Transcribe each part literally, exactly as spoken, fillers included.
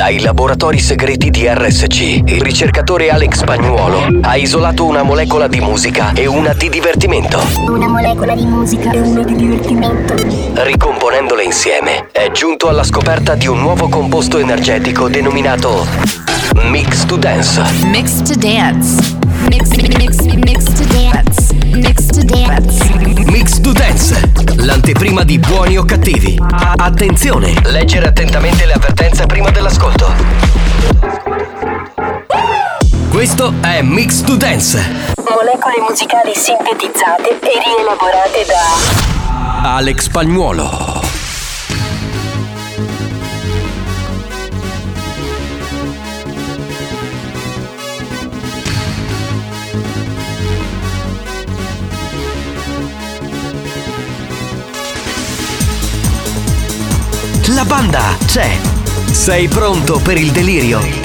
Dai laboratori segreti di R S C, il ricercatore Alex Spagnuolo ha isolato una molecola di musica e una di divertimento. Una molecola di musica e una di divertimento. Ricomponendole insieme, è giunto alla scoperta di un nuovo composto energetico denominato Mix to Dance. Mix to Dance. Mix, mix, mix to dance. Mix to dance. Mix to Dance, l'anteprima di Buoni o Cattivi. Attenzione, leggere attentamente le avvertenze prima dell'ascolto. Questo è Mix to Dance. Molecole musicali sintetizzate e rielaborate da Alex Spagnuolo. La banda c'è. Sei pronto per il delirio?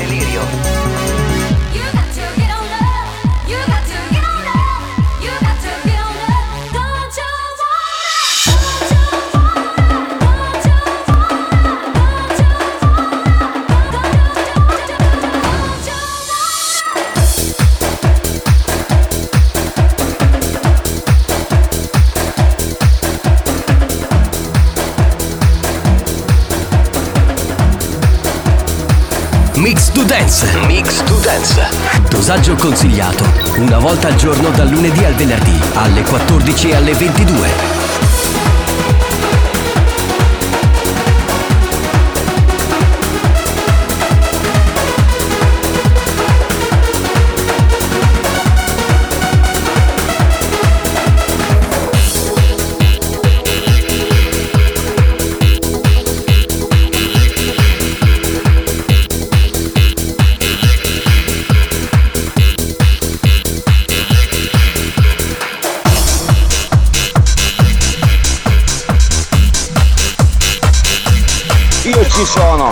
Mix to Dance. Mix to Dance. Dosaggio consigliato. Una volta al giorno dal lunedì al venerdì alle quattordici e alle ventidue. Ci sono.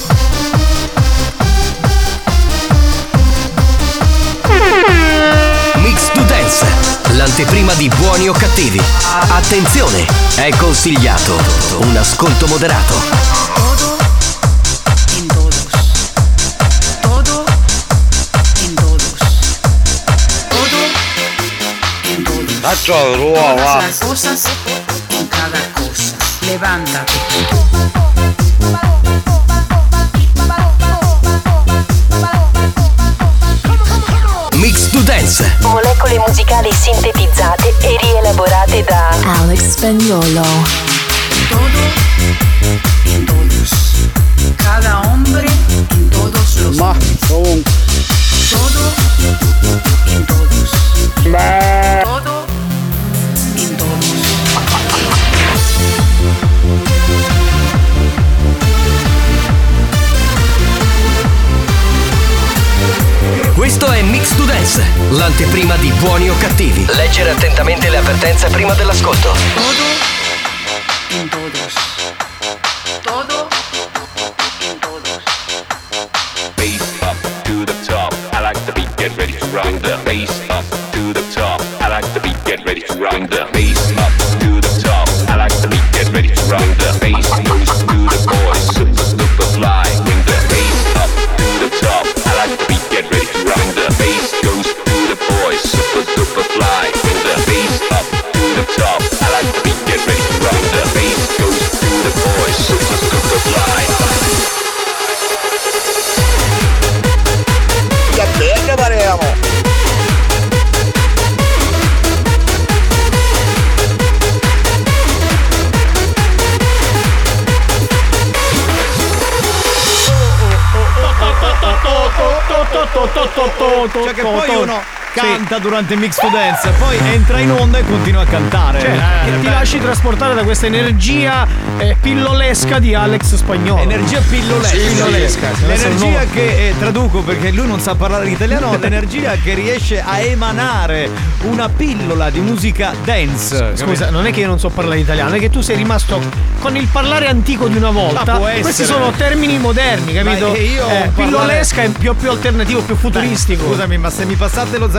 Mix to Dance, l'anteprima di Buoni o Cattivi. Attenzione, è consigliato un ascolto moderato. Todo in todos. Todo in todos. Todo in todos. Todas las cosas en cada cosa. Levántate. Mix to Dance. Molecole musicali sintetizzate e rielaborate da Alex Spagnuolo. Todo en todos. Cada hombre en todos los Ma ovunque. Todo en todos. Beh. Todo en todos. Questo è Mix to Dance, l'anteprima di Buoni o Cattivi. Leggere attentamente le avvertenze prima dell'ascolto. Todo en todos. Todo en todos. Bass up to the top. I like the beat, get ready to rock the bass up to the top. I like the beat, get ready to rock the bass up to the top. I like the beat, get ready to rock the bass goes to the boys, super super fly. Bring the bass up to the top. I like the beat, get ready to rock the bass goes to the boys, super super fly. Bring the bass up to the top. I like the beat, get ready to rock the bass goes to the boys, super super fly. Che bene parliamo. Cioè che poi uno canta durante Mix to Dance, poi entra in onda e continua a cantare. Cioè, eh, ti lasci trasportare da questa energia eh, pillolesca di Alex Spagnuolo. Energia pillolesca. Sì, pillolesca. Sì, L'energia che eh, traduco perché lui non sa parlare italiano. L'energia che riesce a emanare una pillola di musica dance. Scusa, non è che io non so parlare italiano, è che tu sei rimasto con il parlare antico di una volta. Ma può essere. Questi sono termini moderni, capito? Ma io eh, parlare... pillolesca è più, più alternativo, più futuristico. Beh, scusami, ma se mi passate lo zaino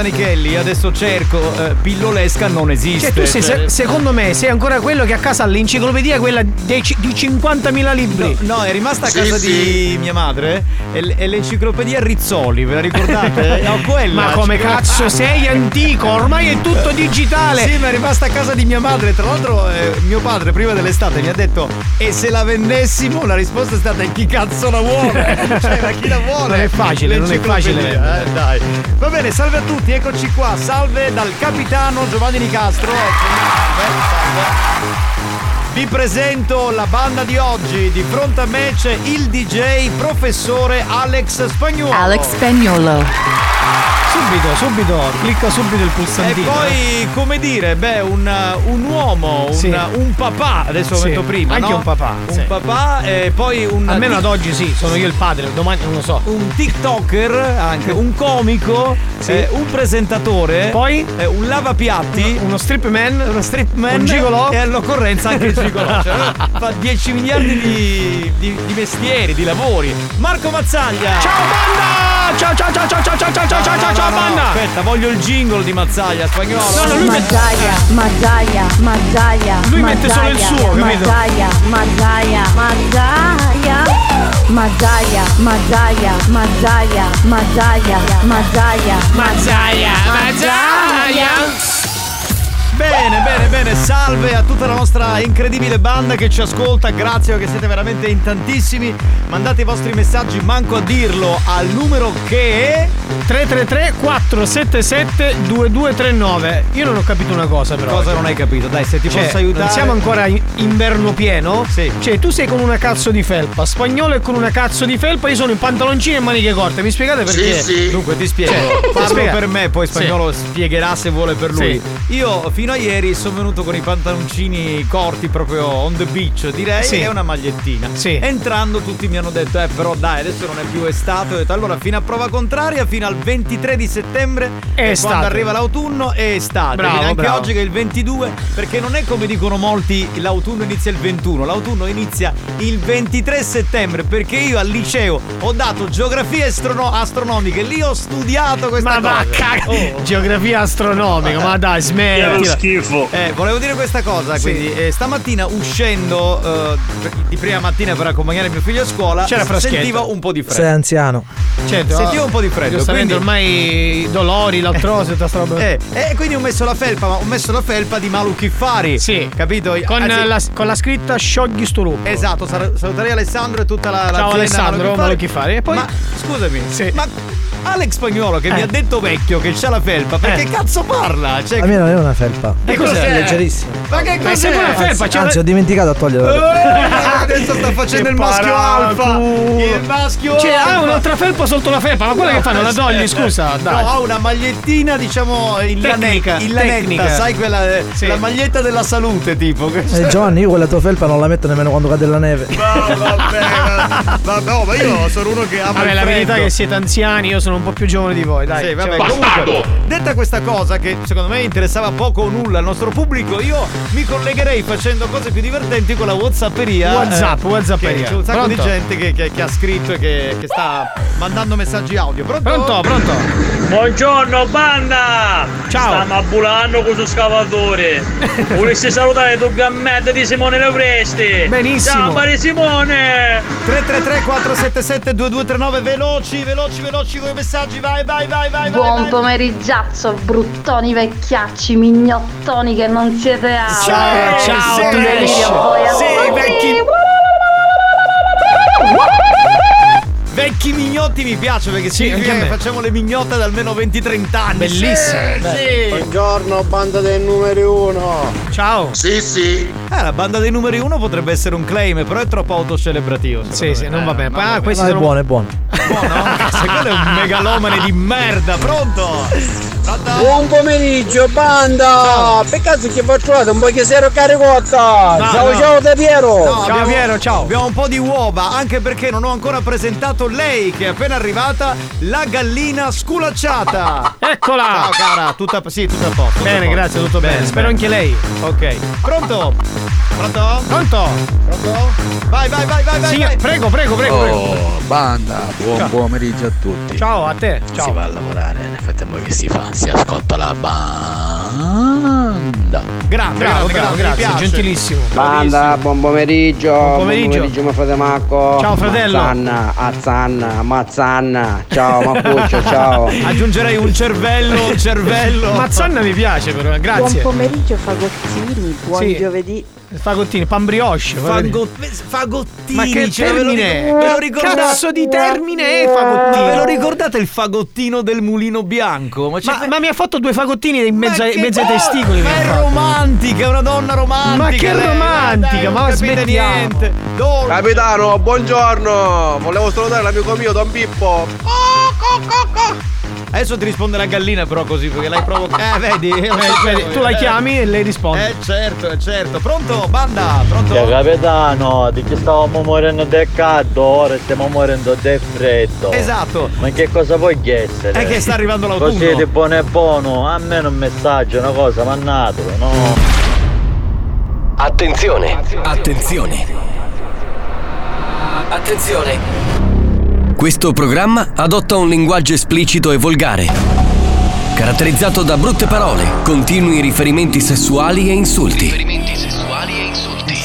Zanichelli, adesso cerco eh, pillolesca non esiste. Cioè tu sei, cioè, se- secondo me sei ancora quello che a casa ha l'enciclopedia quella dei, ci- di cinquantamila libri. No, no, è rimasta a Sì, casa sì. di mia madre e, l- e l'enciclopedia Rizzoli, ve la ricordate? Ho quella. Ma come cazzo sei antico? Ormai è tutto digitale. Sì, ma è rimasta a casa di mia madre. Tra l'altro eh, mio padre prima dell'estate mi ha detto: e se la vendessimo? La risposta è stata: e chi cazzo la vuole? Cioè, ma chi la vuole? Non è facile, non è facile. L'enciclopedia, eh, dai. Va bene, salve a tutti, eccoci qua. Salve dal capitano Giovanni Nicastro. Salve, salve. Vi presento la banda di oggi. Di fronte a me c'è il D J professore Alex Spagnuolo. Alex Spagnuolo. Subito, subito, clicca subito il E pulsantino. poi, come dire, beh, un, un uomo, un, Sì. un papà, adesso l'ho Sì, detto prima, anche no? un papà, Un sì. papà e poi un... Almeno ad oggi sì, sono io il padre, domani non lo so. un TikToker, anche un comico, Sì. eh, un presentatore, Poi? eh, un lavapiatti, Uno strip man, uno strip man un gigolò. e all'occorrenza anche il gigolò. Cioè, fa dieci miliardi di, di, di mestieri, di lavori. Marco Mazzaglia. Ciao banda! Ciao ciao ciao ciao ciao ciao ciao ciao No, ciao no, ciao no, ciao no, banda! Aspetta, voglio il jingle di Mazzaglia Spagnolo. No, no, lui mette- Mazzaia, Mazzaia, Mazzaia. Lui mette solo il suo, capito? Mazzaia, Mazzaia, Mazzaia. Mazzaia, Mazzaia, Mazzaia, Mazzaia, Mazzaia, Mazzaia, Mazzaia! Bene, bene, bene, salve a tutta la nostra incredibile banda che ci ascolta, grazie perché siete veramente in tantissimi. Mandate i vostri messaggi, manco a dirlo, al numero che è... tre tre tre quattro sette sette due due tre nove. Io non ho capito una cosa però. Cosa oggi. non hai capito? Dai, se ti Cioè, posso aiutare... non siamo ancora in inverno pieno? Sì. Cioè, tu sei con una cazzo di felpa, Spagnolo è con una cazzo di felpa, io sono in pantaloncini e maniche corte. Mi spiegate perché? Sì, sì. Dunque ti spiego, Cioè, parlo spiega. per me, poi Spagnolo spiegherà se vuole per lui. Sì. Io fino a ieri sono venuto con i pantaloncini corti proprio on the beach, direi, Sì. e una magliettina. Sì. Entrando tutti mi hanno detto "Eh però dai, adesso non è più estate". Ho detto "Allora, fino a prova contraria, fino al ventitré di settembre È e estate. quando arriva l'autunno è estate". Bravo, Quindi anche bravo. oggi che è il ventidue, perché non è come dicono molti l'autunno inizia il ventuno, l'autunno inizia il ventitré settembre, perché io al liceo ho dato geografia astrono- astronomica e lì ho studiato questa Ma cosa. va, caga. Oh. Geografia astronomica, ma dai, smettila. schifo. Eh, volevo dire questa cosa, Sì. quindi eh, stamattina uscendo eh, di prima mattina per accompagnare mio figlio a scuola C'era freschetto. sentivo un po' di Sei freddo. anziano. Certo, Sentivo un po' di freddo, giustamente quindi- ormai i dolori, l'artrosi, tutta sta roba. Eh, e quindi ho messo la felpa, ma ho messo la felpa di Malu Kiffari. Sì. Capito? Con, Anzi- la, con la scritta sciogli sto lupo. Esatto, sal- saluterei Alessandro e tutta la, la Ciao Alessandro, Malu Kiffari. E poi Ma scusami, Sì. ma Alex Spagnuolo che mi Eh. ha detto vecchio che c'ha la felpa, perché Eh. cazzo parla? Cioè, La mia non è una felpa. che cos'è? È leggerissima. Ma che Ma è cos'è? sempre una felpa, c'è Anzi, ho dimenticato a toglierla. Eh, adesso sta facendo Che il maschio alfa. paraculo. Il maschio Cioè, alfa. ha un'altra felpa sotto la felpa, ma quella che fanno? La togli, scusa, dai. No, ha una magliettina, diciamo, in Tecnica, lanetta, in lanetta, tecnica. sai quella eh, Sì. la maglietta della salute, tipo. Eh, Giovanni, io quella tua felpa non la metto nemmeno quando cade la neve. No, vabbè, ma, ma no, ma io sono uno che ama Vabbè, il la verità è freddo. che siete anziani, io sono un po' più giovane di voi, dai. Sì, vabbè, Cioè, comunque, detta questa cosa che secondo me interessava poco o nulla al nostro pubblico, io mi collegherei facendo cose più divertenti con la WhatsApperia. WhatsApp, eh, WhatsApperia. che C'è un sacco Pronto? di gente che, che- che ha scritto e che, che sta mandando messaggi audio. Pronto? Pronto, pronto. Buongiorno banda! Ciao. Stiamo abbulando questo scavatore. Volessi salutare tu Gammetta di Simone Lepresti. Benissimo. Ciao Maria Simone! tre tre tre quattro sette sette due due tre nove, veloci, veloci, veloci con i messaggi, vai, vai, vai, vai, Buon vai. pomeriggiazzo, bruttoni vecchiacci, mignottoni che non siete altro. Ciao, ciao, Un delirio, voi a Sì, tutti. vecchi. Vecchi mignotti mi piace perché Sì, significa anche a che me. facciamo le mignotte da almeno venti trenta anni. Bellissimo, Sì, bello. sì. Buongiorno, banda del numero uno. Ciao. Sì, sì. Eh, la banda dei numeri uno potrebbe essere un claim, però è troppo autocelebrativo. secondo Sì, me. sì, non Eh, va bene. non Ah, va questi No, è sono buono, è buono. buono. Se quello è un megalomane di merda, pronto? Pronto? Buon pomeriggio, banda. Peccato che vi ho trovato un po' che zero caricotta. No, ciao, no. ciao da Piero. No, Ciao, Piero, ciao. Abbiamo un po' di uova, anche perché non ho ancora presentato lei che è appena arrivata, la gallina sculacciata. Eccola. Ciao cara, tutta sì, tutto a posto. tutto a Bene, posto. grazie, tutto bene. Spero anche lei. Ok. Pronto? Pronto? Pronto? Pronto? Vai, vai, vai, vai, vai. Sì, vai. prego, prego, prego, Oh, prego. banda, buon Ciao. pomeriggio a tutti. Ciao a te. Ciao. Si va a lavorare, nel frattempo che si fa? Si ascolta la banda. Grande, Bravo, grande, bravo, grande, grazie, mi piace. gentilissimo. Banda, buon pomeriggio. Buon pomeriggio. mio fratello Marco. Ciao, fratello. Mazzanna, Azzanna, Mazzanna. Ciao, Mappuccio, ciao. Aggiungerei un cervello, un cervello. Mazzanna mi piace però, grazie. Buon pomeriggio fagottini, buon Sì. giovedì. Fagottini, pan brioche. Fago- fagottini. Ma che cioè, ve lo termine ric- è? ve lo ricordate? Cazzo di termine è Ma fagottino? ve lo ricordate il fagottino del mulino bianco? Ma, Ma, ma mi ha fatto due fagottini in mezzo, Ma ai- che in mezzo ai bo- testicoli. Ma mi ha è fatto. romantica, è una donna romantica. Ma che lei, romantica, dai, ma non capite smettiamo. niente. Dove? Capitano, buongiorno! Volevo salutare l'amico mio, Don Pippo. Adesso ti risponde la gallina, però così perché l'hai provocato. Eh, vedi? Eh, vedi, tu la chiami e lei risponde. Eh, certo, eh, certo. Pronto, banda? Pronto? Ciao capitano, di che stavamo morendo del caldo, ora stiamo morendo del freddo. Esatto. Ma che cosa puoi essere? È che sta arrivando l'autunno. Così di buono e buono, almeno un messaggio, una cosa, mannatelo, no? Attenzione, attenzione. Attenzione. Questo programma adotta un linguaggio esplicito e volgare, caratterizzato da brutte parole, continui riferimenti sessuali e insulti. Riferimenti sessuali e insulti.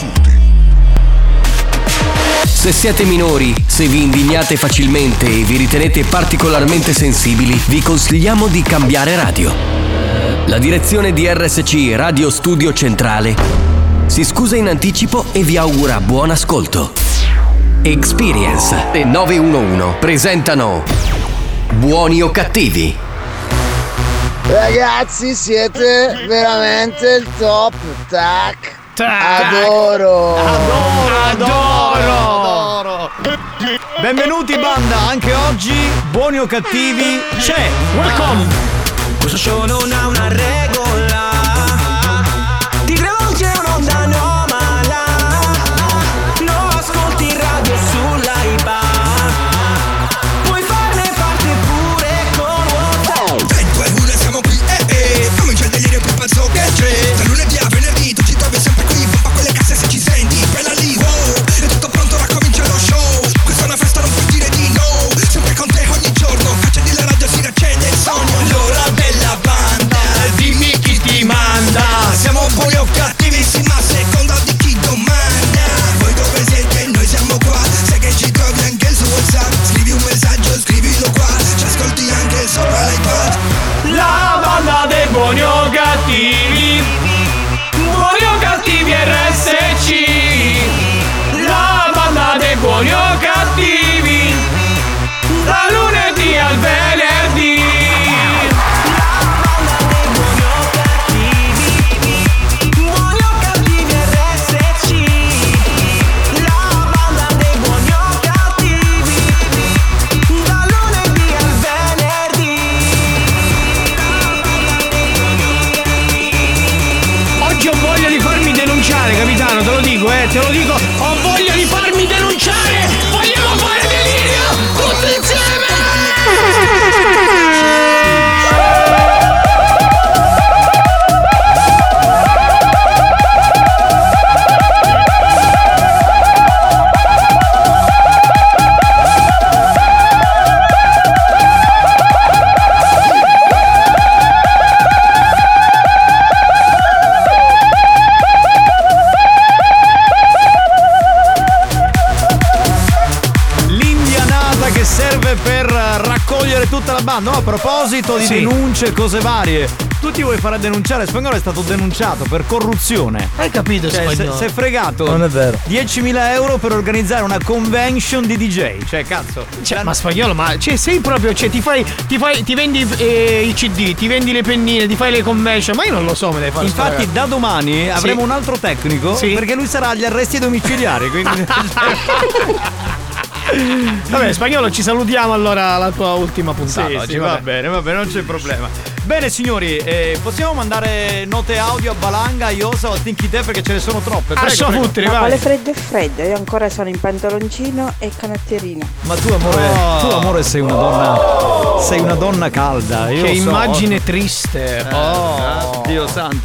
Se siete minori, se vi indignate facilmente e vi ritenete particolarmente sensibili, vi consigliamo di cambiare radio. La direzione di R S C Radio Studio Centrale si scusa in anticipo e vi augura buon ascolto. Experience e nove uno uno presentano Buoni o Cattivi. Ragazzi, siete veramente il top. Tac. Tac. Adoro. Adoro, adoro. Benvenuti banda, anche oggi buoni o cattivi c'è. Welcome. Questo show non ha una regola. Ti rivolge un'onda anomala. Lo ascolti in radio sull'iPad. Puoi farne parte pure con WhatsApp. tre, due, uno e siamo qui, eh eh. Comincia il delirio più pazzo che c'è. Da lunedì a venerdì tu ci trovi sempre qui. Pompa quelle casse se ci senti. Bella lì, wow. È tutto pronto, ora comincia lo show. Questa è una festa, non puoi dire di no. Sempre con te ogni giorno. Accendi la radio, si riaccende il sogno. L'ora della banda, dimmi chi ti manda. Siamo buoni o cattivissimi a seconda di chi domanda. Voi dove siete? Noi siamo qua. Sai che ci trovi anche su WhatsApp. Scrivi un messaggio, scrivilo qua. Ci ascolti anche sopra l'iPad. La banda dei buoni o cattivi. Buoni o cattivi R S C. La banda dei buoni o cattivi. Da lunedì al venerdì. Oggi ho voglia di farmi denunciare, capitano, te lo dico, eh, te lo dico, ho voglia di farmi denunciare! Vogliamo fare delirio! Tutti insieme! L'indianata che serve per raccogliere tutta la banda. No, a proposito di Sì. denunce e cose varie, tu ti vuoi fare denunciare? Spagnolo è stato denunciato per corruzione. Hai capito, Cioè, se, Spagnolo? si è fregato. Non è vero. diecimila euro per organizzare una convention di D J. Cioè, cazzo. Cioè, ma Spagnolo, ma cioè, sei proprio, cioè, ti fai, ti fai, ti vendi eh, i C D, ti vendi le pennine, ti fai le convention, ma io non lo so, me devi fare. sto Infatti, ragazzo. da domani avremo Sì. un altro tecnico. Sì. Perché lui sarà agli arresti domiciliari. Quindi. Vabbè, Spagnolo, ci salutiamo allora alla tua ultima puntata. Sì, oggi, sì, va bene, va bene, non c'è problema. Bene signori, eh, possiamo mandare note audio a Balanga, a Iosa o a Tinky Te perché ce ne sono troppe. Prego, Lascia prego. fottere, Ma vai. quale freddo è freddo? Io ancora sono in pantaloncino e canotterino. Ma tu amore, Oh. tu amore sei una donna. Sei una donna calda. Io Che so. immagine triste. Eh, Oh. Dio santo.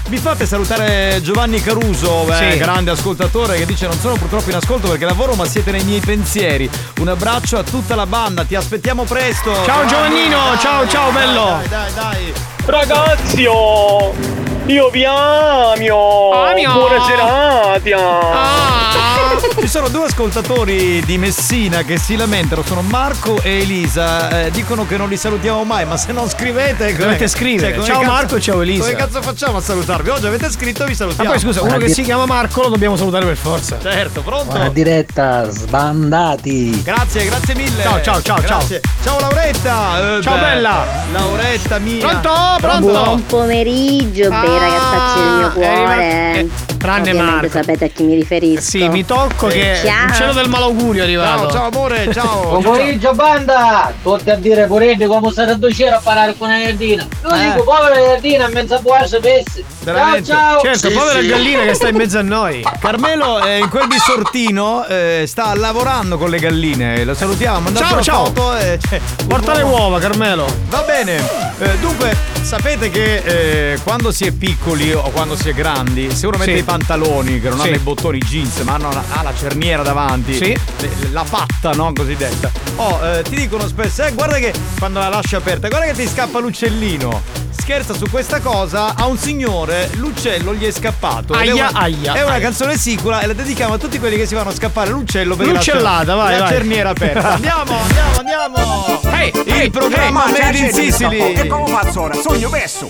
Mi fate salutare Giovanni Caruso, eh, Sì. grande ascoltatore, che dice: non sono purtroppo in ascolto perché lavoro, ma siete nei miei pensieri. Un abbraccio a tutta la banda, ti aspettiamo presto. Ciao Giovannino, ciao ciao bello. Dai, dai, dai. Ragazzi, oh, io vi amo. Amio. Buona serata. Ah. Ci sono due ascoltatori di Messina che si lamentano, sono Marco e Elisa, eh, dicono che non li salutiamo mai, ma se non scrivete Dovete scrivere. come Ciao cazzo- Marco e ciao Elisa. Come cazzo facciamo a salutarvi? Oggi avete scritto, vi Ma salutiamo. poi scusa, uno che si chiama Marco lo dobbiamo salutare per forza. Certo, pronto? Buona diretta, sbandati. Grazie, grazie mille. Ciao, ciao, ciao, Grazie. Ciao Lauretta. Eh, Ciao, beh, bella. Lauretta mia. Pronto? Pronto? Buon pomeriggio, Ah, bei ragazzacci del mio è cuore. arrivato- eh, tranne Ovviamente Marco. sapete a chi mi riferisco. Sì, mi tocco che Ciao. il cielo del malaugurio è arrivato. Ciao, ciao amore, ciao. Buon pomeriggio banda! Tutti a dire pure come sarà docere a parlare con la Iardina. Io Eh. dico povera Iardina, mezza buona sapessi. Ciao Veramente. ciao! Certo, Sì, povera sì. gallina che sta in mezzo a noi. Carmelo eh, in quel di Sortino eh, sta lavorando con le galline. Lo salutiamo. mandato Ciao, una ciao. foto, eh, cioè, Porta le l'uomo- uova, Carmelo. Va bene, eh, dunque sapete che eh, quando si è piccoli o quando si è grandi, se uno mette Sì. i pantaloni che non Sì. hanno i bottoni jeans ma hanno la, ha la cerniera davanti, Sì. le- la patta, no, cosiddetta. Oh, eh, ti dicono spesso, eh, guarda che quando la lasci aperta, guarda che ti scappa l'uccellino. Scherza su questa cosa, a un signore l'uccello gli è scappato. Ed è Aia, una, aia, È una aia. canzone sicula e la dedichiamo a tutti quelli che si fanno scappare l'uccello per L'uccellata, vai, la vai. cerniera aperta. Andiamo, andiamo, andiamo. Ehi, Il ehi, programma ehi, Made in Sicily. E come faccio ora? Sogno messo!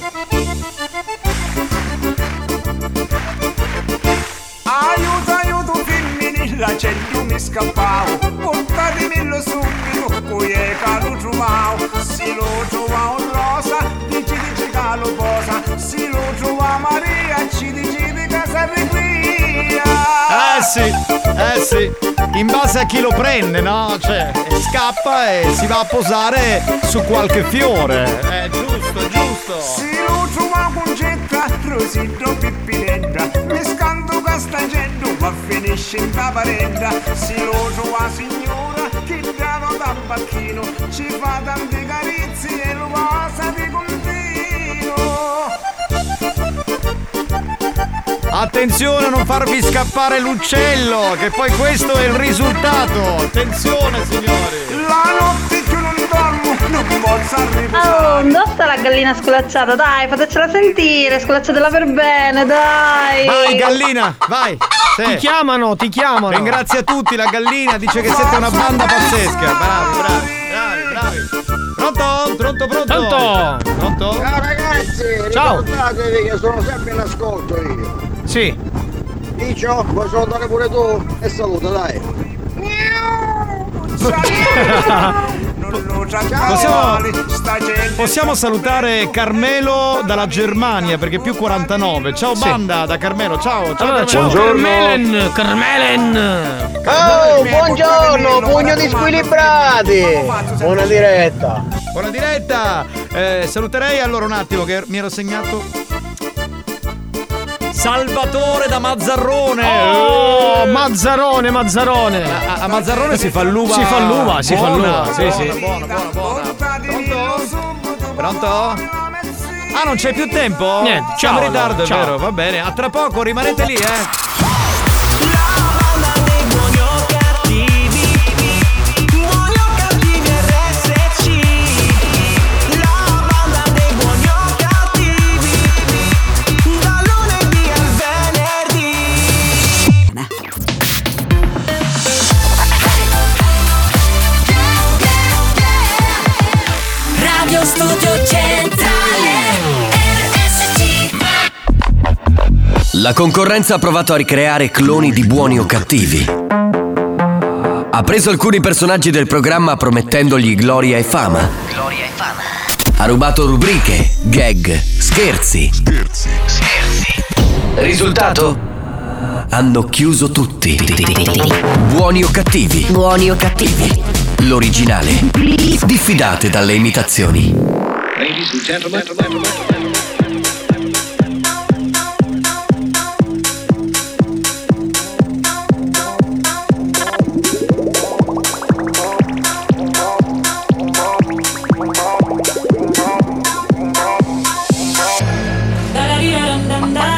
Aiuto, aiuto, femminilla, c'è più mi scappavo. Portatemelo subito, poi è che lo trovavo. Se lo trova un rosa, dici dici che lo posa. Se lo trova Maria, ci dici di casa di qui. Eh sì, eh sì. In base a chi lo prende, no? Cioè, scappa e si va a posare su qualche fiore. È giusto, giusto. Se lo trova concetta, rosito pippinetta. Mi scanto questa gente, ma finisce in paparetta. Se lo trova signora, che dava da bacchino. Ci fa tante carizze e lo passa di continuo. Attenzione a non farvi scappare l'uccello, che poi questo è il risultato. Attenzione, signori. La notte che non dormo, non posso Oh, riposare. dove sta la gallina sculacciata? Dai, fatecela sentire, sculacciatela per bene, dai. Vai, gallina, vai. Sì. Ti chiamano, ti chiamano. Ringrazia tutti, la gallina dice che siete una banda pazzesca. Bravi, bravi, bravi, bravi. Pronto? Pronto, pronto? Pronto? Pronto? Ciao ragazzi, Ciao. ricordatevi che sono sempre in ascolto io. Sì. Dicio, vuoi salutare pure tu? E saluta, dai. Possiamo, possiamo salutare Carmelo dalla Germania perché è più quarantanove. Ciao Sì. banda da Carmelo, ciao. Ciao, Allora, Carmelo. ciao Carmelen, Carmelen. Oh, buongiorno, pugno di squilibrati. Buona diretta. Buona diretta. Eh, saluterei allora un attimo che mi ero segnato Salvatore da Mazzarrone. Oh, Eh. Mazzarone, Mazzarone. A, a Mazzarone si fa l'uva. Si fa l'uva, si fa buona, l'uva. Sì, buona, sì. buona, buona, buona. Pronto? Pronto? Ah, non c'è più tempo? Niente, Siamo ciao, in ritardo, è ciao. vero? Va bene, a tra poco, rimanete lì, eh. Radio Studio Centrale R S C. La concorrenza ha provato a ricreare cloni di buoni o cattivi. Ha preso alcuni personaggi del programma promettendogli gloria e fama. Gloria e fama. Ha rubato rubriche, gag, scherzi. Scherzi. Scherzi. Risultato? Hanno chiuso tutti. Buoni o cattivi? Buoni o cattivi? L'originale. Diffidate dalle imitazioni. Ladies and gentlemen, Da da da da da da.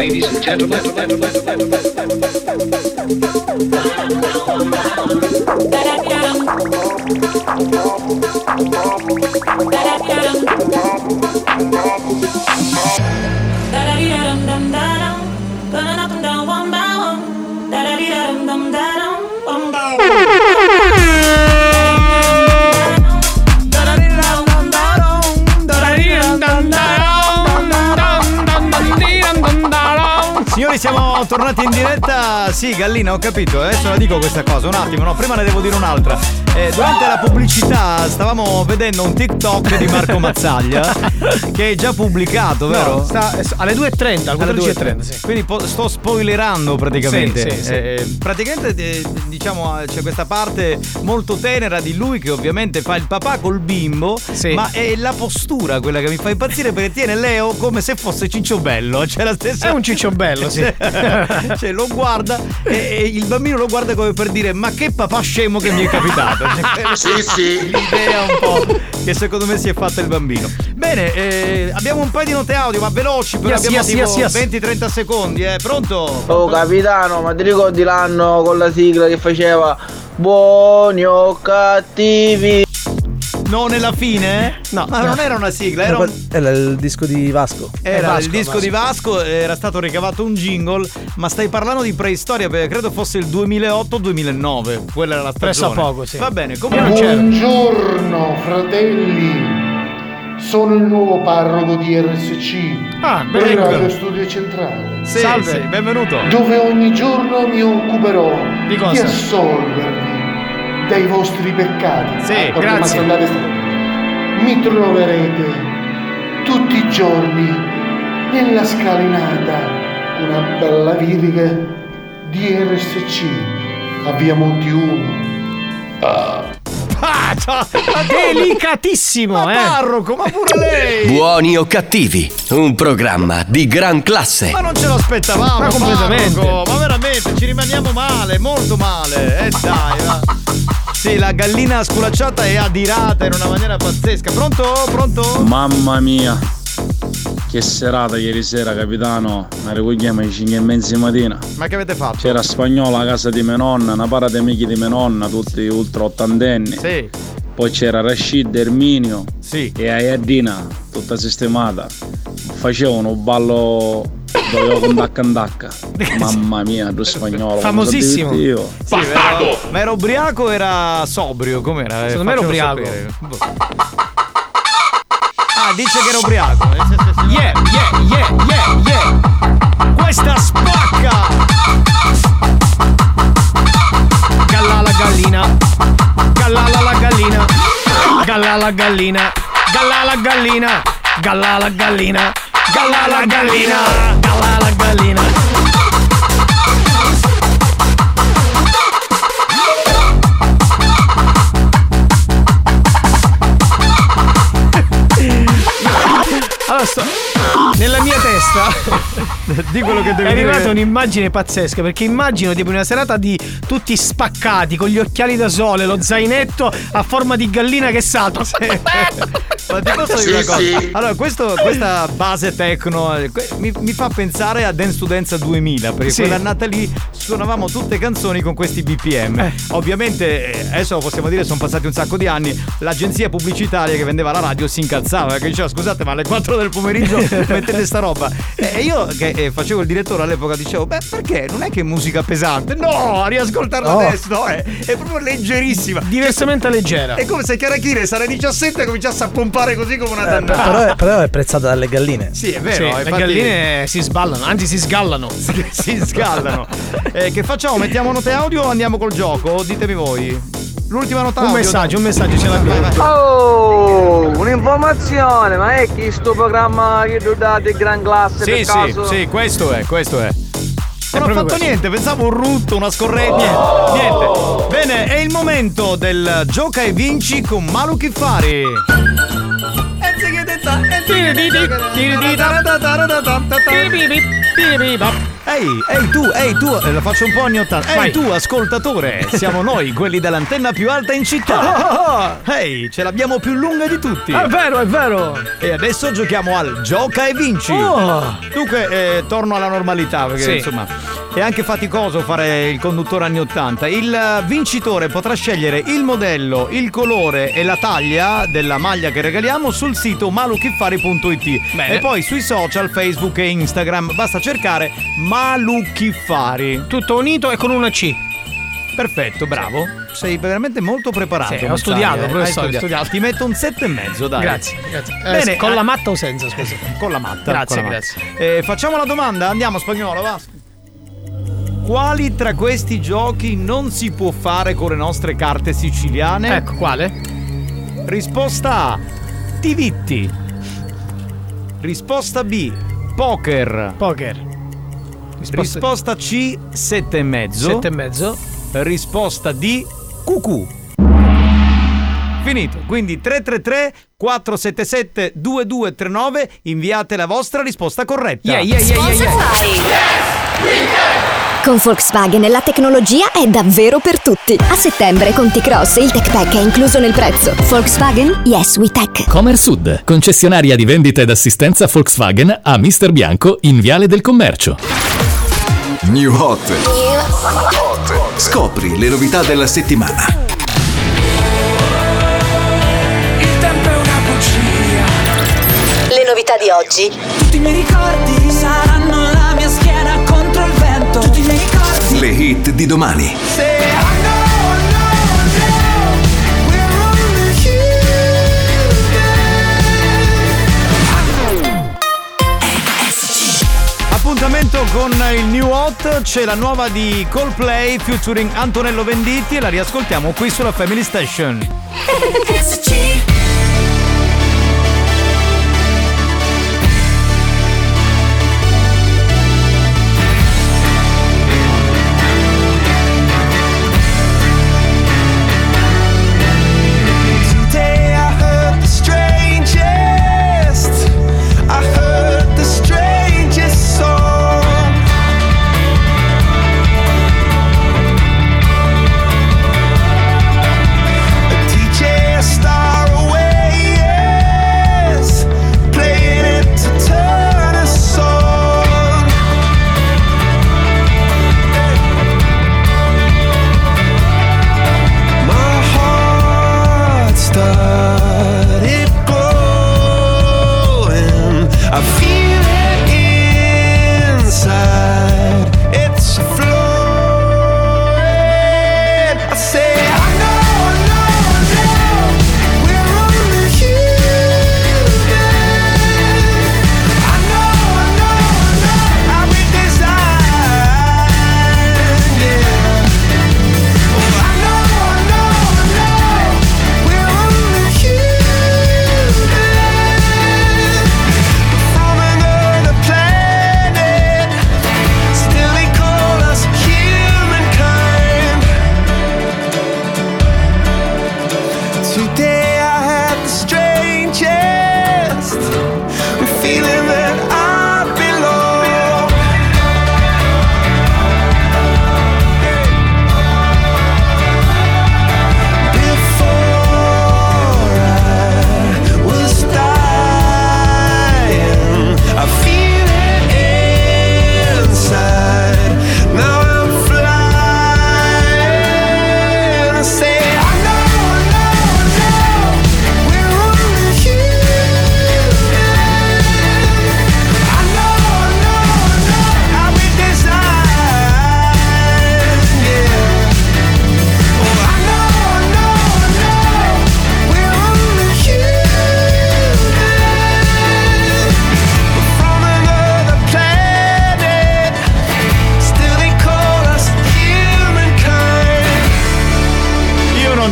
ladies and gentlemen. Signori, siamo tornati in diretta. Sì, Gallina, ho capito. Adesso la dico questa cosa, un attimo, no, prima ne devo dire un'altra. Eh, durante la pubblicità stavamo vedendo un TikTok di Marco Mazzaglia che è già pubblicato, vero? No, sta alle due e trenta, alle quattordici e trenta, sì. Quindi po- sto spoilerando praticamente. Sì, sì, sì. Eh, praticamente eh, diciamo c'è questa parte molto tenera di lui che ovviamente fa il papà col bimbo, sì. Ma è la postura quella che mi fa impazzire, perché tiene Leo come se fosse Cicciobello, cioè la stessa. È un Cicciobello, sì. Cioè lo guarda e, e il bambino lo guarda come per dire: ma che papà scemo che mi è capitato. Sì, sì. L'idea un po' che secondo me si è fatta il bambino. Bene, eh, abbiamo un paio di note audio, ma veloci, però yes, abbiamo yes, tipo yes, yes. venti trenta secondi, eh. Pronto? Oh capitano, ma ti ricordi l'anno con la sigla che faceva buoni o cattivi? No, nella fine? No, ma non era una sigla, era, un... era il disco di Vasco. Era Vasco, il disco Vasco. di Vasco, era stato ricavato un jingle, ma stai parlando di preistoria perché credo fosse il duemilaotto duemilanove, quella era la stagione. Presso a poco, sì. Va bene, come non c'era? Buongiorno fratelli, sono il nuovo parroco di R S C, Ah, per ecco. Radio Studio Centrale. Sì, Salve. Sì, benvenuto. Dove ogni giorno mi occuperò di, di assolvervi dai vostri peccati. Sì, ah, grazie. Mi troverete tutti i giorni nella scalinata una bella lirica di R S C a Via Monti uno. Ah. Ah, ciao. Delicatissimo, ma eh. parroco, ma pure lei. Buoni o cattivi, un programma di gran classe. Ma non ce lo aspettavamo, ma completamente. parroco, ma veramente ci rimaniamo male, molto male. Eh dai, va. Sì, la gallina sculacciata è adirata in una maniera pazzesca. Pronto? Pronto? Mamma mia, che serata ieri sera, capitano. La ricogliamo alle cinque e mezza mattina. Ma che avete fatto? C'era Spagnola a casa di mia nonna, una para di amici di mia nonna, tutti ultra ottantenni. Sì. Poi c'era Rashid, Erminio, sì. E Ayardina, tutta sistemata. Facevano un ballo dovevo con dacca in dacca. Mamma mia, lo spagnolo. Famosissimo. Sì, era, ma era ubriaco o era sobrio? Com'era? Secondo me era ubriaco. Sapere. Ah, dice che era ubriaco. Yeah, yeah, yeah, yeah, yeah. Questa spacca. Galla la gallina. Galla la gallina. Galla la gallina. Galla la gallina. Galla la gallina. Galla la gallina. Galla la gallina. Allora sto nella mia testa di quello che devi è arrivata dire. Un'immagine pazzesca, perché immagino tipo una serata di tutti spaccati con gli occhiali da sole, lo zainetto a forma di gallina che salta. Ma ti posso dire una cosa? Sì. Allora, questo, questa base techno mi, mi fa pensare a Dance to Dance duemila, perché sì. Quell'annata lì suonavamo tutte canzoni con questi B P M. Eh. Ovviamente, adesso possiamo dire, sono passati un sacco di anni, l'agenzia pubblicitaria che vendeva la radio si incazzava, perché diceva: scusate, ma alle quattro del pomeriggio mettete sta roba. E io che eh, facevo il direttore all'epoca dicevo: beh, perché? Non è che è musica pesante. No, a riascoltarla no. adesso, no, è, è proprio leggerissima. Diversamente leggera. È come se Karachire sarà diciassette e cominciasse a pompare così come una eh, dannata. Però è, però è apprezzata dalle galline. Sì, è vero. Sì, infatti, le galline si sballano, anzi si sgallano. si, si sgallano. Eh, che facciamo? Mettiamo note audio o andiamo col gioco? Ditemi voi. L'ultima nota un audio. Messaggio, un messaggio ce l'abbiamo. Oh, un'informazione, ma è che sto programma che tu date gran classe sì, per sì, caso? Sì, questo è, questo è. È non ho fatto questo. niente, pensavo un rutto, una scorretta, oh! niente, niente. Bene, è il momento del gioca e vinci con Malu Kiffari. Ehi, ehi tu, ehi tu, eh, lo faccio un po' anni ottanta. Ehi Vai. tu, ascoltatore, siamo noi, quelli dell'antenna più alta in città. Ehi, ce l'abbiamo più lunga di tutti. È vero, è vero. E adesso giochiamo al Gioca e Vinci. Oh. Dunque, eh, torno alla normalità, perché Sì. insomma è anche faticoso fare il conduttore anni ottanta. Il vincitore potrà scegliere il modello, il colore e la taglia della maglia che regaliamo sul sito maluchiffari punto it. Bene. E poi sui social, Facebook e Instagram, basta cercare Maluchiffari. Tutto unito e con una C. Perfetto, bravo. Sei veramente molto preparato. Sì, ho Mazzaglia, studiato, eh. professore, Hai ho studiato. Ti metto un sette e mezzo, dai. Grazie, grazie. Eh, Bene, con eh, la matta o senza, scusa? Con la matta. Grazie, con la matta. grazie. Eh, facciamo la domanda, andiamo spagnolo, va. Quali tra questi giochi non si può fare con le nostre carte siciliane? Ecco, quale? Risposta A, Tivitti. Risposta B, poker. Poker. Risposta, Risposta C, sette e mezzo. Sette e mezzo. Risposta D, cucù. Finito, quindi tre tre tre quattro sette sette due due tre nove, inviate la vostra risposta corretta. Yeah, yeah, yeah, yeah, yeah. Con Volkswagen la tecnologia è davvero per tutti. A settembre con T-Cross il Tech Pack è incluso nel prezzo. Volkswagen, yes we tech. Comersud, concessionaria di vendita ed assistenza Volkswagen a Mister Bianco in Viale del Commercio. New Hot. Scopri le novità della settimana. Il tempo è una bugia. Le novità di oggi. Tutti i miei ricordi saranno la mia schiena contro il vento. Tutti i miei ricordi. Le hit di domani. Appuntamento con il New Hot, c'è la nuova di Coldplay featuring Antonello Venditti e la riascoltiamo qui sulla Family Station. Today I heard the strangest. I heard the strangest song. A D J, a star, a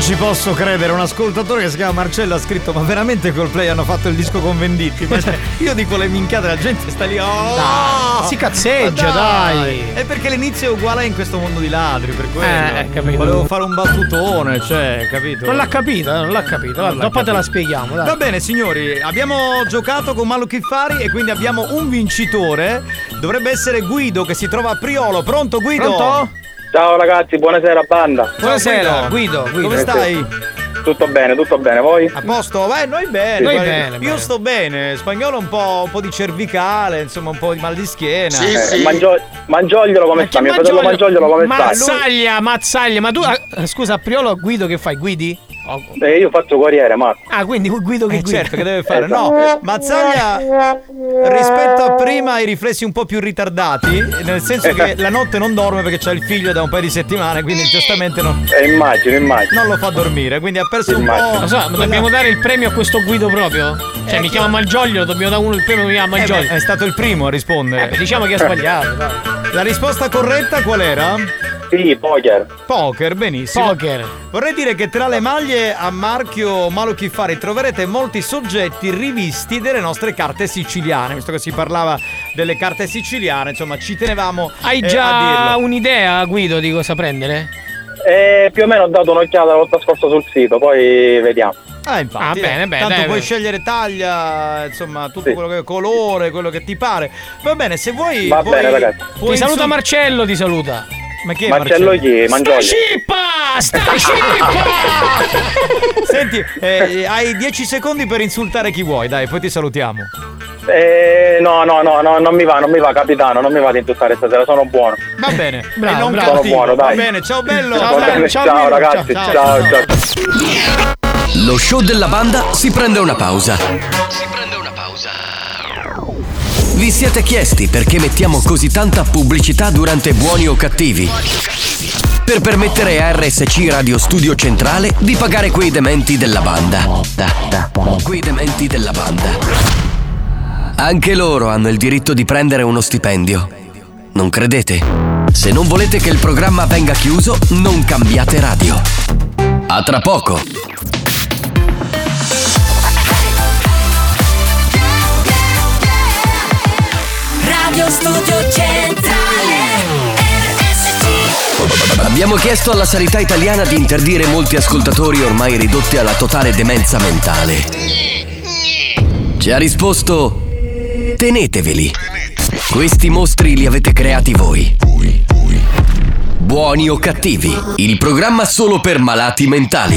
ci posso credere, un ascoltatore che si chiama Marcello ha scritto: ma veramente Coldplay hanno fatto il disco con Venditti? Ma cioè, io dico le minchiate, la gente sta lì, oh, dai, si cazzeggia, dai. dai. È perché l'inizio è uguale in questo mondo di ladri, per quello. Eh, capito. Volevo fare un battutone, cioè, capito? Non l'ha capito, non l'ha capito. Non l'ha Dopo capito. te la spieghiamo, dai. Va bene, signori, abbiamo giocato con Malo Chiffari e quindi abbiamo un vincitore. Dovrebbe essere Guido che si trova a Priolo. Pronto, Guido? Pronto? Ciao ragazzi, buonasera banda. Buonasera, Guido, Guido. Come stai? Tutto bene, tutto bene, voi? A posto? Beh, noi bene. Noi Guarda, bene, Io bene. sto bene. Spagnolo un po', un po' di cervicale, insomma, un po' di mal di schiena. Sì, sì. Mangio- Mangiogliolo come sta? Mio fratello Mangiogliolo come sta? Mazzaglia, Mazzaglia, ma tu ah, scusa, a Priolo Guido che fai? Guidi? Oh. Eh, io faccio corriere, Marco. Ah, quindi Guido che Eh, guida. certo, che deve fare? Esatto. No, Mazzaglia rispetto a prima ha i riflessi un po' più ritardati, nel senso che la notte non dorme perché c'ha il figlio da un paio di settimane, quindi giustamente non, Eh, immagino, immagino. non lo fa dormire, quindi ha perso un Immagino. po'. Lo so, ma dobbiamo dare il premio a questo Guido proprio? Cioè, Eh, mi chi- chiama Malgioglio, dobbiamo dare uno il premio che mi chiama Eh, Malgioglio. beh, è stato il primo a rispondere. Eh, diciamo che ha sbagliato, dai. La risposta corretta qual era? Sì, poker. Poker, benissimo. Poker. Vorrei dire che tra le maglie a marchio Malo Chiffari troverete molti soggetti rivisti delle nostre carte siciliane, visto che si parlava delle carte siciliane, insomma ci tenevamo Hai eh, già a dirlo. un'idea, Guido, di cosa prendere? Eh, più o meno ho dato un'occhiata la volta scorsa sul sito, poi vediamo. Ah, infatti, Ah, bene, eh, bene, tanto dai, puoi bene. scegliere taglia, insomma, tutto Sì. quello che è colore, quello che ti pare. Va bene, se vuoi Va puoi- bene, ragazzi. puoi Ti saluta insul- Marcello, ti saluta. Ma che è Marcello chi? Mangioglio. Scippa! Sta scippa! Senti, eh, hai dieci secondi per insultare chi vuoi, dai, poi ti salutiamo. Eh, no, no, no, no, non mi va, non mi va, capitano, non mi va di insultare stasera, sono buono. Va bene, Bravo, e non bravo. Sono cattivo. buono, dai. Va bene, ciao bello. Ciao, Va bello, bene, ciao, ciao, Guido, ragazzi, ciao, ciao, ciao. ciao. Lo show della banda si prende una pausa. Si prende una pausa. Vi siete chiesti perché mettiamo così tanta pubblicità durante Buoni o Cattivi? Per permettere a R S C Radio Studio Centrale di pagare quei dementi della banda. Da, da, quei dementi della banda. Anche loro hanno il diritto di prendere uno stipendio. Non credete? Se non volete che il programma venga chiuso, non cambiate radio. A tra poco. Radio Studio Centrale R S C. Abbiamo chiesto alla sanità italiana di interdire molti ascoltatori ormai ridotti alla totale demenza mentale. Ci ha risposto: teneteveli. Questi mostri li avete creati voi. Buoni o Cattivi, il programma solo per malati mentali.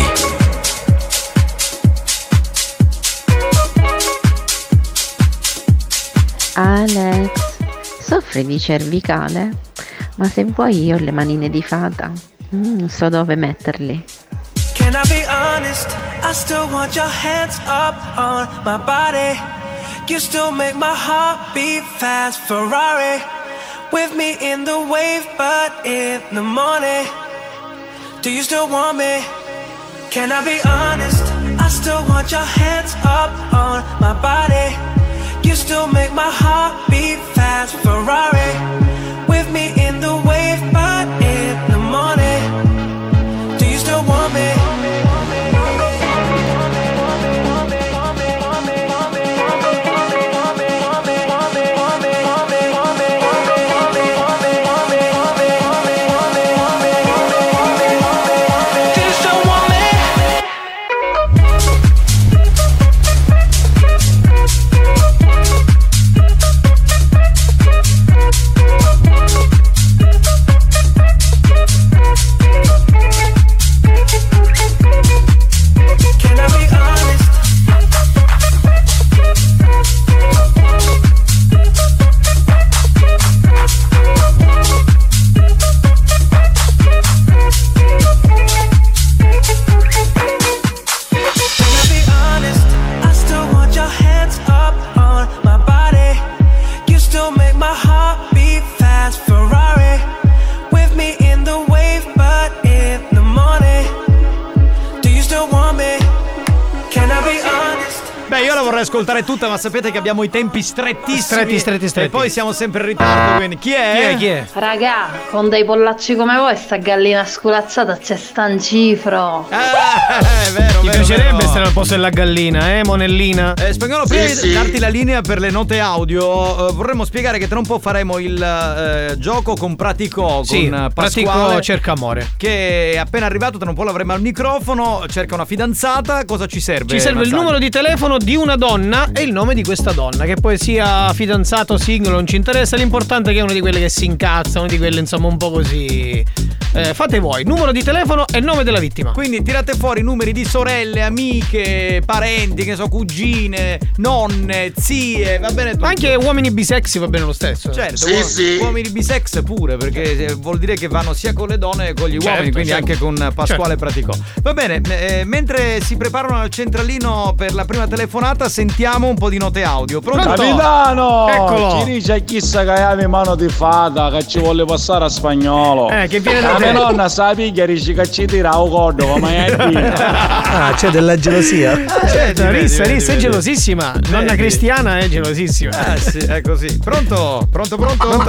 Alex, soffri di cervicale? Ma se vuoi io ho le manine di fata. Mm, so dove metterli. Can I be honest? I still want your hands up on my body. You still make my heart beat fast. Ferrari with me in the wave, but in the morning. Do you still want me? Can I be honest? I still want your hands up on my body. You still make my heart beat fast. Ferrari with me in the wave, but in the morning. Do you still want me? ascoltare tutta, ma sapete che abbiamo i tempi strettissimi. Stretti, stretti, stretti. E poi siamo sempre in ritardo, quindi chi è? Chi è? Chi è? Raga, con dei pollacci come voi sta gallina sculazzata c'è stancifro. Eh, è vero, Ti vero, piacerebbe vero. essere al posto della gallina, eh, Monellina? Eh, Spagnolo, prima Sì, di sì. darti la linea per le note audio, eh, vorremmo spiegare che tra un po' faremo il eh, gioco con Pratico, Sì, con Pratico Pasquale, cerca amore. che è appena arrivato, tra un po' l'avremo al microfono, cerca una fidanzata, cosa ci serve? Ci serve il Mazzaglia? numero di telefono di una donna e il nome di questa donna, che poi sia fidanzato o single non ci interessa, l'importante è che è una di quelle che si incazza, una di quelle insomma un po' così. Eh, fate voi, numero di telefono e nome della vittima. Quindi tirate fuori numeri di sorelle, amiche, parenti, che so, cugine, nonne, zie, va bene tutto. Ma anche uomini bisexy va bene lo stesso. Certo, uom- uomini bisex pure, perché eh, vuol dire che vanno sia con le donne che con gli Certo, uomini, quindi certo. anche con Pasquale Praticò. Va bene, eh, mentre si preparano al centralino per la prima telefonata, sentiamo un po' di note audio. Pronto? Capitano! Eccolo! Ci dice chissà che hai mano di fata che ci vuole passare a spagnolo. Eh, che viene da la te. mia nonna sa piglia dice che ci tira un cordo come è dire. Ah, c'è della gelosia. Certo, vedi, Rissa, vedi, Rissa è vedi. gelosissima. Nonna Vedi. Cristiana è gelosissima. Eh sì, è così. Pronto? Pronto, pronto?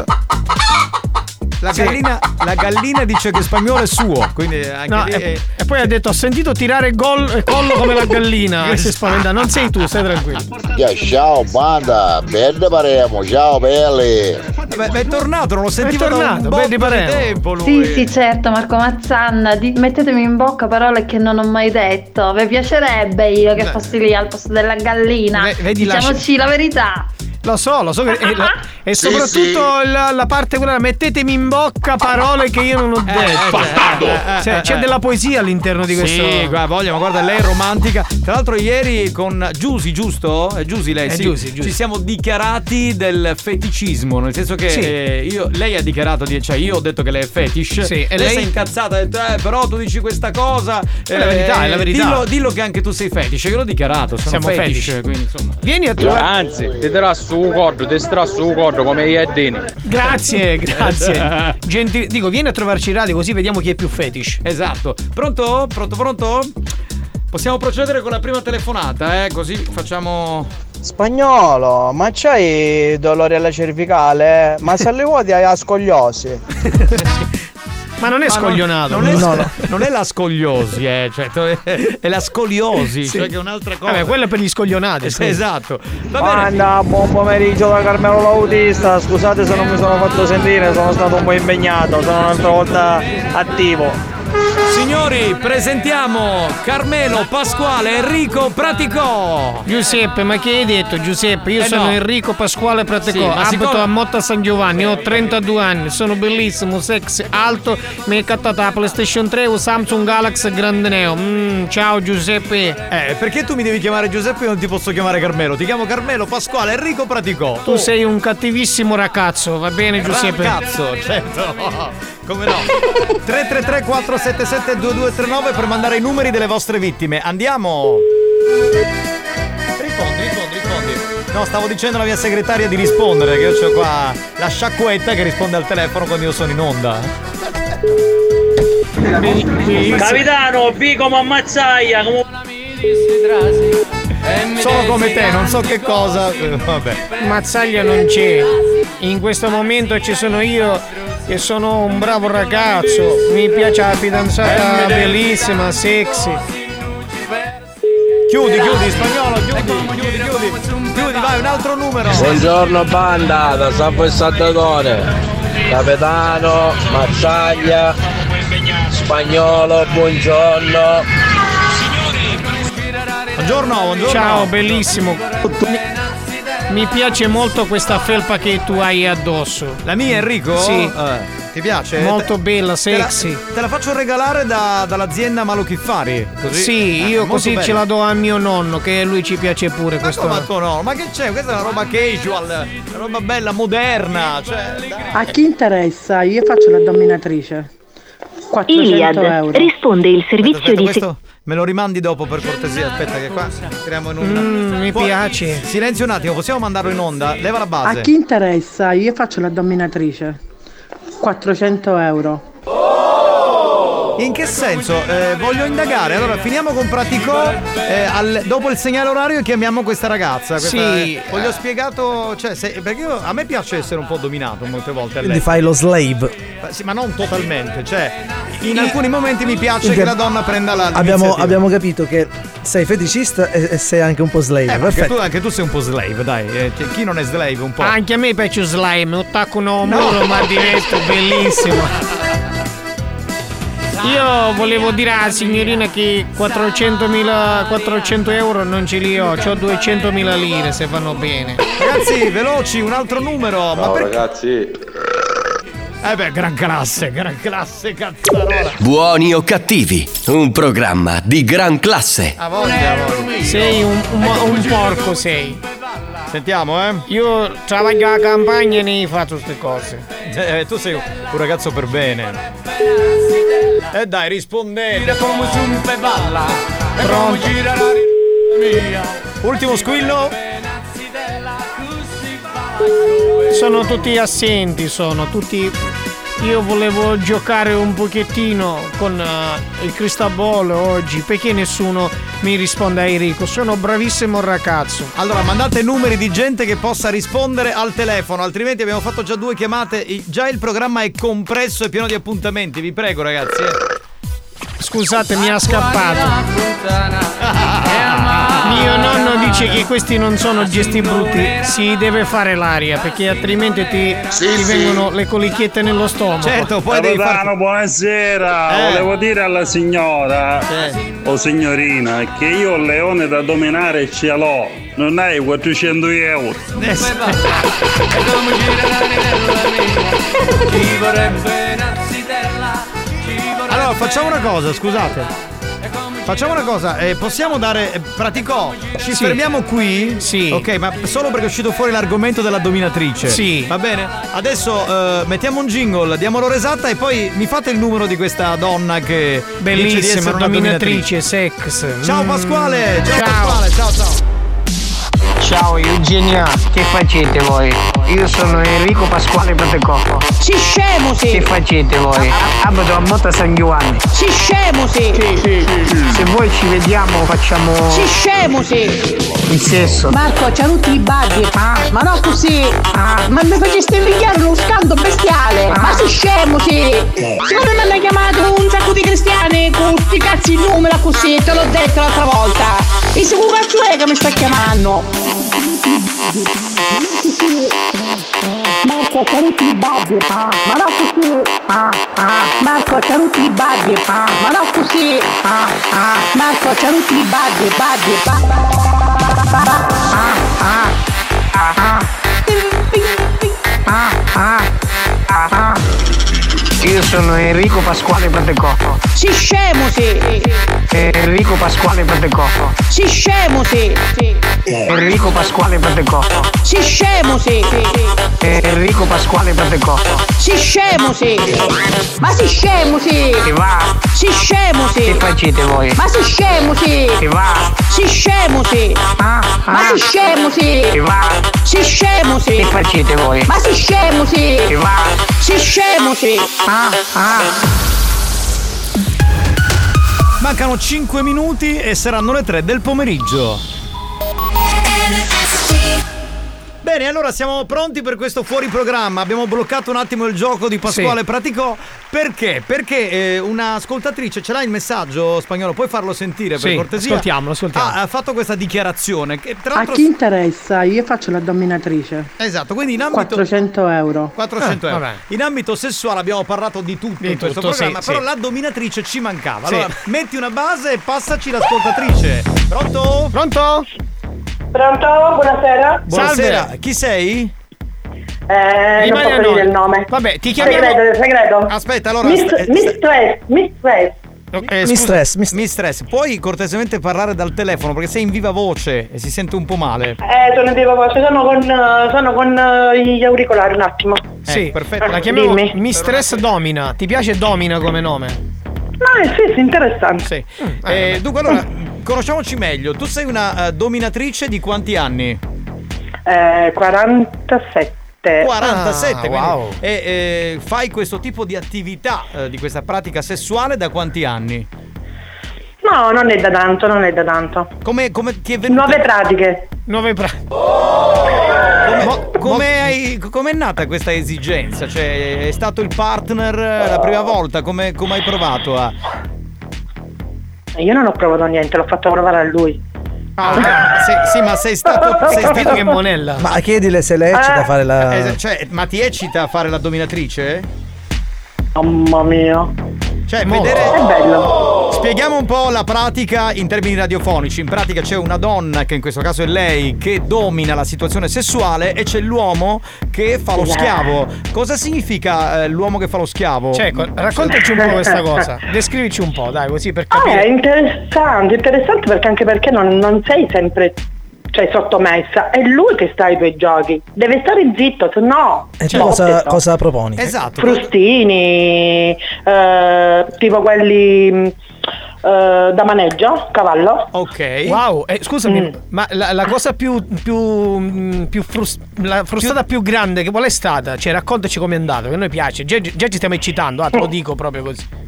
La Sì. gallina, la gallina dice che Spagnolo è suo, quindi anche No, lì e, è- e poi ha detto: ho sentito tirare gol e collo come la gallina. E si è spaventato. Non sei tu, stai tranquillo. Yeah, ciao banda, belle paremo, ciao belli. Beh, beh, è tornato, non lo sentivo da un tornato, botto beh, di di Palermo. tempo lui. Sì, sì, certo, Marco Mazzanna, di- mettetemi in bocca parole che non ho mai detto. Vi piacerebbe io che fossi lì al posto della gallina? Ve- vedi la Diciamoci la verità. Lo so, lo so. che- E, la- e Sì, soprattutto La, la parte quella, mettetemi in bocca parole che io non ho detto. eh, Cioè, eh, c'è eh. della poesia all'interno di questo. Sì, guarda, voglia, ma guarda, lei è romantica. Tra l'altro ieri con Giusy, giusto? È Giusy lei, È sì. Giusy, Giusy. Ci siamo dichiarati del feticismo, nel senso che Sì. eh, io, lei ha dichiarato, di, cioè io ho detto che lei è fetish. Sì, e lei, lei? si è incazzata, ha detto, eh, però tu dici questa cosa. È la verità, è la verità. Dillo, dillo che anche tu sei fetish, io l'ho dichiarato, sono Siamo fetish, fetish. quindi insomma. Vieni a trovare. Anzi, ti darà su un cordo, ti starà su un cordo come gli addini. Grazie, grazie. Genti- dico, vieni a trovarci in radio così vediamo chi è più fetish. Esatto. Pronto? Pronto, pronto? Possiamo procedere con la prima telefonata, eh? Così facciamo. Spagnolo, ma c'hai dolore alla cervicale? Ma se alle vuoti hai la scogliosi. Ma non è Ma scoglionato. Non, non, è, No, no. non è la scogliosi, eh, cioè, è, è la scoliosi, Sì. cioè che è un'altra cosa. Vabbè, quello è per gli scoglionati. scusa. Esatto. Va bene. Anna, buon pomeriggio da Carmelo l'autista. Scusate se non mi sono fatto sentire, sono stato un po' impegnato, sono un'altra volta attivo. Signori, presentiamo Carmelo, Pasquale, Enrico, Praticò. Giuseppe, ma che hai detto Giuseppe? Io Eh sono no. Enrico Pasquale Praticò, Sì, ma abito siccome- a Motta San Giovanni, ho trentadue anni, sono bellissimo, sexy, alto, mi è cattata la PlayStation tre o Samsung Galaxy Grande Neo. Mm, ciao Giuseppe. Eh, perché tu mi devi chiamare Giuseppe e non ti posso chiamare Carmelo? Ti chiamo Carmelo, Pasquale, Enrico, Praticò. Tu sei un cattivissimo ragazzo, va bene Giuseppe? Cazzo, certo. Come no? tre tre tre quattro sette sette due due tre nove per mandare i numeri delle vostre vittime. Andiamo. Rispondi, rispondi, rispondi. No, stavo dicendo alla mia segretaria di rispondere, che io ho qua la sciacquetta che risponde al telefono quando io sono in onda. Capitano, B come ammazzaia, come... Sono come te, non so che cosa. eh, Vabbè. Mazzaglia non c'è. In questo momento ci sono io che sono un bravo ragazzo. Mi piace la fidanzata bellissima, sexy. Chiudi, chiudi, Spagnolo, chiudi, chiudi, chiudi. Chiudi, vai, un altro numero. Buongiorno banda, da San Salvatore. Capitano, Mazzaglia, Spagnolo, buongiorno. Buongiorno, buongiorno. Ciao, bellissimo. Mi, mi piace molto questa felpa che tu hai addosso. La mia, Enrico? Sì. Eh, ti piace? Molto bella, Te la, sexy. te la faccio regalare da- dall'azienda Maluchiffari. Così. Sì, Eh, io molto così bella. ce la do a mio nonno, che a lui ci piace pure Ma questo. come a tuo nonno? Ma che c'è? Questa è una roba casual, una roba bella, moderna. Cioè, dai. A chi interessa? Io faccio la dominatrice. quattrocento euro. risponde il servizio di questo me lo rimandi dopo per cortesia. Aspetta che qua entriamo in un Mm, mi Può- piace. Silenzio un attimo, possiamo mandarlo in onda? Leva la base. A chi interessa? Io faccio la dominatrice. quattrocento euro. In che senso? Eh, voglio indagare. Allora, finiamo con Praticò. Eh, al, dopo il segnale orario chiamiamo questa ragazza. Questa, Sì. eh, voglio spiegato. Cioè, se, perché io, a me piace essere un po' dominato molte volte. Quindi fai lo slave. Sì, ma non totalmente. Cioè, in alcuni momenti mi piace Quindi che la donna prenda la. Abbiamo, abbiamo capito che sei feticista e, e sei anche un po' slave. Eh, anche, Perfetto. tu, anche tu sei un po' slave, dai. Eh, cioè, chi non è slave un po'? Anche a me piace slime, attaccano un No. muro, ma diverso, bellissimo. Io volevo dire alla signorina che quattrocentomila quattrocento euro non ce li ho, ho duecentomila lire se vanno bene. Ragazzi, veloci, un altro numero. Ma Ciao per... ragazzi. Eh beh, gran classe, gran classe, cazzarola. Buoni o cattivi, un programma di gran classe. A voglia, a voglia. Sei un, un, un porco, sei. Sentiamo, eh. Io travaglio alla campagna e ne faccio queste cose. Eh, tu sei un ragazzo per bene. Eh dai, rispondete. Pronto. Ultimo squillo. Sono tutti assenti, sono tutti. Io volevo giocare un pochettino con uh, il Cristobal oggi, perché nessuno mi risponde a Enrico? Sono bravissimo ragazzo. Allora, mandate numeri di gente che possa rispondere al telefono, altrimenti abbiamo fatto già due chiamate. Già il programma è compresso e pieno di appuntamenti, vi prego, ragazzi. Eh. Scusate, mi ha scappato. Mio nonno dice che questi non sono gesti brutti, si deve fare l'aria, perché altrimenti ti, Sì, ti sì. vengono le colichette nello stomaco. Certo, poi devi Capitano, fare. buonasera. Eh. Volevo dire alla signora o signorina che io il leone da dominare ce l'ho. Non hai quattrocento euro. Eh, sì. Allora, facciamo una cosa, scusate. Facciamo una cosa, eh, possiamo dare. Eh, Praticò, ci Sì. fermiamo qui? Sì. Ok, ma solo perché è uscito fuori l'argomento della dominatrice. Sì. Va bene? Adesso eh, mettiamo un jingle, diamo l'ora esatta e poi mi fate il numero di questa donna che dice di essere Bellissima, una dominatrice, sex. Ciao Mm. Pasquale, ciao, Ciao. Pasquale, ciao ciao. Ciao Eugenia, che facete voi? Io sono Enrico Pasquale Pratecò. Si scemo sì! Che facete voi? Abito a Motta San Giovanni. Si scemo sì! Se voi ci vediamo facciamo Si scemo sì! il sesso. Marco, c'ha tutti i baghi! Ah, ma no così! Ah, ma mi faceste invidiare uno scando bestiale! Ma si scemo sì! Siccome mi hanno chiamato un sacco di cristiani con sti cazzi in numero così, te l'ho detto l'altra volta! E se un cazzo è che mi sta chiamando? Marco, c'ha tutti i baghi! Ah, ma no così! Ah, ah, Marco, c'ha tutti i baghi! Ah, ma no così! Ah, ah, Marco, c'ha tutti i baghi! Baghi! Io sono Enrico Pasquale Pratecò. Si scemo sì! Enrico Pasquale Pratecò. Si scemo sì! Enrico Pasquale Pratecò. Si scemo sì! Enrico Pasquale Pratecò. Si scemo sì! Ma si scemo sì! Che va? Si scemo sì! Che facete voi? Ma si scemo sì! Che va? Si scemo sì! Ah, Ma ah. si scemo sì! Che va? Si scemo sì! Che facete voi? Ma si scemo sì! Che va? Si scemo sì! Ah, ah. Mancano cinque minuti e saranno le tre del pomeriggio. Bene, allora siamo pronti per questo fuori programma. Abbiamo bloccato un attimo il gioco di Pasquale Sì. Praticò. Perché? Perché eh, una ascoltatrice, ce l'ha il messaggio Spagnolo? Puoi farlo sentire per Sì, cortesia? ascoltiamolo, ascoltiamo. Ha, ha fatto questa dichiarazione che tra A l'altro chi interessa? Io faccio la dominatrice. Esatto, quindi in ambito quattrocento euro. quattrocento Eh, euro. vabbè. In ambito sessuale abbiamo parlato di tutto Di in questo tutto, programma, sì, però sì. la dominatrice ci mancava. Sì. Allora, metti una base e passaci l'ascoltatrice. Pronto? Pronto? Pronto? Buonasera. Buonasera, Salve. chi sei? Eh, non Rimane posso a noi. dire il nome. Vabbè, ti chiamiamo. Segreto, segreto. Aspetta, allora Mist- eh, Mistress, Mistress. eh, Mi scusa, stress, mi stress. mi stress. Puoi cortesemente parlare dal telefono perché sei in viva voce e si sente un po' male. Eh, sono in viva voce, sono con, eh, sono con eh, gli auricolari un attimo. Sì, perfetto. La chiamiamo Dimmi. Mistress Domina. Ti piace Domina come nome? Ah, sì, sì, interessante. Sì. Eh, dunque, allora, conosciamoci meglio. Tu sei una eh, dominatrice di quanti anni? Eh, quarantasette. quarantasette. quarantasette, Ah, quindi, wow. e eh, fai questo tipo di attività, eh, di questa pratica sessuale da quanti anni? No, non è da tanto, non è da tanto. Come, come ti è venuto? Nuove pratiche. Nuove pratiche. Come, come hai, com'è nata questa esigenza? Cioè, è stato il partner la prima volta? Come, come hai provato a... Io non ho provato niente, l'ho fatto provare a lui. Ah, ok. Sì, sì, ma sei stato, sei stato che monella. Ma chiedile se le eccita Eh. fare la. Eh, cioè, ma ti eccita a fare la dominatrice? Mamma mia. Cioè, Molto. vedere. È bello. Spieghiamo un po' la pratica in termini radiofonici. In pratica c'è una donna, che in questo caso è lei, che domina la situazione sessuale, e c'è l'uomo che fa lo Yeah. schiavo. Cosa significa eh, l'uomo che fa lo schiavo? Cioè, co- raccontaci un po' questa cosa. Descrivici un po', dai, così per Ah, capire. è interessante, interessante perché anche perché non, non sei sempre, cioè, sottomessa, è lui che sta ai tuoi giochi, deve stare zitto, se no E tu botte, cosa, no. cosa proponi? Esatto. Frustini, eh, tipo quelli mh, eh, da maneggio, cavallo. Ok. Wow, eh, scusami, Mm. ma la, la cosa più più, mm, più frus- la frustata più grande che qual è stata? Cioè, raccontaci com'è andato, che a noi piace. Già, già ci stiamo eccitando, ah, te lo dico proprio così.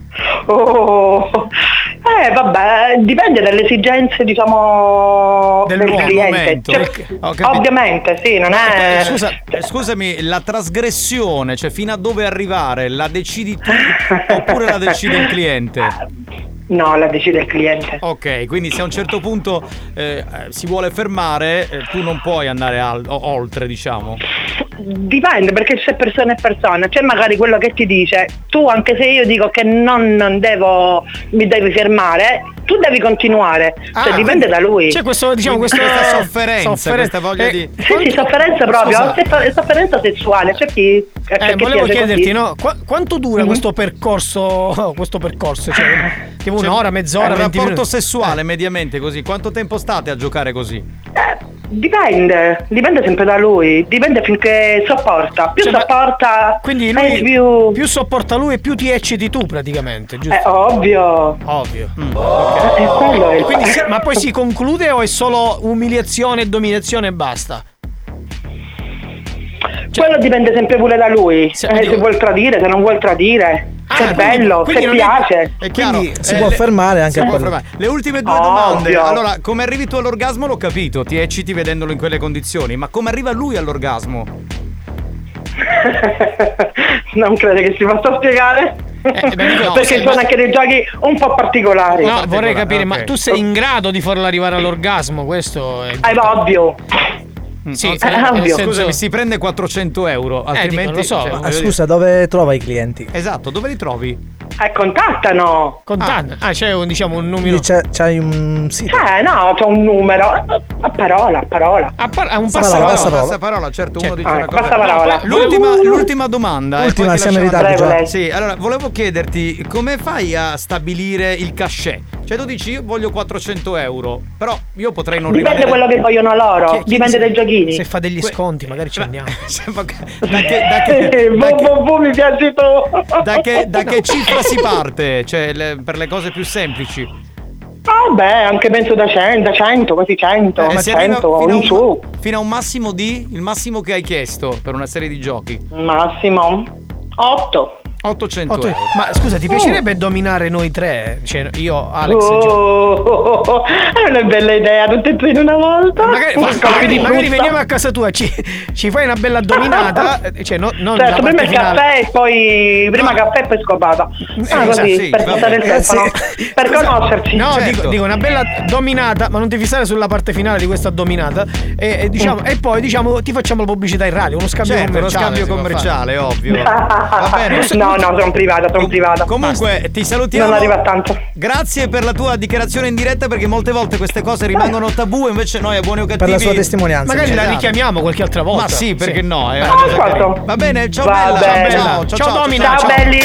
Oh, eh vabbè, dipende dalle esigenze, diciamo, del, Dell'uomo, cliente. momento. Cioè, Ho capito. ovviamente, sì, non è. Eh, Scusa, eh, scusami, la trasgressione, cioè fino a dove arrivare, la decidi tu oppure la decide il cliente? No, la decide il cliente. Ok, quindi se a un certo punto eh, si vuole fermare, eh, tu non puoi andare al- o- oltre, diciamo. Dipende, perché c'è persona e persona, c'è magari quello che ti dice tu, anche se io dico che non, non devo, mi devi fermare, tu devi continuare, cioè Ah, dipende quindi da lui. C'è questo, diciamo, Quindi questo questa sofferenza, questa voglia Eh, di- Sì, sì, sofferenza proprio, Scusa. se- sofferenza sessuale, c'è chi Eh, perché volevo piace chiederti, così. no? Qu- quanto dura Mhm. questo percorso? Questo percorso, cioè, tipo Cioè, un'ora, mezz'ora, un venti rapporto minuti? sessuale mediamente così. Quanto tempo state a giocare così? Dipende, dipende sempre da lui, dipende finché sopporta, più Cioè, ma- sopporta, Quindi è lui più... più sopporta lui e più ti ecciti tu praticamente, giusto? È ovvio. Ovvio. Mm, Eh, quello è il- Quindi si- ma poi si conclude o è solo umiliazione e dominazione e basta? Quello dipende sempre pure da lui, Se- Eh, se, oddio. vuol tradire, se non vuol tradire, Ah, se è quindi- bello, quindi se non è- piace. È chiaro. Quindi Si eh, può le- fermare anche si può quello. fermare. Le ultime due Ovvio. domande. Allora, come arrivi tu all'orgasmo l'ho capito, ti ecciti vedendolo in quelle condizioni, ma come arriva lui all'orgasmo? Non credo che si possa spiegare. Eh, beh, no, Perché se- sono anche dei giochi un po' particolari. No, vorrei capire, ma ok. tu sei in grado di farlo arrivare all'orgasmo? Questo è È ovvio. Sì, Eh, nel ovvio. senso- Scusami, si prende quattrocento euro, altrimenti dico, lo so, cioè, ma- Ah, voglio scusa, dove trova i clienti? dire- Esatto, dove li trovi? Eh, contattano. Contanti. Ah, c'è un, diciamo un numero. Quindi c'è- c'hai un sito. Eh, no, c'è un numero. A parola, a parola. A par- a un Parola, passaparola. passaparola. Passaparola, certo, uno Certo. dice Ah, una cosa. passaparola. No, l'ultima, l'ultima domanda. Ultima, e poi ti siamo in lasciamo- ritardo già. Prego, Sì, allora volevo chiederti come fai a stabilire il cachet? Cioè tu dici io voglio quattrocento euro, però io potrei non Dipende rimanere. quello che vogliono loro, Chi- chi- dipende se- dai giochini. Se fa degli Que- sconti, magari ci andiamo. Da che, da che, da che, Eh, da boh, che- boh, boh, mi piaci tu. da che- da che cifra si parte? Cioè le- per le cose più semplici. Vabbè, anche penso da cento, da cento, quasi cento, Eh, ma si arriva cento, fino a in un, su. fino a un massimo di? Il massimo che hai chiesto per una serie di giochi? Massimo otto. ottocento Otto- euro. Ma scusa, ti piacerebbe dominare noi tre? Cioè, io, Alex e Oh, Gio. oh, oh, è una bella idea, tutte e tre in una volta. Magari, Un ma- colpo magari- di magari frutta. veniamo a casa tua, ci, ci fai una bella dominata. eh, Cioè, no, non Certo, la prima parte il finale. caffè e poi prima No. caffè e poi scopata. Ah, esatto, così, sì, per va passare il bene. telefono, Sì. per Scusa, conoscerci. No, Certo. dico, dico una bella dominata, ma non ti fissare sulla parte finale di questa dominata. E, e, diciamo, e poi diciamo ti facciamo la pubblicità in radio, uno scambio Certo, uno commerciale. scambio si può commerciale, ovvio. Va bene. No, no, sono privata, sono privata. Comunque ti salutiamo. Non arriva a tanto. Grazie per la tua dichiarazione in diretta, perché molte volte queste cose rimangono tabù, invece noi a Buoni o Cattivi Per la sua testimonianza. fare. Magari la Esatto. richiamiamo qualche altra volta. Ma sì, perché no? È Ah, una cosa ascolto. carina. Va bene, ciao Va bella, bene. ciao, ciao, ciao, Ciao, Domina. Ciao, ciao. belli.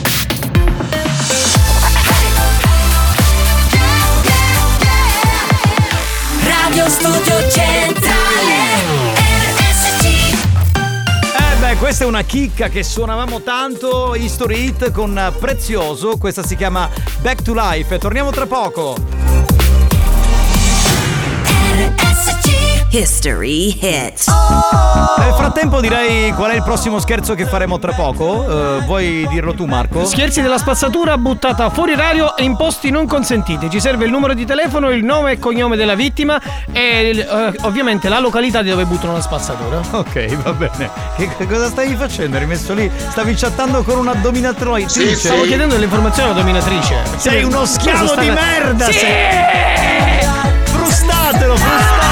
Radio Studio Centrale R S C. Eh beh, questa è una chicca che suonavamo tanto, History Hit con Prezioso, questa si chiama Back to Life, torniamo tra poco. R S C History Hit. Nel frattempo direi qual è il prossimo scherzo che faremo tra poco. Uh, vuoi dirlo tu, Marco? Scherzi della spazzatura buttata fuori radio e in posti non consentiti. Ci serve il numero di telefono, il nome e cognome della vittima e uh, ovviamente la località di dove buttano la spazzatura. Ok, va bene. Che, che cosa stavi facendo? Eri messo lì? Stavi chattando con una dominatrice? Sì, stavo chiedendo le informazioni alla dominatrice. Sei uno schiavo Stava... di merda! Sì! Sei... Frustatelo, frustatelo!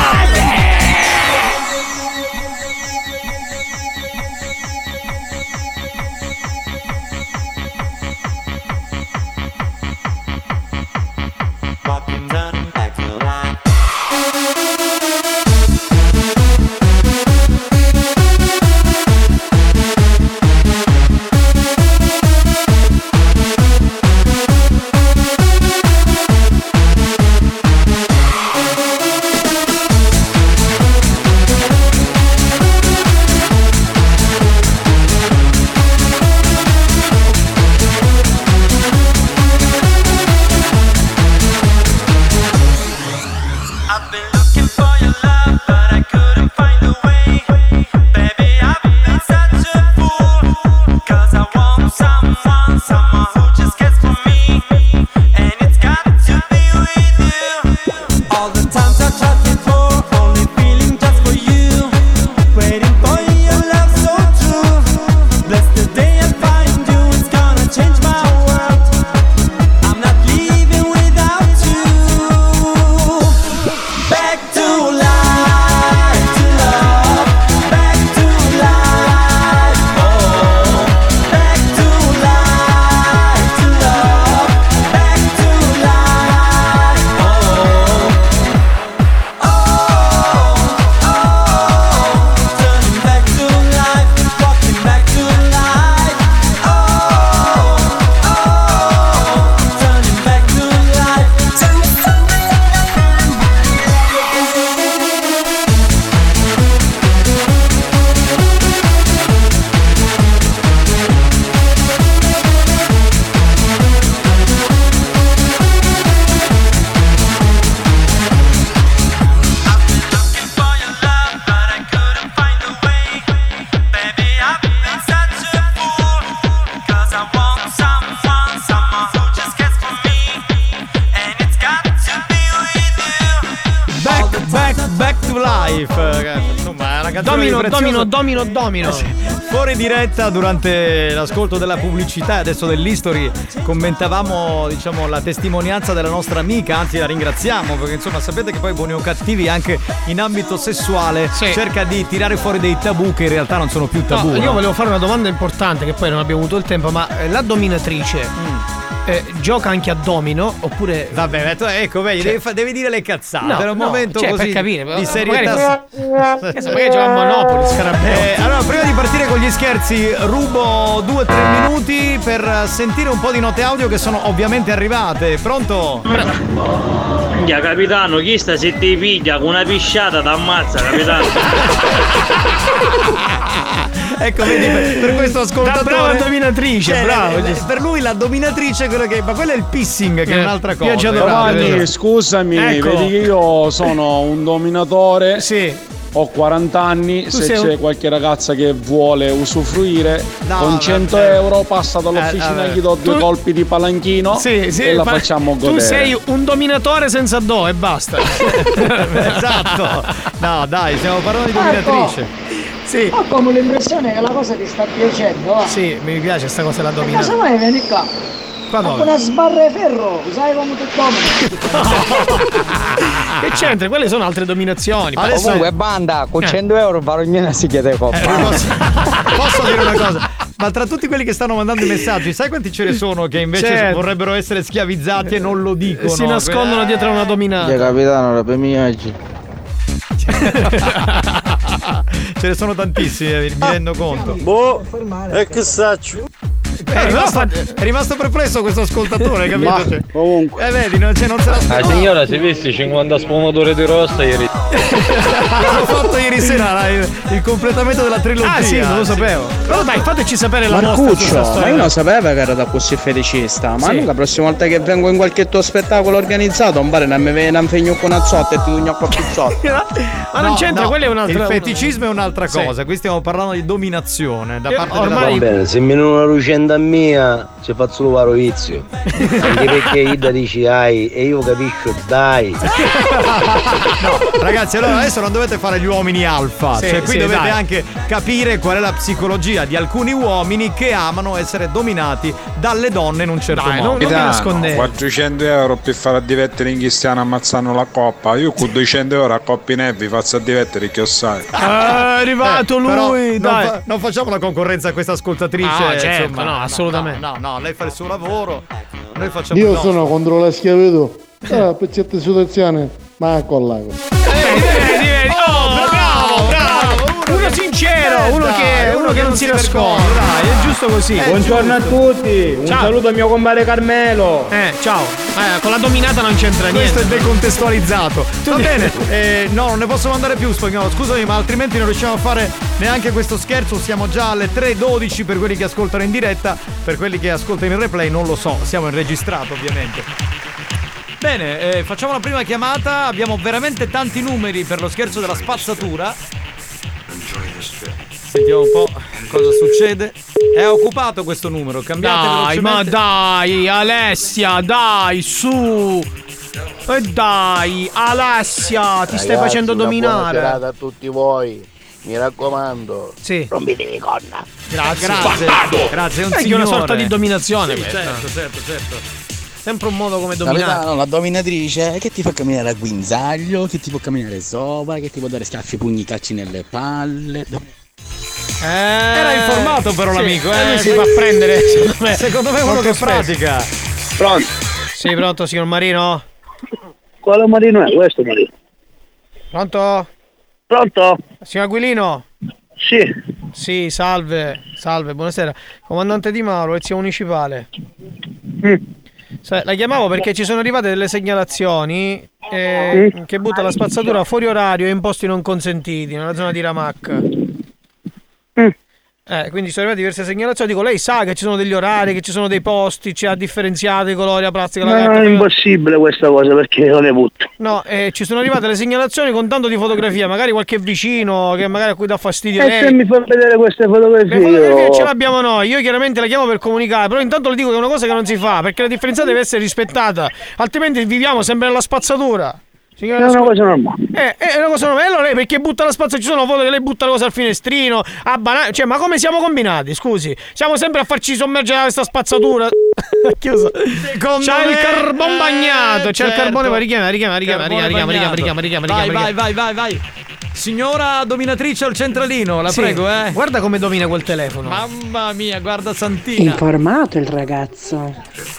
Domino, domino, domino, domino. Fuori diretta durante l'ascolto della pubblicità e adesso dell'history commentavamo, diciamo, la testimonianza della nostra amica, anzi la ringraziamo perché insomma sapete che poi Buoni o Cattivi anche in ambito sessuale sì. cerca di tirare fuori dei tabù che in realtà non sono più tabù. No, no? Io volevo fare una domanda importante che poi non abbiamo avuto il tempo, ma la dominatrice mm. Eh, gioca anche a domino oppure vabbè ecco vedi cioè, devi, fa, devi dire le cazzate no, era un no, momento cioè, così per capire, di serietà magari, magari gioca a Monopoli eh, allora prima di partire con gli scherzi rubo due tre minuti per sentire un po' di note audio che sono ovviamente arrivate. Pronto? Ya capitano, chi sta se ti piglia con una pisciata t'ammazza capitano. Ecco, vedi, per, per questo ascoltatore. Da brava dominatrice, cioè, bravo. Le, le, per lui la dominatrice è quello che. Ma quello è il pissing, che eh, è un'altra cosa. Io ci adoro. Scusami, ecco. Vedi che io sono un dominatore. Sì. Ho quaranta anni, tu se c'è un... qualche ragazza che vuole usufruire no, con cento vabbè. euro passa dall'officina, eh, gli do due tu... colpi di palanchino sì, sì, e la facciamo godere. Tu sei un dominatore senza do e basta. Esatto. No dai, stiamo parlando di dominatrice. Sì. Ho come l'impressione che la cosa ti sta piacendo, va? Sì, mi piace sta cosa della dominatrice. Ma se mai vieni qua? Con una sbarra di ferro, sai come ti domini? Che c'entra? Quelle sono altre dominazioni. Adesso comunque è... banda, con cento euro Barognina si chiede coppa. Eh, posso, posso dire una cosa? Ma tra tutti quelli che stanno mandando i messaggi, sai quanti ce ne sono che invece certo. vorrebbero essere schiavizzati e non lo dicono? Si nascondono eh. dietro una dominata. Che capitano, la per me oggi. Ce ne sono tantissimi, mi rendo conto. Boh, e che saccio? È rimasto, è rimasto perplesso questo ascoltatore, capito? Ma, Cioè, comunque. eh vedi, non, cioè, non se La l'aspettava. signora si viste cinquanta sfumature di rossa ieri. Abbiamo fatto ieri sera il, il completamento della trilogia. Ah sì, non lo sapevo. Però dai, fateci sapere la vostra su sta Marcuccio, storia. ma io non sapevo che era da così feticista. Ma Sì. noi la prossima volta che vengo in qualche tuo spettacolo organizzato, un bar non mi viene un fegno con azzotta e ti dugno con pizzotti. Ma non c'entra, quella è un'altra. Il feticismo è un'altra Sì. cosa, qui stiamo parlando di dominazione da Io parte ormai- della Va bene, se mi non una lucenda mia, ci faccio solo varo vizio. Anche perché Ida dici ai e io capisco, dai. No, ragazzi, allora adesso non dovete fare gli uomini alfa, Sì, cioè qui sì, dovete dai. anche capire qual è la psicologia di alcuni uomini che amano essere dominati dalle donne in un certo Dai, modo. non- non mi nascondete. quattrocento euro per far divertere in cristiano ammazzando la coppa. Io con duecento euro a coppa in e vi faccio a divertere che sai. È arrivato Eh, però lui, non, dai. fa- non facciamo la concorrenza a questa ascoltatrice. Ah, certo, insomma, no, assolutamente. No, no, no, lei fa il suo lavoro, noi facciamo Io il nostro. sono contro la schiavitù. Ah, per certe situazioni, ma con l'ago. Vedi, vedi, vedi. Oh, bravo, bravo. Uno sincero, uno che, uno che non si nasconde. Dai, è giusto così. Buongiorno a tutti, un Ciao. saluto al mio compare Carmelo. Eh, ciao. Eh, con la dominata non c'entra Questo niente. è decontestualizzato. Va bene, eh, no, non ne posso mandare più, Spagnolo. Scusami, ma altrimenti non riusciamo a fare neanche questo scherzo. Siamo già alle tre e dodici per quelli che ascoltano in diretta. Per quelli che ascoltano in replay, non lo so. Siamo in registrato, ovviamente. Bene, eh, facciamo la prima chiamata. Abbiamo veramente tanti numeri per lo scherzo della spazzatura. Sentiamo un po' cosa succede. È occupato questo numero. Cambiate Dai, ma velocemente. dai, Alessia, dai, su. E dai, Alessia, ti stai Ragazzi, facendo una buona dominare. serata a tutti voi. Mi raccomando. Sì. Rompitevi conna. Grazie. Grazie, grazie, è un È anche signore. una sorta di dominazione Sì, questa. certo, certo, certo. Sempre un modo come dominare. Capitano, la dominatrice che ti fa camminare a guinzaglio, che ti può camminare sopra, che ti può dare schiaffi, pugni, calci nelle palle. Eh, Era informato però sì, l'amico, eh, eh. lui si fa prendere, secondo me. Secondo me è uno Molto che spesso. pratica. Pronto? Sì, pronto, signor Marino? Quale Marino è questo Marino? Pronto? Pronto? Signor Aquilino? Sì. Sì, salve, salve, buonasera. Comandante Di Mauro, polizia municipale. Mm. Sai, la chiamavo perché ci sono arrivate delle segnalazioni eh, Mm. che butta la spazzatura fuori orario e in posti non consentiti, nella zona di Ramacca. Mm. Eh, quindi sono arrivate diverse segnalazioni. Dico, lei sa che ci sono degli orari, che ci sono dei posti, ci ha differenziato i colori, la plastica, la Ma carta. è impossibile questa cosa perché non le butto. No, eh, ci sono arrivate le segnalazioni con tanto di fotografia, magari qualche vicino che magari a cui dà fastidio E lei. se mi fa vedere queste fotografie? Le fotografie io- ce l'abbiamo noi, io chiaramente la chiamo per comunicare, però intanto le dico che è una cosa che non si fa, perché la differenza deve essere rispettata, altrimenti viviamo sempre nella spazzatura. È una cosa normale. Eh, è una cosa normale. Allora lei perché butta la spazzatura? Ci sono foto che lei butta le cose al finestrino, a banana. Cioè, ma come siamo combinati? Scusi, siamo sempre a farci sommergere da questa spazzatura. Chiuso. C'ha il carbone bagnato, c'è il certo. carbone, ma richiama, richiama, richiama, Carbone richiama, richiama, bagnato. richiama, richiama, Vai, richiama, vai, vai, vai, vai. Signora dominatrice al centralino, la Sì, prego, eh. Guarda come domina quel telefono. Mamma mia, guarda Santina. Informato il ragazzo.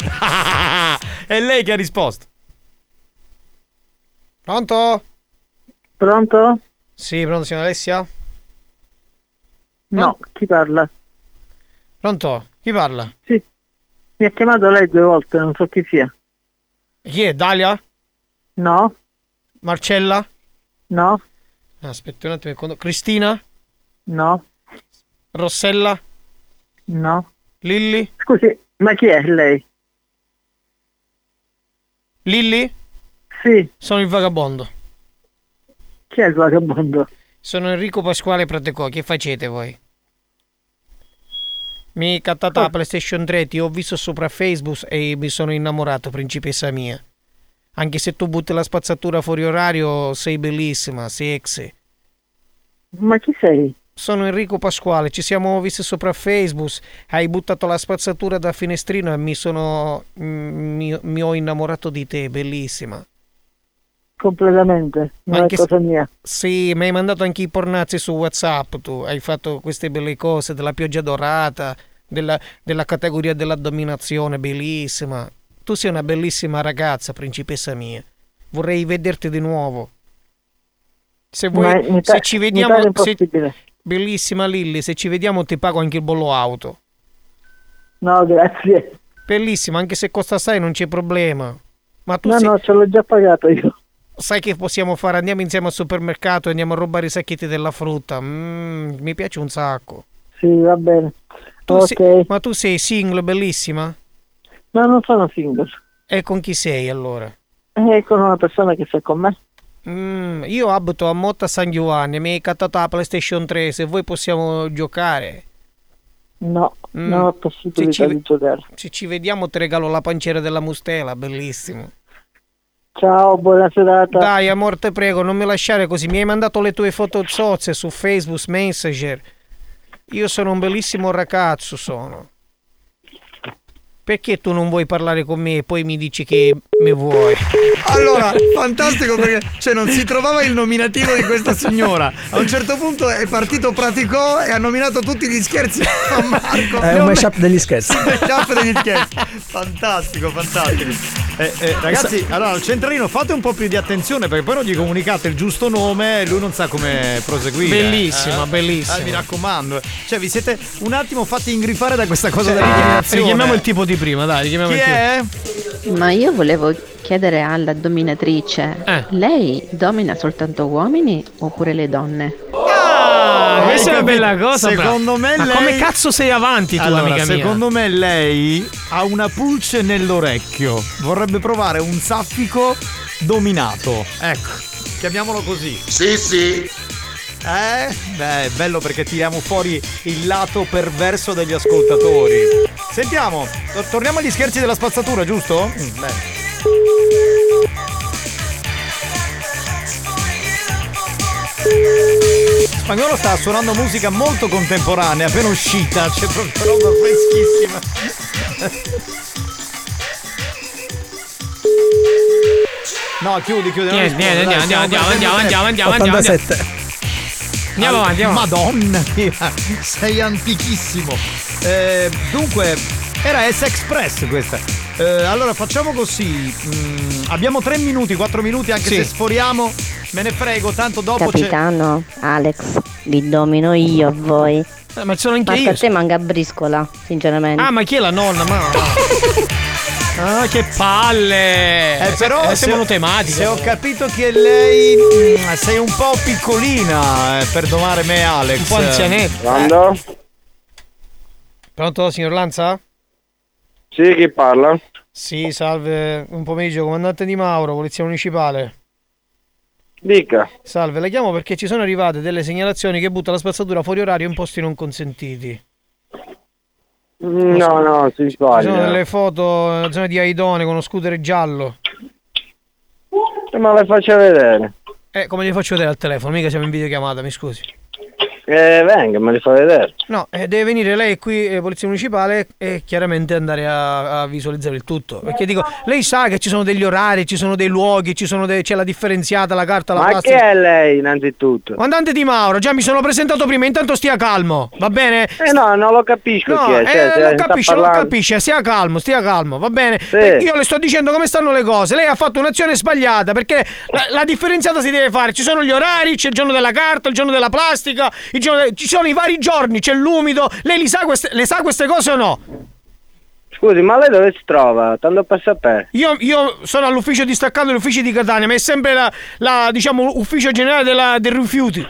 È lei che ha risposto. Pronto? Pronto? Sì, pronto, signora Alessia? No, chi parla? Pronto? Chi parla? Sì. Mi ha chiamato lei due volte, non so chi sia. Chi è? Dalia? No. Marcella? No. Aspetta un attimo. quando- Cristina? No. Rossella? No. Lilli? Scusi, ma chi è lei? Lilli? Sì. Sono il vagabondo. Chi è il vagabondo? Sono Enrico Pasquale Pratecò. Che facete voi? Mi cattata la PlayStation tre, ti ho visto sopra Facebook e mi sono innamorato, principessa mia. Anche se tu butti la spazzatura fuori orario, sei bellissima, sexy. Ma chi sei? Sono Enrico Pasquale, ci siamo visti sopra Facebook, hai buttato la spazzatura da finestrino e mi sono... mi, mi ho innamorato di te, bellissima. Completamente, non Anche è cosa mia. Sì, mi hai mandato anche i pornazzi su WhatsApp, tu hai fatto queste belle cose della pioggia dorata, della, della categoria della dominazione, bellissima. Tu sei una bellissima ragazza, principessa mia. Vorrei vederti di nuovo. Se vuoi, Ma mi se pa- ci mi vediamo, pare se- impossibile. bellissima Lilli, se ci vediamo ti pago anche il bollo auto. No, grazie. Bellissima, anche se costa assai non c'è problema. Ma tu No, sei... no, ce l'ho già pagato io. Sai che possiamo fare? Andiamo insieme al supermercato e andiamo a rubare i sacchetti della frutta. Mm, mi piace un sacco. Sì, va bene. Tu Ok. sei... Ma tu sei single, bellissima? No, non sono single. E con chi sei allora? È con una persona che sta con me. Mm, io abito a Motta San Giovanni, mi hai cattato la PlayStation tre, se vuoi possiamo giocare. No, Mm. non ho possibilità Se ci- di giocare. Se ci vediamo ti regalo la panciera della mustela, bellissimo. Ciao, buona serata. Dai, amor, te prego, non mi lasciare così. Mi hai mandato le tue foto zozze su Facebook Messenger. Io sono un bellissimo ragazzo, sono. Perché tu non vuoi parlare con me e poi mi dici che mi vuoi? Allora, fantastico perché cioè non si trovava il nominativo di questa signora. A un certo punto è partito Praticò e ha nominato tutti gli scherzi a Marco. È un mashup degli scherzi. Mashup degli scherzi. Fantastico, fantastico. Eh, eh, ragazzi, allora al centralino fate un po' più di attenzione perché poi non gli comunicate il giusto nome e lui non sa come proseguire. Bellissima, eh? bellissima. Eh, mi raccomando. Cioè vi siete un attimo fatti ingrifare da questa cosa dell'eliminazione. Richiamiamo il tipo di prima, dai, richiamiamo Chi il tipo. è? Ma io volevo chiedere alla dominatrice, Eh. lei domina soltanto uomini oppure le donne? Ah, questa è una capito? bella cosa. Secondo bravo. me Ma lei- come cazzo sei avanti tu, Allora, amica mia? secondo me lei ha una pulce nell'orecchio. Vorrebbe provare un saffico dominato. Ecco, chiamiamolo così. Sì, sì. Eh? Beh, è bello perché tiriamo fuori il lato perverso degli ascoltatori. Sentiamo, to- torniamo agli scherzi della spazzatura, giusto? Mm, bene. Spagnolo sta suonando musica molto contemporanea, appena uscita, c'è proprio roba freschissima. No, chiudi, chiudi. non Niente, rispondo, niente, dai, andiamo, stiamo andiamo, perdendo andiamo, tempo. andiamo, andiamo, andiamo. ottantasette. Andiamo avanti, andiamo avanti. Madonna mia, sei antichissimo. Eh, dunque, era S-Express questa. Eh, allora facciamo così. Mm, abbiamo tre minuti, quattro minuti, anche Sì. se sforiamo. Me ne frego, tanto dopo c'è. Capitano, Alex, vi domino io a voi. Eh, ma sono anche Ma io. a te manca briscola, sinceramente. Ah, ma chi è la nonna? Ma... ah, che palle! Eh, però eh, se, siamo tematiche. se ho capito che lei mm, sei un po' piccolina eh, per domare me, Alex. Un po' anzianetta. Quando? Pronto, signor Lanza? Sì, chi parla? Sì, salve. Un pomeriggio, comandante Di Mauro, polizia municipale. Dica. Salve, la chiamo perché ci sono arrivate delle segnalazioni che butta la spazzatura fuori orario in posti non consentiti. No, no, si Ci sono sbaglia. delle foto nella zona di Aidone con uno scooter giallo. Ma le faccio vedere. Eh, come li faccio vedere al telefono? Mica siamo in videochiamata, mi scusi. Eh, venga, me li fa vedere. No, eh, deve venire lei qui, eh, polizia municipale, e chiaramente andare a, a visualizzare il tutto. Perché dico, lei sa che ci sono degli orari, ci sono dei luoghi, ci sono de- c'è la differenziata, la carta, la Ma chi plastica. è lei, innanzitutto? Comandante Di Mauro, già mi sono presentato prima, intanto stia calmo, va bene? Eh no, non lo capisco No, chi è. Cioè, eh, se non sta capisce, non parlando- capisce, stia calmo, stia calmo, va bene? Perché io le sto dicendo come stanno le cose, lei ha fatto un'azione sbagliata, perché la, la differenziata si deve fare, ci sono gli orari, c'è il giorno della carta, il giorno della plastica, il giorno de- ci sono i vari giorni, c'è l'umido, lei li sa queste, le sa queste cose o no? Scusi, ma lei dove si trova? Tanto per sapere. Io, io sono all'ufficio distaccato degli uffici di Catania, ma è sempre la, la diciamo, ufficio generale della, dei rifiuti.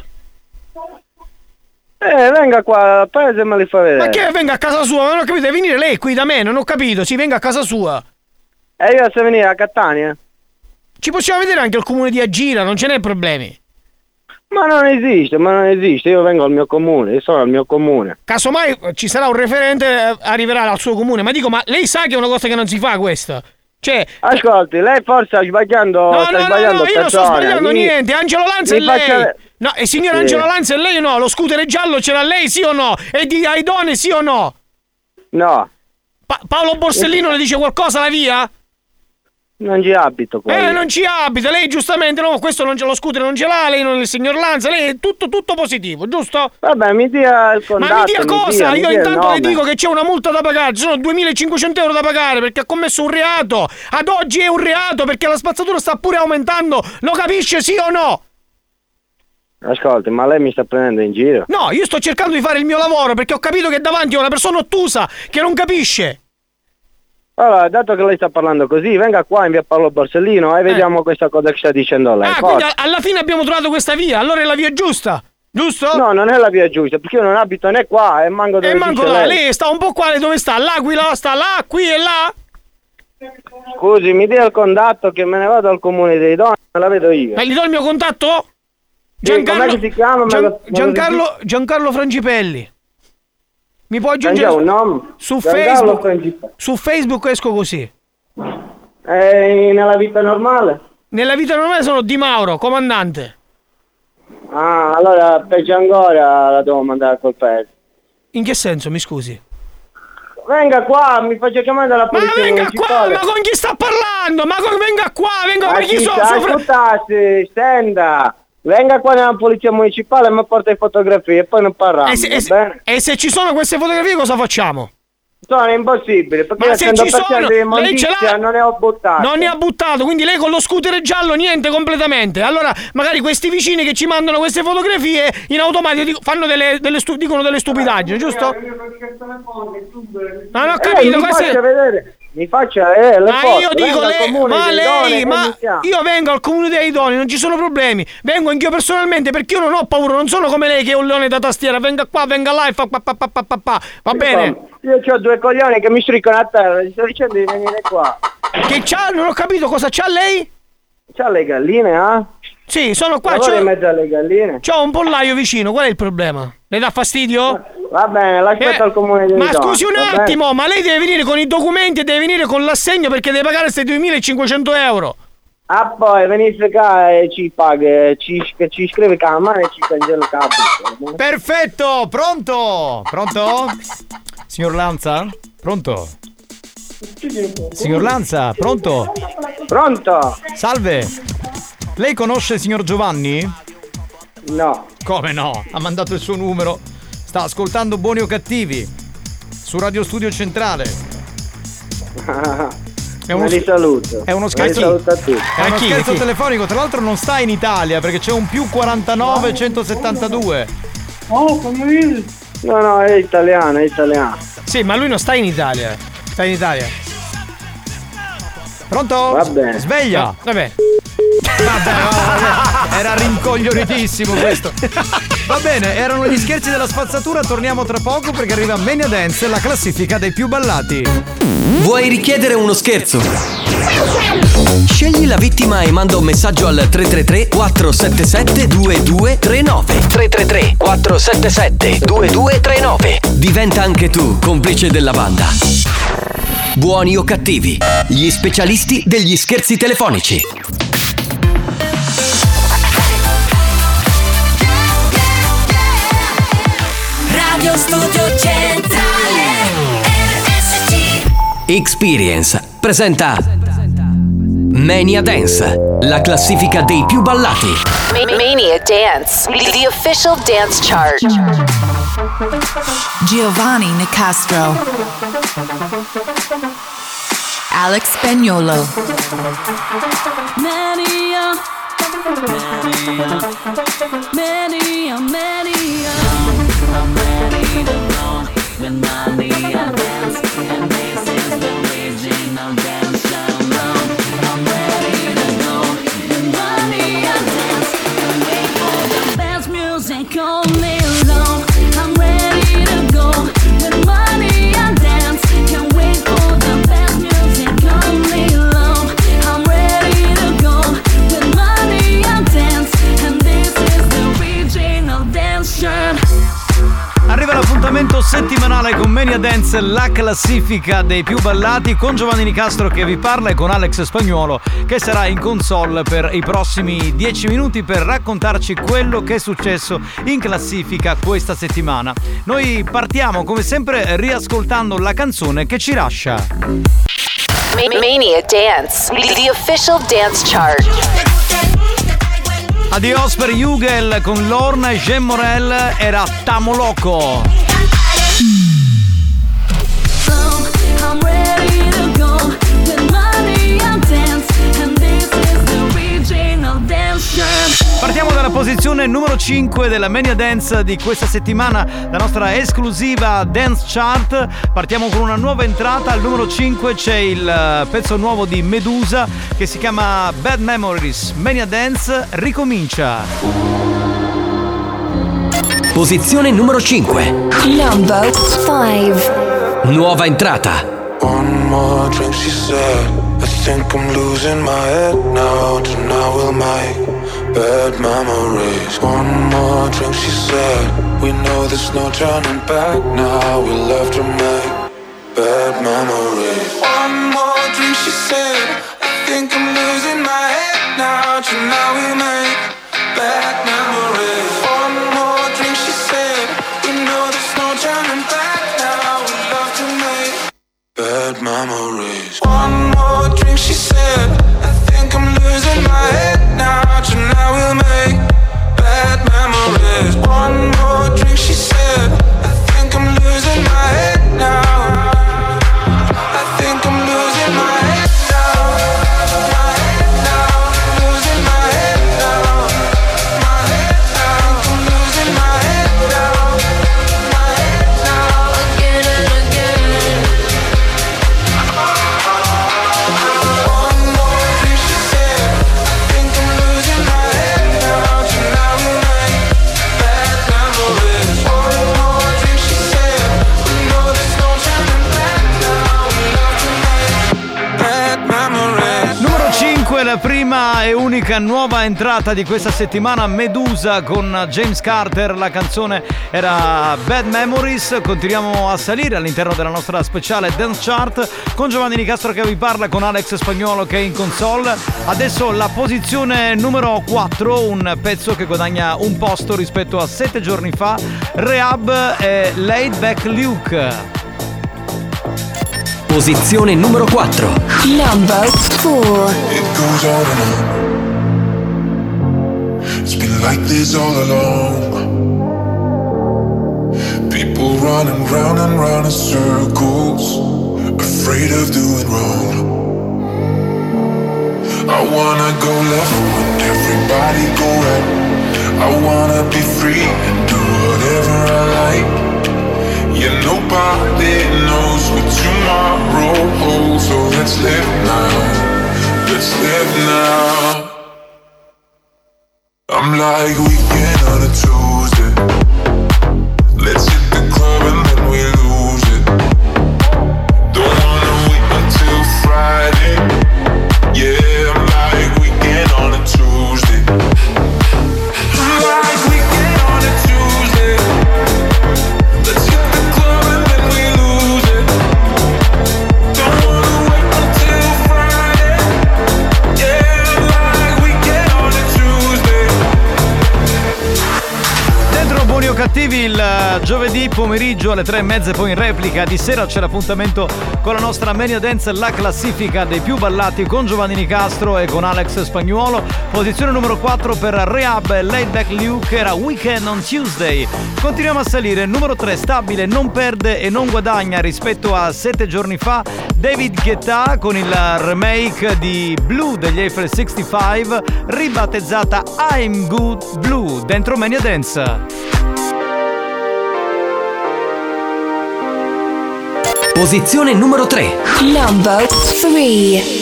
Eh, venga qua al paese e me li fa vedere. Ma che venga a casa sua? Non ho capito, deve venire lei qui da me, non ho capito, si venga a casa sua. E io se venire a Catania? Ci possiamo vedere anche al comune di Agira, non ce n'è problemi. Ma non esiste, ma non esiste, io vengo al mio comune, io sono al mio comune. Casomai eh, ci sarà un referente, eh, arriverà al suo comune, ma dico, ma lei sa che è una cosa che non si fa questa? Cioè... Ascolti, lei forse sta sbagliando, No, sta no, no, sbagliando no, io non sto persone. sbagliando Mi- niente, Angelo Lanza mi è lei. faccia- No, e signor Sì. Angelo Lanza è lei o no? Lo scooter giallo c'era lei, sì o no? E di Aidone, sì o no? No, Pa- Paolo Borsellino le dice qualcosa la via? non ci abito qua. Eh, io. non ci abita, lei giustamente, no, questo non ce lo scooter non ce l'ha, lei non è il signor Lanza, lei è tutto, tutto positivo, giusto? Vabbè, mi dia il contatto. Ma mi dia cosa? mi Io dia il intanto le nome. dico che c'è una multa da pagare, ci sono duemilacinquecento euro da pagare perché ha commesso un reato. Ad oggi è un reato perché la spazzatura sta pure aumentando, lo capisce sì o no? Ascolti, ma lei mi sta prendendo in giro? No, io sto cercando di fare il mio lavoro perché ho capito che davanti ho una persona ottusa che non capisce. Allora, dato che lei sta parlando così, venga qua in via Paolo Borsellino e eh. vediamo questa cosa che sta dicendo lei. Ah, Forza. quindi alla fine abbiamo trovato questa via, allora è la via giusta, giusto? No, non è la via giusta, perché io non abito né qua e manco dove E manco dice là, lei. lei sta un po' qua, dove sta? L'Aquila, sta là, qui e là? Scusi, mi dia il contatto che me ne vado al comune dei Doni, me la vedo io. E gli do il mio contatto? Giancarlo, sì, si chiama? Gian, me lo, me Giancarlo, Giancarlo Frangipelli. Mi può aggiungere un nome? su Giancarlo Facebook? Frangipelli. Su Facebook esco così. E nella vita normale? Nella vita normale sono Di Mauro, comandante. Ah, allora peggio ancora la devo mandare a colpire. In che senso, mi scusi? Venga qua, mi faccia chiamare dalla Ma polizia venga qua, municipale. ma con chi sta parlando? Ma con, venga qua, venga Ma per chi chi sono? sta, Sopra... ascoltate, stenda. Venga qua nella polizia municipale e mi porta le fotografie e poi non parliamo, E se, e, va se, bene? e se ci sono queste fotografie cosa facciamo? Sono impossibile, perché Ma il se cento ci per cento sono, di lei ce immondizia l'ha? non ne ho buttato. Non ne ha buttato, quindi lei con lo scooter giallo niente completamente. Allora magari questi vicini che ci mandano queste fotografie in automatico dico- fanno delle, delle stu- dicono delle stupidaggini, giusto? Non ho capito, eh, mi queste- faccia vedere, mi faccia eh, le Ma foto. io dico venga al lei, comune ma dei lei, Doni, ma che mi io vengo al comune dei Doni, non ci sono problemi. Vengo anch'io personalmente perché io non ho paura, non sono come lei che è un leone da tastiera. Venga qua, venga là e fa pa pa pa pa pa pa. Va Io bene? come? Io ho due coglioni che mi striccano a terra, gli sto dicendo di venire qua. Che c'ha? Non ho capito cosa c'ha lei? C'ha le galline, ah? Sì, sono qua. Lavora C'ho, in mezzo alle galline. c'ho un pollaio vicino, qual è il problema? Le dà fastidio? Va bene, l'aspetto Eh, al comune dei Ma Doni, scusi un va bene? attimo, ma lei deve venire con i documenti e deve venire con l'assegno perché deve pagare questi duemilacinquecento euro. Ah, poi venisse qua e ci paga, ci, che ci scrive con la mano e ci prende il capo. Perfetto, pronto? Pronto? Signor Lanza? Pronto? Signor Lanza, pronto? Pronto? Salve. Lei conosce il signor Giovanni? No. Come no? Ha mandato il suo numero. Sta ascoltando Buoni o Cattivi su Radio Studio Centrale. È uno, li saluto. È uno Me li scherzo. saluto a tutti. È uno A chi? scherzo A chi? telefonico. Tra l'altro non sta in Italia perché c'è un più quarantanove centosettantadue. Oh, come vedi? No, no, è italiano, è italiano. Sì, ma lui non sta in Italia. Sta in Italia. Pronto? Va bene. Sveglia. No, vabbè. Vabbè, vabbè, era rincoglionitissimo questo. Va bene, erano gli scherzi della spazzatura. Torniamo tra poco perché arriva Mania Dance, la classifica dei più ballati. Vuoi richiedere uno scherzo? Scegli la vittima e manda un messaggio al tre tre tre quattro sette sette due due tre nove. tre tre tre quattro sette sette due due tre nove. Diventa anche tu complice della banda. Buoni o cattivi, gli specialisti degli scherzi telefonici. Radio Studio Centrale R S C. Experience presenta Mania Dance, la classifica dei più ballati. Mania Dance, the official dance chart. Giovanni Nicastro, Alex Spagnolo, Mania, Mania, Mania. I'm ready to go with Mania Dance, and this is the original dance song. I'm ready to go with Mania Dance, and wait for the best music all day long. I'm ready to go with Mania Dance, can't wait for the best music all day long. I'm ready to go with Mania Dance, and this is the original dance shirt. Arriva l'appuntamento settimanale con Mania Dance, la classifica dei più ballati, con Giovanni Nicastro che vi parla e con Alex Spagnuolo che sarà in console per i prossimi dieci minuti per raccontarci quello che è successo in classifica questa settimana. Noi partiamo come sempre riascoltando la canzone che ci lascia Mania Dance, the official dance chart. Adios per Hugel con Lorna e Jean Morel, era Tamo Loco. I'm ready to go with Mania Dance, and this is the original dance shirt. Partiamo dalla posizione Posizione numero cinque della Mania Dance di questa settimana, la nostra esclusiva Dance Chart. Partiamo con una nuova entrata. Al numero cinque c'è il pezzo nuovo di Medusa che si chiama Bad Memories. Mania Dance ricomincia. Posizione numero cinque. Number five. Nuova entrata. One more drink, she said. I think I'm losing my head now. Tonight we'll make bad memories. One more drink, she said. We know there's no turning back now. We'll have to make bad memories. One more drink, she said. I think I'm losing my head now. Tonight we'll make bad memories. One more drink, she said. We know there's no turning back now. We'll have to make bad memories. One more drink, she said. I think I'm losing my head now. Tonight we'll make bad memories. One more drink, she said. I think I'm losing my head now. I think I'm losing my head now. My head now. Losing my head now. My head now. I'm losing my head now. My head now. Again and again. One more drink, she said. I think I'm losing my head now. Tonight we'll make bad memories. One more drink, she said. We know there's no turning back now. We love to make bad memories. Numero cinque, la prima e unica nuova entrata di questa settimana, Medusa con James Carter. La canzone era Bad Memories. Continuiamo a salire all'interno della nostra speciale Dance Chart con Giovanni Nicastro che vi parla, con Alex Spagnuolo che è in console. Adesso la posizione numero quattro, un pezzo che guadagna un posto rispetto a sette giorni fa. Rehab e Laid Back Luke. Posizione numero quattro. Number four. It goes on and on. It's been like this all along. People running round and round in circles, afraid of doing wrong. I wanna go left when everybody go right. I wanna be free and do whatever I like. Yeah, nobody knows what tomorrow holds, so let's live now, let's live now. I'm like weekend on a Tuesday. Let's hit the club and then we lose it. Don't wanna wait until Friday. Yeah, I'm like weekend on a Tuesday. I'm like weekend on a Tuesday. Let's hit the club and then we lose it. Don't wanna wait until Friday. Yeah, I'm like weekend on a Tuesday. Dentro Buoni o Cattivi il giovedì pomeriggio alle tre e mezza e poi in replica di sera c'è l'appuntamento con la nostra Mania Dance, la classifica dei più ballati con Giovanni Nicastro e con Alex Spagnuolo. Posizione numero quattro per Rehab e Laid Back Luke era Weekend on Tuesday. Continuiamo a salire, numero tre stabile, non perde e non guadagna rispetto a sette giorni fa, David Guetta con il remake di Blue degli Eiffel sessantacinque, ribattezzata I'm Good Blue, dentro Mania Dance. Posizione numero tre. Number three.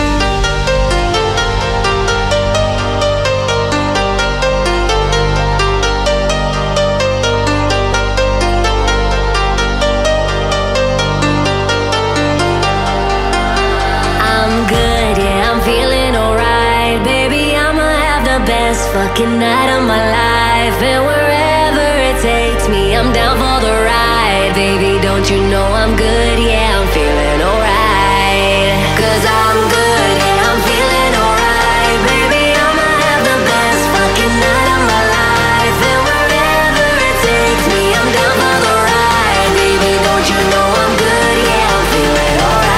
Fucking night of my life, and wherever it takes me, I'm down for the ride. Baby, don't you know I'm good? Yeah, I'm feeling alright. Cause I'm good, yeah, I'm feeling alright. Baby, I'ma have the best fucking night of my life, and wherever it takes me, I'm down for the ride. Baby, don't you know I'm good? Yeah, I'm feeling alright.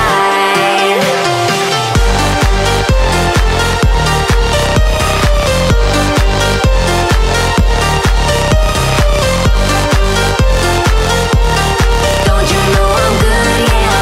Don't you know I'm good? Yeah.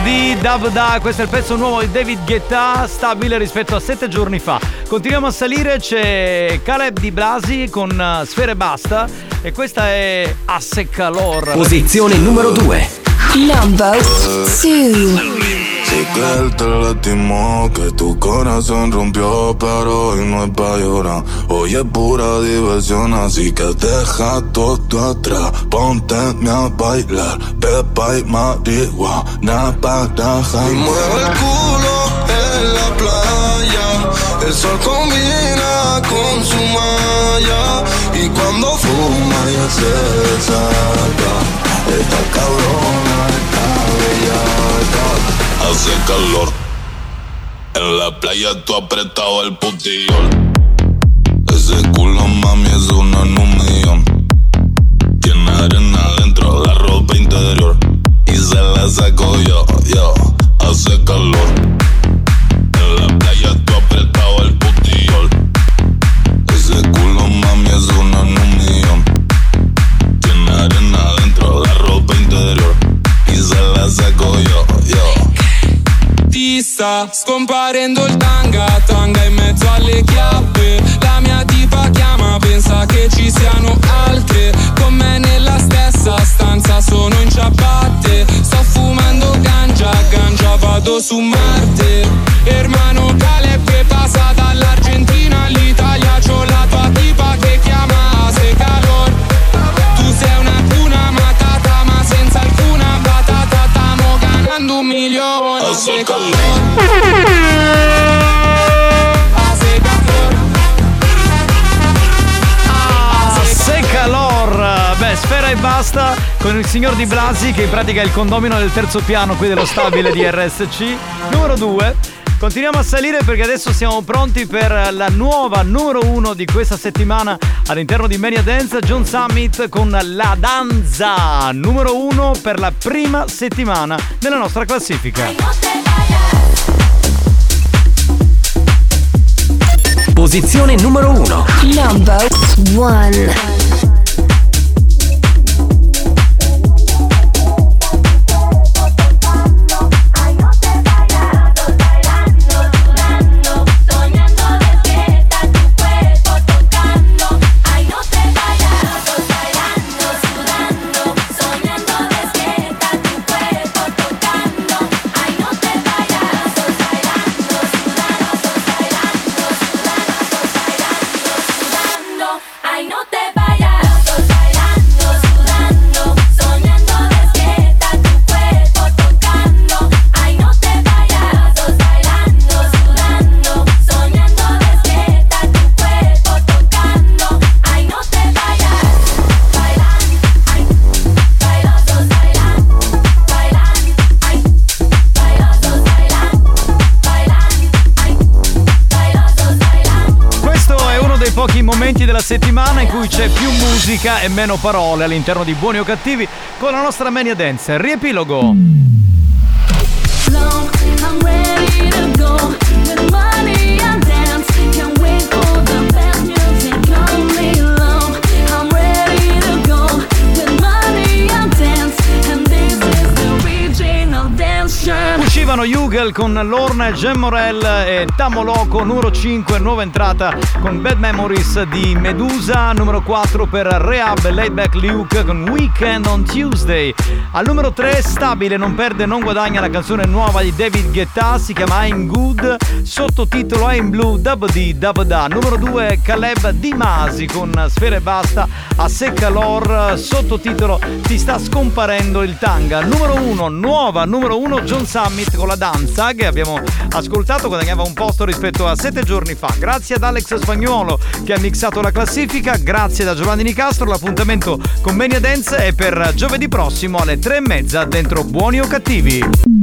D Dub Da, questo è il pezzo nuovo di David Guetta, stabile rispetto a sette giorni fa. Continuiamo a salire, c'è Caleb Di Blasi con uh, Sfere Basta e questa è Asse Calor. Posizione numero due. Number two. Sí que él te lastimó, que tu corazón rompió, pero hoy no es pa' llorar. Hoy es pura diversión, así que deja todo atrás. Ponte a bailar, pepa y marihuana para dejar. Y mueve el culo en la playa, el sol combina con su malla. Y cuando fuma ya se desata, esta cabrona está bellaca. Hace calor, en la playa tú apretado el putillol. Ese culo mami es una en un millón. Tiene arena dentro la ropa interior y se la saco yo, yo. Hace calor, en la playa tú apretado el putillol. Ese culo mami es una en un millón. Tiene arena dentro la ropa interior y se la saco yo, yo. Ti sta scomparendo il tanga, tanga in mezzo alle chiappe. La mia tipa chiama, pensa che ci siano altre. Con me nella stessa stanza sono in ciabatte. Sto fumando ganja, ganja vado su Marte. Hermano Caleb passa dall'Argentina all'Italia. C'ho la tua tipa che chiama Asse Calor. Tu sei una cuna matata ma senza alcuna patata. Stiamo ganando un milione. Asse Calor. Asse Calor. Beh, Sfera e Basta con il signor Di Blasi, che in pratica è il condomino del terzo piano qui dello stabile di R S C. Numero due. Continuiamo a salire perché adesso siamo pronti per la nuova numero uno di questa settimana all'interno di Mania Dance, John Summit con La Danza, numero uno per la prima settimana nella nostra classifica. Posizione numero uno. Number one. Della settimana in cui c'è più musica e meno parole all'interno di Buoni o Cattivi con la nostra Mania Dance. Riepilogo. Uscivano Jugel con Lorna, Jem Morel e Tamo Loco. Numero cinque, nuova entrata con Bad Memories di Medusa. Numero quattro per Rehab e Laidback Luke con Weekend on Tuesday. Al numero tre, stabile, non perde, non guadagna, la canzone nuova di David Guetta, si chiama I'm Good, sottotitolo I'm Blue, Dub D, Dub Da. Numero due, Caleb Di Masi con Sfere e Basta, Asse Calor, sottotitolo Ti sta scomparendo il tanga. Numero uno, nuova numero uno, John Summit con La Danza, che abbiamo ascoltato, guadagnava un posto rispetto a sette giorni fa. Grazie ad Alex Spagnuolo che ha mixato la classifica, grazie da Giovanni Nicastro. L'appuntamento con Mania Dance è per giovedì prossimo alle tre e mezza dentro Buoni o Cattivi.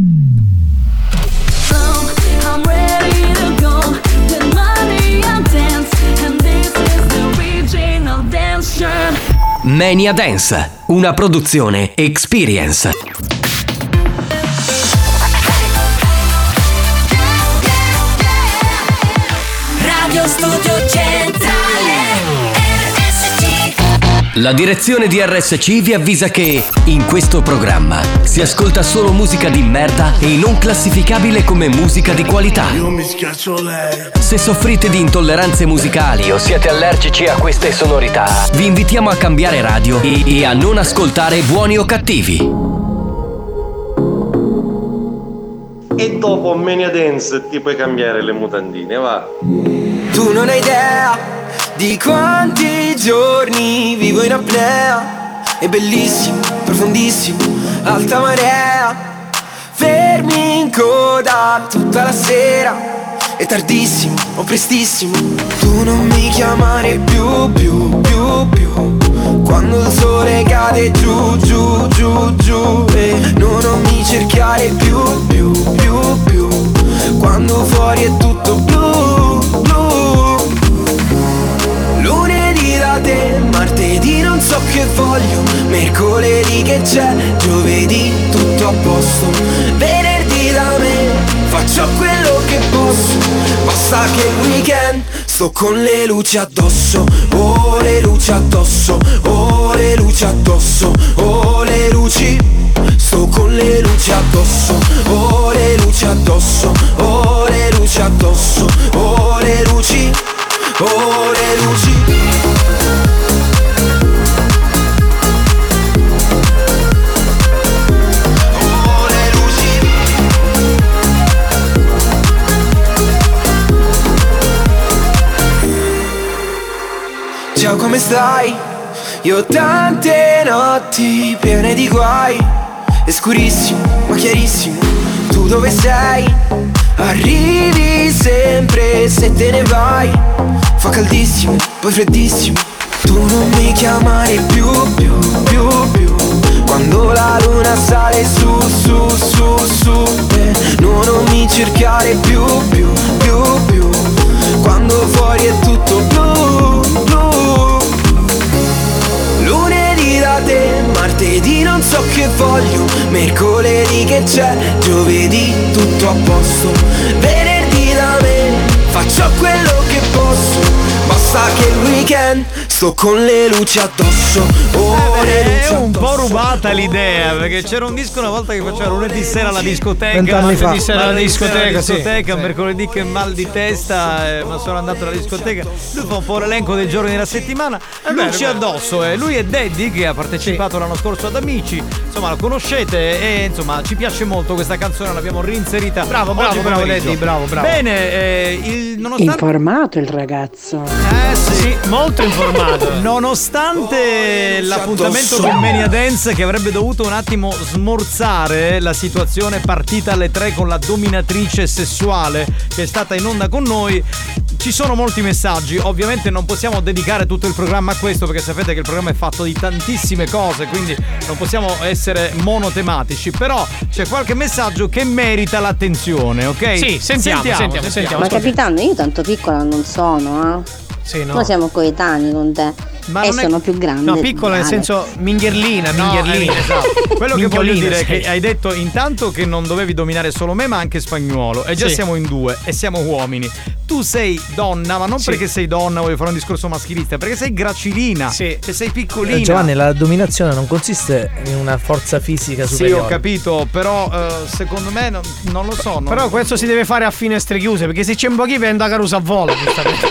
Mania Dance, una produzione Experience. Radio Studio Centrale R S C. La direzione di R S C vi avvisa che in questo programma si ascolta solo musica di merda e non classificabile come musica di qualità. Io mi schiaccio lei. Se soffrite di intolleranze musicali o siete allergici a queste sonorità, vi invitiamo a cambiare radio e, e a non ascoltare Buoni o Cattivi. E dopo Mania Dance ti puoi cambiare le mutandine, va. Tu non hai idea di quanti giorni vivo in apnea. È bellissimo, profondissimo, alta marea. Fermi in coda tutta la sera. È tardissimo o prestissimo. Tu non mi chiamare più, più, più, più. Quando il sole cade giù, giù, giù, giù. E no, non mi cercare più, più, più, più. Quando fuori è tutto blu, blu. Lunedì da te, martedì non so che voglio, mercoledì che c'è, giovedì tutto a posto, venerdì da me, faccio quello che posso, basta che il weekend sto con le luci addosso, oh le luci addosso, oh le luci addosso, oh le luci, sto con le luci addosso, oh le luci addosso, oh le luci addosso, oh le luci, oh le luci. Ciao, come stai? Io ho tante notti piene di guai. È scurissimo, ma chiarissimo. Tu dove sei? Arrivi sempre se te ne vai. Fa caldissimo, poi freddissimo. Tu non mi chiamare più, più, più, più. Quando la luna sale su, su, su, su. Eh, no, non mi cercare più, più, più, più. Quando fuori è tutto blu, blu. Lunedì da te, martedì non so che voglio, mercoledì che c'è, giovedì tutto a posto, venerdì da me, faccio quello che posso, basta che il weekend sto con le luci addosso, oh, eh, le luci è un addosso. po' rubata l'idea, perché c'era un disco una volta che faceva lunedì sera alla discoteca, Vent'anni fa. martedì sera alla Martedì discoteca, sera alla discoteca sì. mercoledì che mal di testa, eh, ma sono andato alla discoteca. Lui fa un po' l'elenco dei giorni della settimana, luci addosso, eh. Lui è Daddy che ha partecipato l'anno scorso ad Amici, insomma lo conoscete e insomma ci piace molto questa canzone, l'abbiamo reinserita. Bravo, bravo, oggi bravo pomeriggio. Daddy, bravo, bravo. Bene, eh, il, nonostante Informato il ragazzo. Eh sì, sì, molto informato. Nonostante l'appuntamento con Mania Dance che avrebbe dovuto un attimo smorzare la situazione partita alle tre con la dominatrice sessuale che è stata in onda con noi, ci sono molti messaggi. Ovviamente non possiamo dedicare tutto il programma a questo perché sapete che il programma è fatto di tantissime cose, quindi non possiamo essere monotematici, però c'è qualche messaggio che merita l'attenzione, ok? Sì, sentiamo, sentiamo, sentiamo, sentiamo. Ma capitano, io tanto piccola non sono, eh. Sì, no. Noi siamo coetanei con te. Ma e non è- sono più grandi. No, piccola nel Alex. senso minghierlina, No, minghierlina. eh, esatto. Quello che voglio dire è sì. che hai detto intanto che non dovevi dominare solo me ma anche Spagnuolo e già Sì. siamo in due e siamo uomini. Tu sei donna, ma non Sì. perché sei donna, voglio fare un discorso maschilista, perché sei gracilina, Sì. che sei piccolina. Eh, Giovanni, la dominazione non consiste in una forza fisica Sì, superiore. ho capito, però eh, secondo me non, non lo so. Non... Però questo si deve fare a finestre chiuse, perché se c'è un po' chi vende a carusa a volo, giustamente.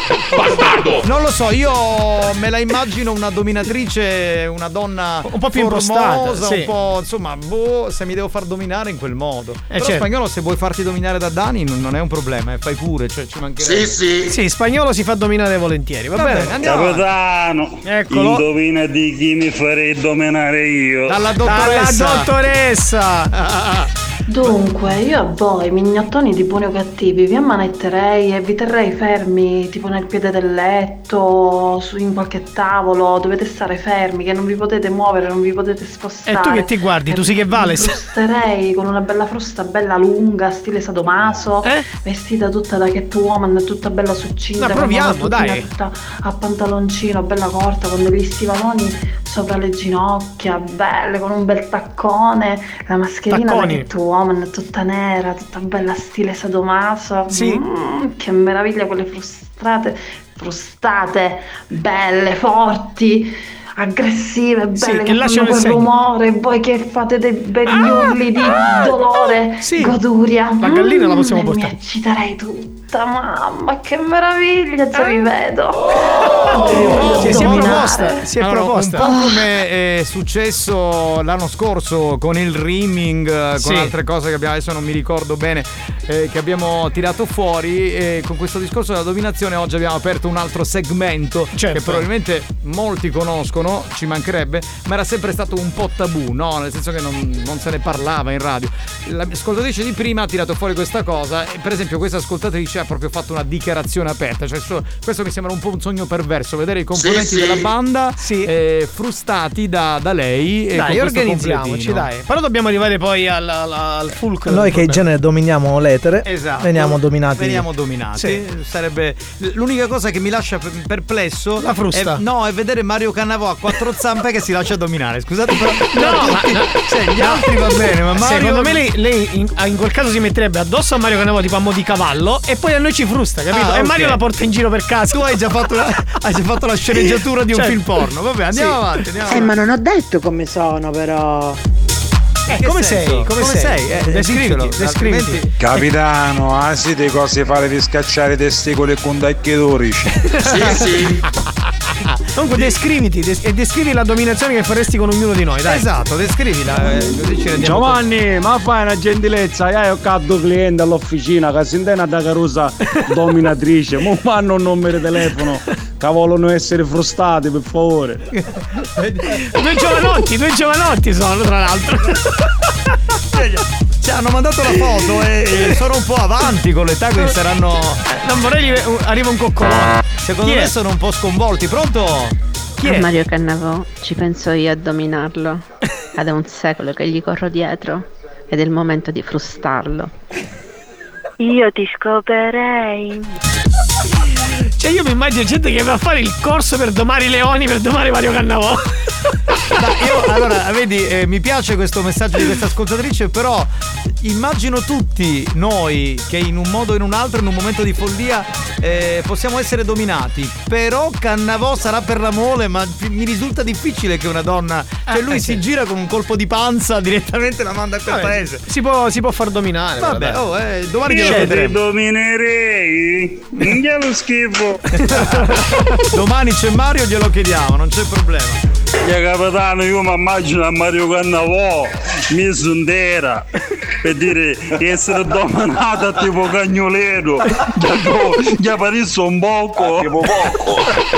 Non lo so, io me la immagino una dominatrice, una donna Un po' più formosa, impostata, sì. un po', insomma, boh, se mi devo far dominare in quel modo. Però certo. Spagnolo, se vuoi farti dominare da Dani non, non è un problema, eh, fai pure, cioè ci mancherebbe. Sì, sì. Sì, Spagnolo si fa dominare volentieri, va, Va bene? bene, andiamo. Capitano, Eccolo. indovina di chi mi farei dominare io. Dalla Dalla dottoressa. dottoressa. Dunque, io a voi, mignottoni di buoni o cattivi, vi ammanetterei e vi terrei fermi, tipo nel piede del letto, su in qualche tavolo, dovete stare fermi, che non vi potete muovere, non vi potete spostare. E tu che ti guardi? Tu sì che vale? Vi frusterei con una bella frusta bella lunga, stile sadomaso, Eh? vestita tutta da Catwoman, tutta bella succinta, Ma con proviamo, una tutina dai. tutta a pantaloncino, bella corta, con degli stivaloni sopra le ginocchia, belle, con un bel taccone, la mascherina Tacconi. da Catwoman, tutta nera, tutta bella stile sadomaso. Sì. Mm, che meraviglia quelle frustrate, frustate, belle, forti. aggressive, belle, Sì, che, che fanno lasciano il quel segno. rumore, voi che fate dei begli Ah! urli di Ah! dolore, Sì. goduria. La gallina la possiamo Mm, portare. Mi ecciterei tutta, mamma, che meraviglia, già vi vedo. Sì, si è Dominare. proposta, si è Allora, proposta. un po' come è successo l'anno scorso con il rimming, eh, con Sì. altre cose che abbiamo, adesso non mi ricordo bene, eh, che abbiamo tirato fuori, e con questo discorso della dominazione oggi abbiamo aperto un altro segmento Certo. che probabilmente molti conoscono, ci mancherebbe, ma era sempre stato un po' tabù, no? Nel senso che non, non se ne parlava in radio. L'ascoltatrice di prima ha tirato fuori questa cosa e per esempio questa ascoltatrice ha proprio fatto una dichiarazione aperta, cioè so- questo mi sembra un po' un sogno perverso, vedere i componenti Sì, sì. della banda eh, frustati da, da lei e Dai, con questo organizziamoci, completino. dai. Però dobbiamo arrivare poi al, al, al fulcro. Noi del che in problema. genere dominiamo l'etere, Esatto. veniamo dominati. Veniamo dominati. Sì. Sarebbe l'unica cosa che mi lascia per- perplesso. La frusta. È, no, è vedere Mario Cannavò a quattro zampe che si lascia dominare. Scusate, però. No, tutti- ma- cioè, gli altri va bene, ma Mario. Secondo me lei, lei in, in quel caso si metterebbe addosso a Mario Cannavò tipo a mo' di cavallo e poi a noi ci frusta, capito? Ah, E ok. Mario la porta in giro per casa. Tu hai già fatto la, hai già fatto la sceneggiatura di un Certo. film porno. Vabbè, andiamo Sì. avanti. Andiamo Eh, avanti. ma non ho detto come sono, però. Eh, Che come senso? sei? Come, Come sei? Eh, descriviti, dicelo, descriviti. altrimenti- Capitano, ah sì, di cose fare per scacciare i testicoli e con tacchi dorici. Sì, sì. Comunque descriviti des- e descrivi la dominazione che faresti con ognuno di noi, dai. Esatto, descrivila, eh, così ci rendiamo Giovanni, ma fai una gentilezza, io ho caddo cliente all'officina, che si intende da carusa dominatrice, ma fanno un numero di telefono, che vogliono essere frustati, per favore. Due giovanotti, due giovanotti sono, tra l'altro. Ci hanno mandato la foto e, e sono un po' avanti con l'età, quindi saranno. Non vorrei li- arriva un coccolone. Secondo Chi me è? sono un po' sconvolti. Pronto? Chi A è? Mario Cannavò ci penso io a dominarlo. Ed è un secolo che gli corro dietro ed è il momento di frustarlo. Io ti scoperei. Cioè io mi immagino gente che va a fare il corso per domare i leoni, per domare Mario Cannavò. Ma io, allora, vedi, eh, mi piace questo messaggio di questa ascoltatrice, però immagino tutti noi che in un modo o in un altro, in un momento di follia, eh, possiamo essere dominati. Però Cannavò sarà per la mole, ma fi- mi risulta difficile che una donna. Cioè, Eh, lui eh, si sì. gira con un colpo di panza, direttamente la manda a quel Vabbè, paese. Si può, si può far dominare. Vabbè, guarda. oh, eh, domani Io glielo ti chiederemo. dominerei. Non glielo schifo. Domani c'è Mario, glielo chiediamo, non c'è problema. Ya capitano, io mi immagino a Mario Cannavò, mi sondera, per dire di essere dominata tipo cagnolero, gli apparisse un poco. Tipo poco.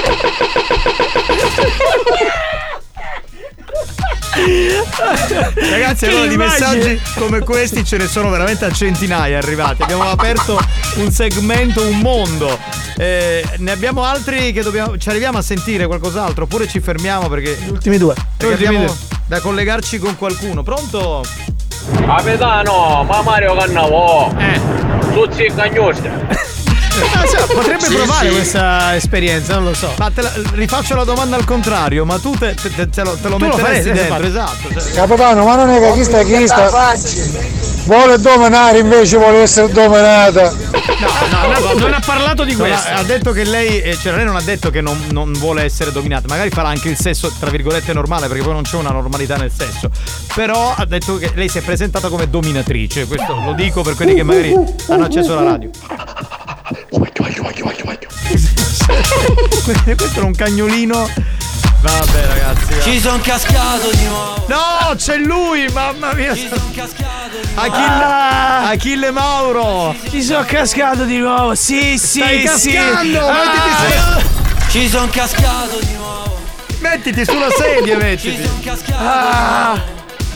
Ragazzi, Che allora di immagine! messaggi come questi ce ne sono veramente a centinaia arrivati. Abbiamo aperto un segmento, un mondo. Eh, ne abbiamo altri che dobbiamo. Ci arriviamo a sentire qualcos'altro oppure ci fermiamo perché. Gli ultimi due. Perché Ultimi abbiamo due. da collegarci con qualcuno. Pronto? Capitano, ma Mario Cannavò. Eh. Tutti cagnosi. Ah, cioè, potrebbe Sì, provare sì. questa esperienza, non lo so. Ma te la, rifaccio la domanda al contrario, ma tu te, te- te- te lo, te lo Tu lo metteresti faresti, dentro, esatto. esatto. cioè- Capitano, ma non è che chi sta chi sta vuole dominare invece vuole essere dominata. No, no, non ha parlato di Non questo. ha, ha detto che lei, eh, cioè lei non ha detto che non, non vuole essere dominata, magari farà anche il sesso tra virgolette normale perché poi non c'è una normalità nel sesso, però ha detto che lei si è presentata come dominatrice, questo lo dico per quelli che magari hanno acceso alla radio. Questo è un cagnolino. Vabbè ragazzi, va. Ci son cascato di nuovo. No, c'è lui, mamma mia. Ci son cascato di nuovo. Achille, Ah! Achille Mauro. Ci sono cascato di nuovo. Sì, sì, Stai sì. cascando, Ah! mettiti su- Ci son cascato di nuovo. Mettiti sulla sedia, Ci mettiti. son cascato Ah! di nuovo.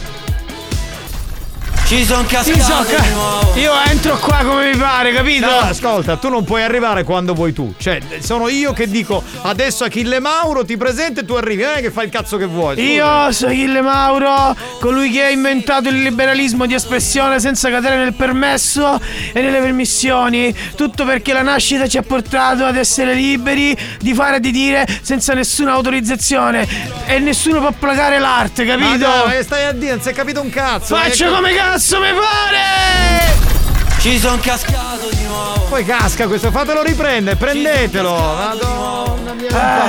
Ci son Ci cascato sono ca- di nuovo. Io entro qua come mi pare, capito? No, ascolta, tu non puoi arrivare quando vuoi tu. Cioè, sono io che dico adesso Achille Mauro ti presenta e tu arrivi, non è che fai il cazzo che vuoi. scusa. Io sono Achille Mauro, colui che ha inventato il liberalismo di espressione senza cadere nel permesso e nelle permissioni. Tutto perché la nascita ci ha portato ad essere liberi di fare e di dire senza nessuna autorizzazione. E nessuno può placare l'arte, Ma capito? no, che stai a dire? Non si è capito un cazzo. Faccio Ecco. come cazzo mi pare! Ci son cascato di nuovo. Poi casca questo, fatelo riprendere, prendetelo. Madonna mia, un Ah. pazzo.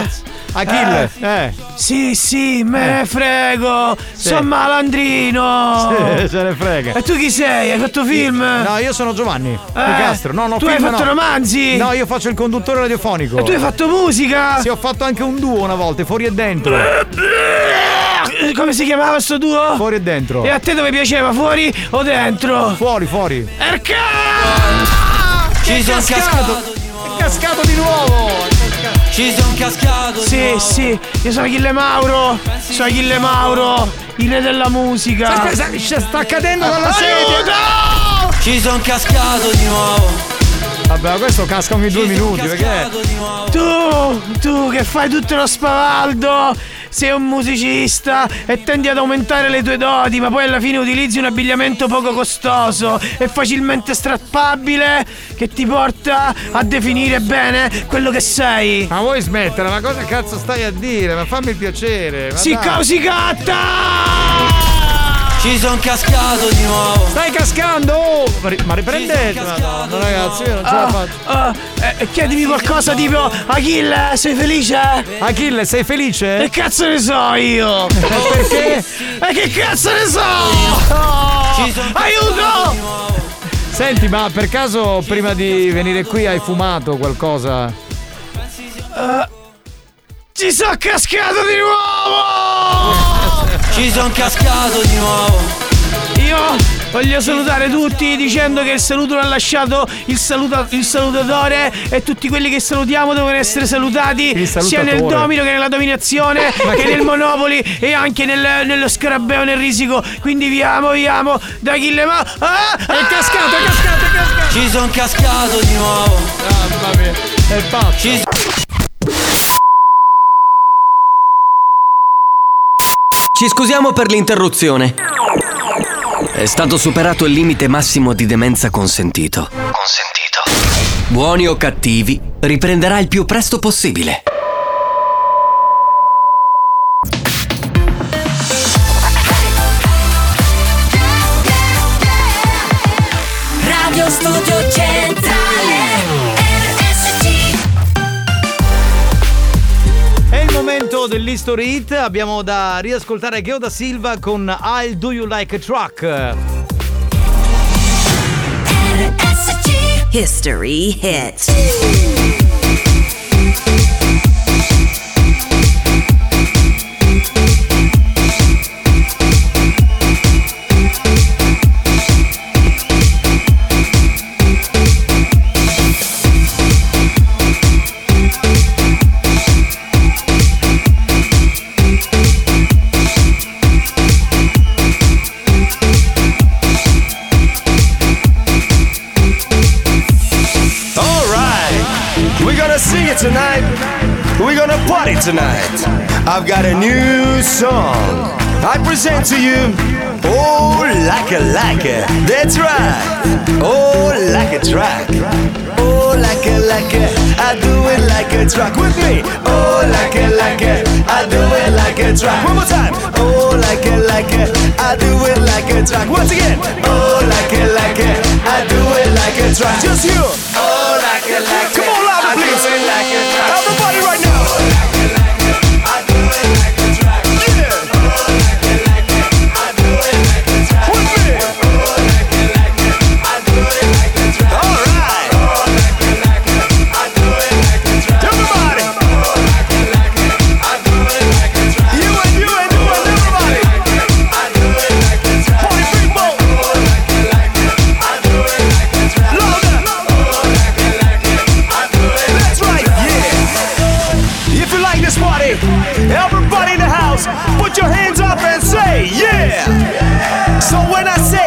Achille, eh. eh. Sì, sì, me ne Eh. frego. Sì. Sono malandrino. Sì, se ne frega. E tu chi sei? Hai fatto film? No, io sono Giovanni Nicastro. No, no, tu film hai fatto no. romanzi? No, io faccio il conduttore radiofonico. E tu hai fatto musica? Sì, ho fatto anche un duo una volta, Fuori e Dentro. Come si chiamava sto duo? Fuori e Dentro. E a te dove piaceva? Fuori o dentro? Fuori, fuori. Erca! Ci sono cascato. È cascato di nuovo. Ci sono cascato. Sì, sì, io sono Achille Mauro. Sono Achille Mauro, il re della musica. Aspetta, sta, sta cadendo dalla sedia. Aiuto! Ci sono cascato di nuovo. Vabbè, questo casca ogni due minuti, perché? Tu, tu che fai tutto lo spavaldo, sei un musicista e tendi ad aumentare le tue doti, ma poi alla fine utilizzi un abbigliamento poco costoso e facilmente strappabile che ti porta a definire bene quello che sei. Ma vuoi smettere? Ma cosa cazzo stai a dire? Ma fammi il piacere. Ma Si dai. causicatta! Ci sono cascato di nuovo. Stai cascando! Oh, ma, ri- ma riprendetela. No, no, ragazzi, io non ce la Ah, faccio. ah, eh, chiedimi qualcosa tipo Achille, sei felice? Achille, sei felice? Che cazzo ne so io? Perché? E che cazzo ne so? Oh, aiuto! Senti, ma per caso prima di venire qui hai fumato qualcosa? Uh, ci sono cascato di nuovo! Ci sono cascato di nuovo. Io voglio salutare tutti dicendo che il saluto l'ha lasciato il, saluta, il salutatore e tutti quelli che salutiamo devono essere salutati sia nel domino che nella dominazione che, che nel Monopoli e anche nel, nello scarabeo, nel risico. Quindi vi amo, vi amo da Achille ma... Ah, è cascato, è cascato, è cascato. Ci sono cascato di nuovo. Mamma mia, è pazzo. Ci... Ci scusiamo per l'interruzione. È stato superato il limite massimo di demenza consentito. Consentito. Buoni o cattivi, riprenderà il più presto possibile. Radio Studio Centrale R S C. È il momento dell'History Hit. Abbiamo da riascoltare Geo da Silva con I'll Do You Like a Truck. R S C History Hit. Sing it tonight. We're gonna party tonight. I've got a new song. I present to you. Oh, like a like a. That's right. Oh, like a track. Oh, like a like a. I do it like a track with me. Oh, like a like a. I do it like a track. One more time. Oh, like a like a. I do it like a track. Once again. Oh, like a like a. I do it like a track. Just you. Oh, like a like a. Come on, louder, please. I do it like a track. Everybody right now. Oh, like a like a. I do it like a track. Yeah. Oh, like a like a. I do it like a track. With me. Oh, like a like a. I do it like a track. All right. Oh, like a like a. I do it like a track. Everybody. Oh, like a like a. I do it like a track. You and you and you and everybody. I do it like a track. Party people. Oh, like a like a. I do it like a track. Louder. Oh, like a like a. I do it. That's right. Yeah. If you like this party, everybody in the house, put your hands up and say yeah. So when I say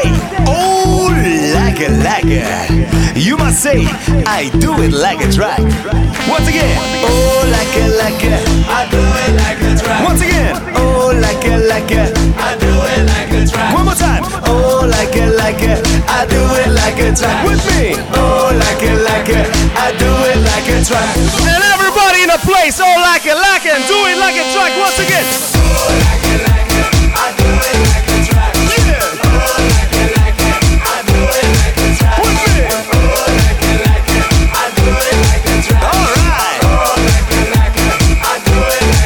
oh like a like a, you must say I do it like a track. Once again, oh like a like a, I do it like a track. Once again, oh like a like a, I do it like a track. One more time, oh like a like a, I do it like a track. With me, oh like a like a, I do it like a track. And everybody in the place, oh like a like a, do it like a track. Once again, oh like a like a, I do it like a track. Yeah, oh like a like a, I do it like a track. With me, oh like a like a, I do it like a track. All right, oh like a like a, I do it like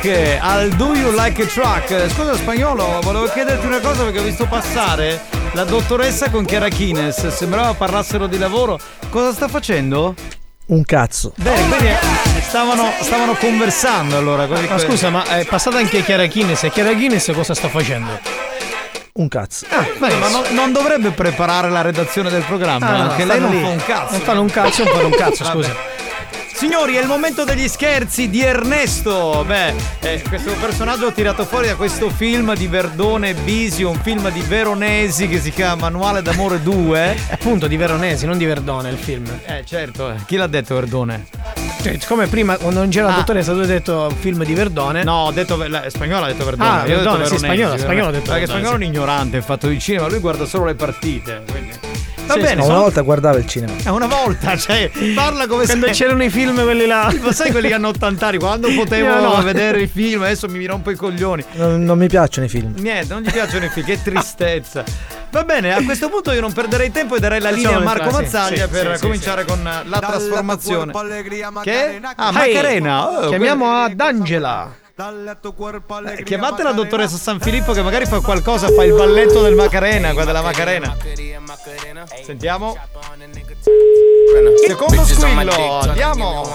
Truck, al Do You Like a Truck. Scusa Spagnolo, volevo chiederti una cosa perché ho visto passare la dottoressa con Chiara Kines, sembrava parlassero di lavoro. Cosa sta facendo? Un cazzo. Bene, quindi stavano, stavano conversando allora. Ma ah, scusa, ma è passata anche Chiara Kines e Chiara Kines cosa sta facendo? Un cazzo. Ah, beh, ma non, non dovrebbe preparare la redazione del programma? Ah, no, anche lei non lì. fa un cazzo. Non fanno un cazzo, non fanno un cazzo, scusa. Signori, è il momento degli scherzi di Ernesto. Beh, eh, questo personaggio tirato fuori da questo film di Verdone e Bisi, un film di Veronesi che si chiama Manuale d'amore due. Appunto, di Veronesi, non di Verdone il film. Eh, certo, eh. Chi l'ha detto Verdone? Cioè, siccome prima quando non c'era la Ah. dottoressa tu hai detto un film di Verdone. No, ho detto la, spagnolo ha detto Verdone. Ah, Io ho Verdone, detto sì, Veronesi, spagnolo, spagnolo ha detto perché Verdone, spagnolo è sì. un ignorante in fatto di cinema, lui guarda solo le partite, quindi. Va Sì, bene, ma sono- una volta guardava il cinema. È una volta, cioè, parla come Quando se c'erano i film quelli là. Ma sai quelli che hanno ottanta anni, quando potevo Io no. vedere i film, adesso mi rompo i coglioni. Non, non mi piacciono i film. Niente, non gli piacciono i film, che tristezza. Va bene, a questo punto io non perderei tempo e darei la linea a Facciamo Marco entrare, sì, Mazzaglia sì, per sì, cominciare sì. con la trasformazione. Che? Ah, Hey, Macarena. Oh, chiamiamo ad Angela. Eh, chiamate la dottoressa San Filippo che magari fa qualcosa, fa il balletto del Macarena, quella della Macarena. Sentiamo. Secondo squillo, andiamo.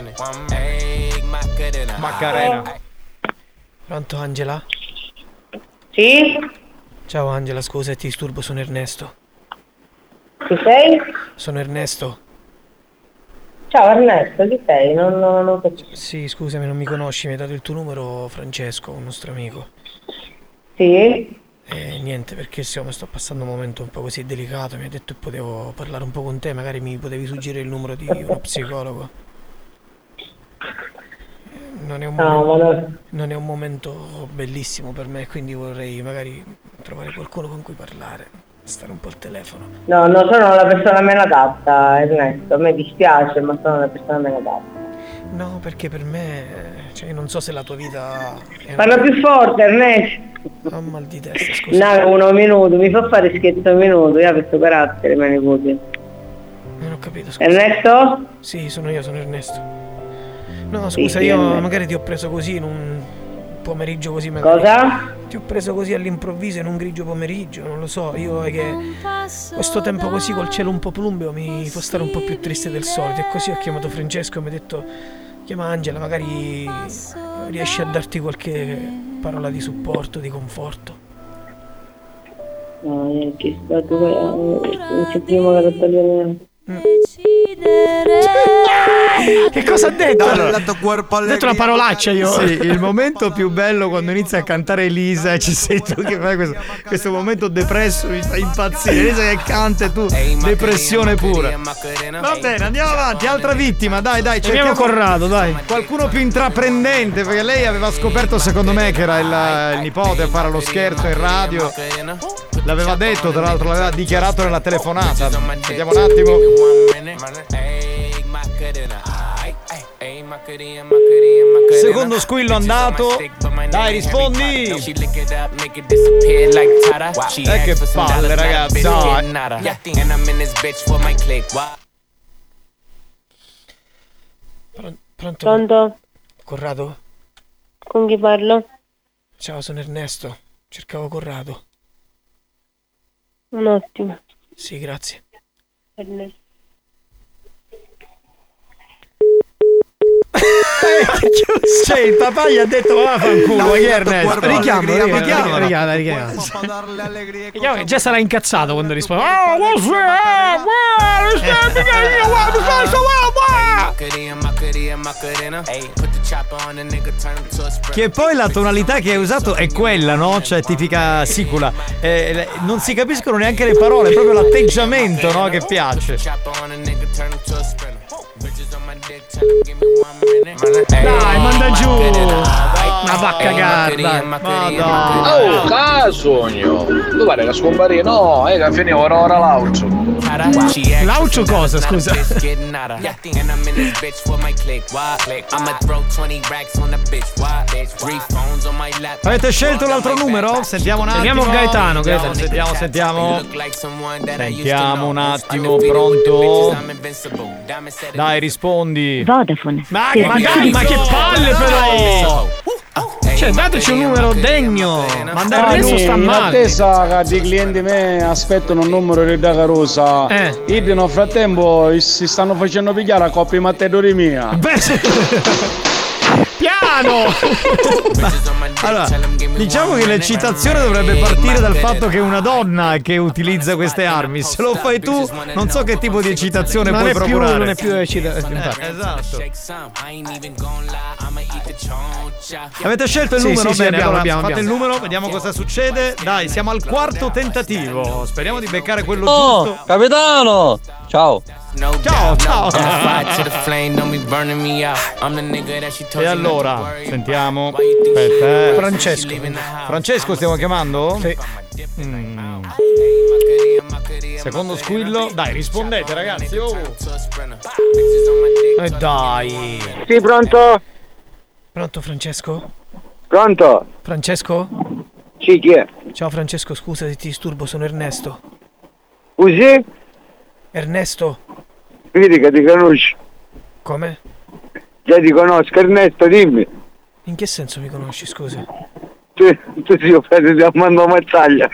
Macarena. Pronto Angela? Sì? Ciao Angela, scusa ti disturbo, sono Ernesto. Chi sei? Sono Ernesto. Ciao Ernesto, chi sei? Non, non, non capisco. Sì, scusami, non mi conosci, mi hai dato il tuo numero Francesco, un nostro amico. Sì? E niente, perché siamo, sto passando un momento un po' così delicato, mi ha detto che potevo parlare un po' con te, magari mi potevi suggerire il numero di uno psicologo. Non è un No, momento, ma no. non è un momento bellissimo per me, quindi vorrei magari trovare qualcuno con cui parlare, stare un po' al telefono. No, non sono la persona meno adatta, Ernesto. A me dispiace, ma sono la persona meno adatta. No, perché per me, cioè, non so se la tua vita è Parla più forte, Ernesto. Ho mal di testa, scusa. No, uno minuto, mi fa fare scherzo un minuto, io ho questo carattere, ma nipoti. Non ho capito, scusa. Ernesto? Sì, sono io, sono Ernesto. No, Sì, scusa, sì, io Ernesto. magari ti ho preso così in un pomeriggio così magari. Cosa? Ti ho preso così all'improvviso in un grigio pomeriggio, non lo so, io è che questo tempo così col cielo un po' plumbeo mi fa stare un po' più triste del solito e così ho chiamato Francesco e mi ha detto chiama Angela, magari riesce a darti qualche parola di supporto, di conforto. No, è che è stato non c'è prima che lo tagliare. Che cosa ha detto? Allora, ho detto una parolaccia io. Sì, il momento più bello quando inizia a cantare Elisa e ci sei tu che fai questo, questo momento depresso, mi fa impazzire. Elisa che canta e tu, depressione pura. Va bene, andiamo avanti, altra vittima, dai dai. Chiamiamo Corrado, dai. Qualcuno più intraprendente, perché lei aveva scoperto secondo me che era il, il nipote a fare lo scherzo in radio. L'aveva detto, tra l'altro l'aveva dichiarato nella telefonata. Vediamo un attimo. Secondo squillo andato. Dai, rispondi. Eh che palle, ragazzi. Dai. Pronto? Pronto? Corrado? Con chi parlo? Ciao, sono Ernesto. Cercavo Corrado. Un attimo. Sì, grazie. Ernesto. Cioè il papà gli ha detto va fanculo, ma chi è Ernesto? Richiamo, richiamo, richiamo, richiamo, richiamo. Richiamo che già sarà incazzato quando risponde. Oh, Che poi la tonalità che hai usato è quella, no? Cioè tipica sicula. Eh, non si capiscono neanche le parole, è proprio l'atteggiamento, no? Che piace. Dai, manda giù. Una vacca garda. Oh, casogno. Tu pare che scomparire? No, è che finivo ora ora l'aucio. L'aucio cosa, scusa? Avete scelto l'altro numero? Sentiamo un attimo. Sentiamo Gaetano, Gaetano. Sentiamo, sentiamo. Sentiamo un attimo, pronto? Dai, rispondi. Vodafone. Ma, Sì. ma dai, ma che palle però! Cioè, dateci un numero degno. Ma andare adesso sta in male. attesa che i clienti me aspettano un numero di da Carusa. Eh. Io nel frattempo si stanno facendo pigliare a coppia mattetori mia. Piano! Allora, diciamo che l'eccitazione dovrebbe partire dal fatto che è una donna che utilizza queste armi. Se lo fai tu, non so che tipo di eccitazione non puoi è più, procurare. non è più eccitazione. Eh, esatto. Avete scelto il Sì, numero? sì, sì, Bene, abbiamo, allora abbiamo, fate abbiamo. il numero, vediamo cosa succede. Dai, siamo al quarto tentativo. Speriamo di beccare quello Oh, giusto. capitano! Ciao! Ciao, ciao. E allora, sentiamo. Aspetta, eh. Francesco. Francesco stiamo chiamando? Sì. Mm. Secondo squillo. Dai, rispondete ragazzi. Oh. E dai. Sì, pronto? Pronto Francesco? Pronto? Francesco? Sì, chi è? Ciao Francesco, scusa se ti disturbo, sono Ernesto. Scusi? Ernesto? Vedi che ti conosci. Come? Già ti conosco, Ernesto, dimmi. In che senso mi conosci, scusa? Tu, tu sei frate di Armando Mazzaglia.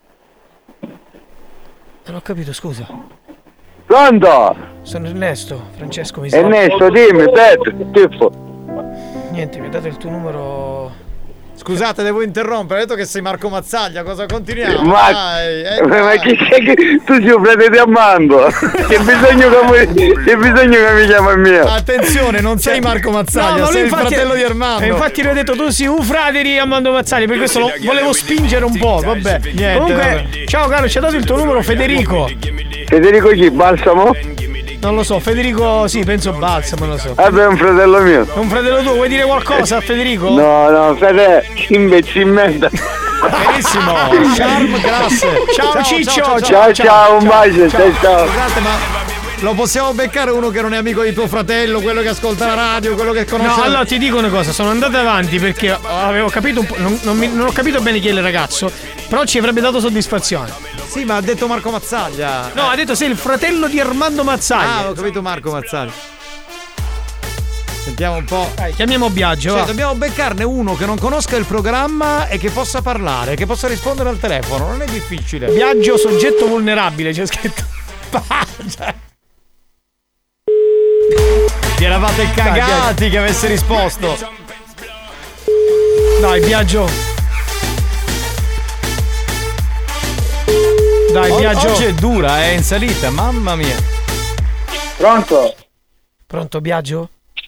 Non ho capito, scusa. Pronto? Sono Ernesto, Francesco mi sa. Ernesto, dimmi, Petro, Tiffo. Niente, mi ha dato il tuo numero. Scusate, devo interrompere. Hai detto che sei Marco Mazzaglia, cosa continuiamo? Ma, Dai, eh, ma dai. chi sei che tu sei un frate di Armando? Che bisogno che mi, che bisogno che mi chiama mio? Attenzione, non sei Marco Mazzaglia, ma lui sei infatti- il fratello di Armando. E infatti lui ha detto tu sei un frate di Armando Mazzaglia, per questo lo volevo spingere un po', vabbè. Niente, Comunque, vabbè. ciao caro, ci ha dato il tuo numero Federico. Federico chi? Balsamo? Non lo so, Federico, sì, penso Balsamo, non lo so. Vabbè, è un fratello mio. È un fratello tuo, vuoi dire qualcosa a Federico? No, no, frate, imbecillmente. Benissimo, charm classe. Ciao, Ciccio, Ciao, ciao, un bacio, ciao, ciao. Scusate, ma lo possiamo beccare uno che non è amico di tuo fratello, quello che ascolta la radio, quello che conosce. No, allora ti dico una cosa, sono andato avanti perché avevo capito un po', non, non, mi- non ho capito bene chi è il ragazzo, però ci avrebbe dato soddisfazione. Sì, ma ha detto Marco Mazzaglia. No, ha detto sei il fratello di Armando Mazzaglia. Ah, ho capito Marco Mazzaglia. Sentiamo un po'. Dai, chiamiamo Biagio. Cioè, va. dobbiamo beccarne uno che non conosca il programma e che possa parlare, che possa rispondere al telefono. Non è difficile. Biagio soggetto vulnerabile, c'è scritto. Vi eravate cagati che avesse risposto. Dai, Biagio. Dai, O- Biagio. Oggi è dura, è in salita, mamma mia. Pronto? Pronto, Biagio?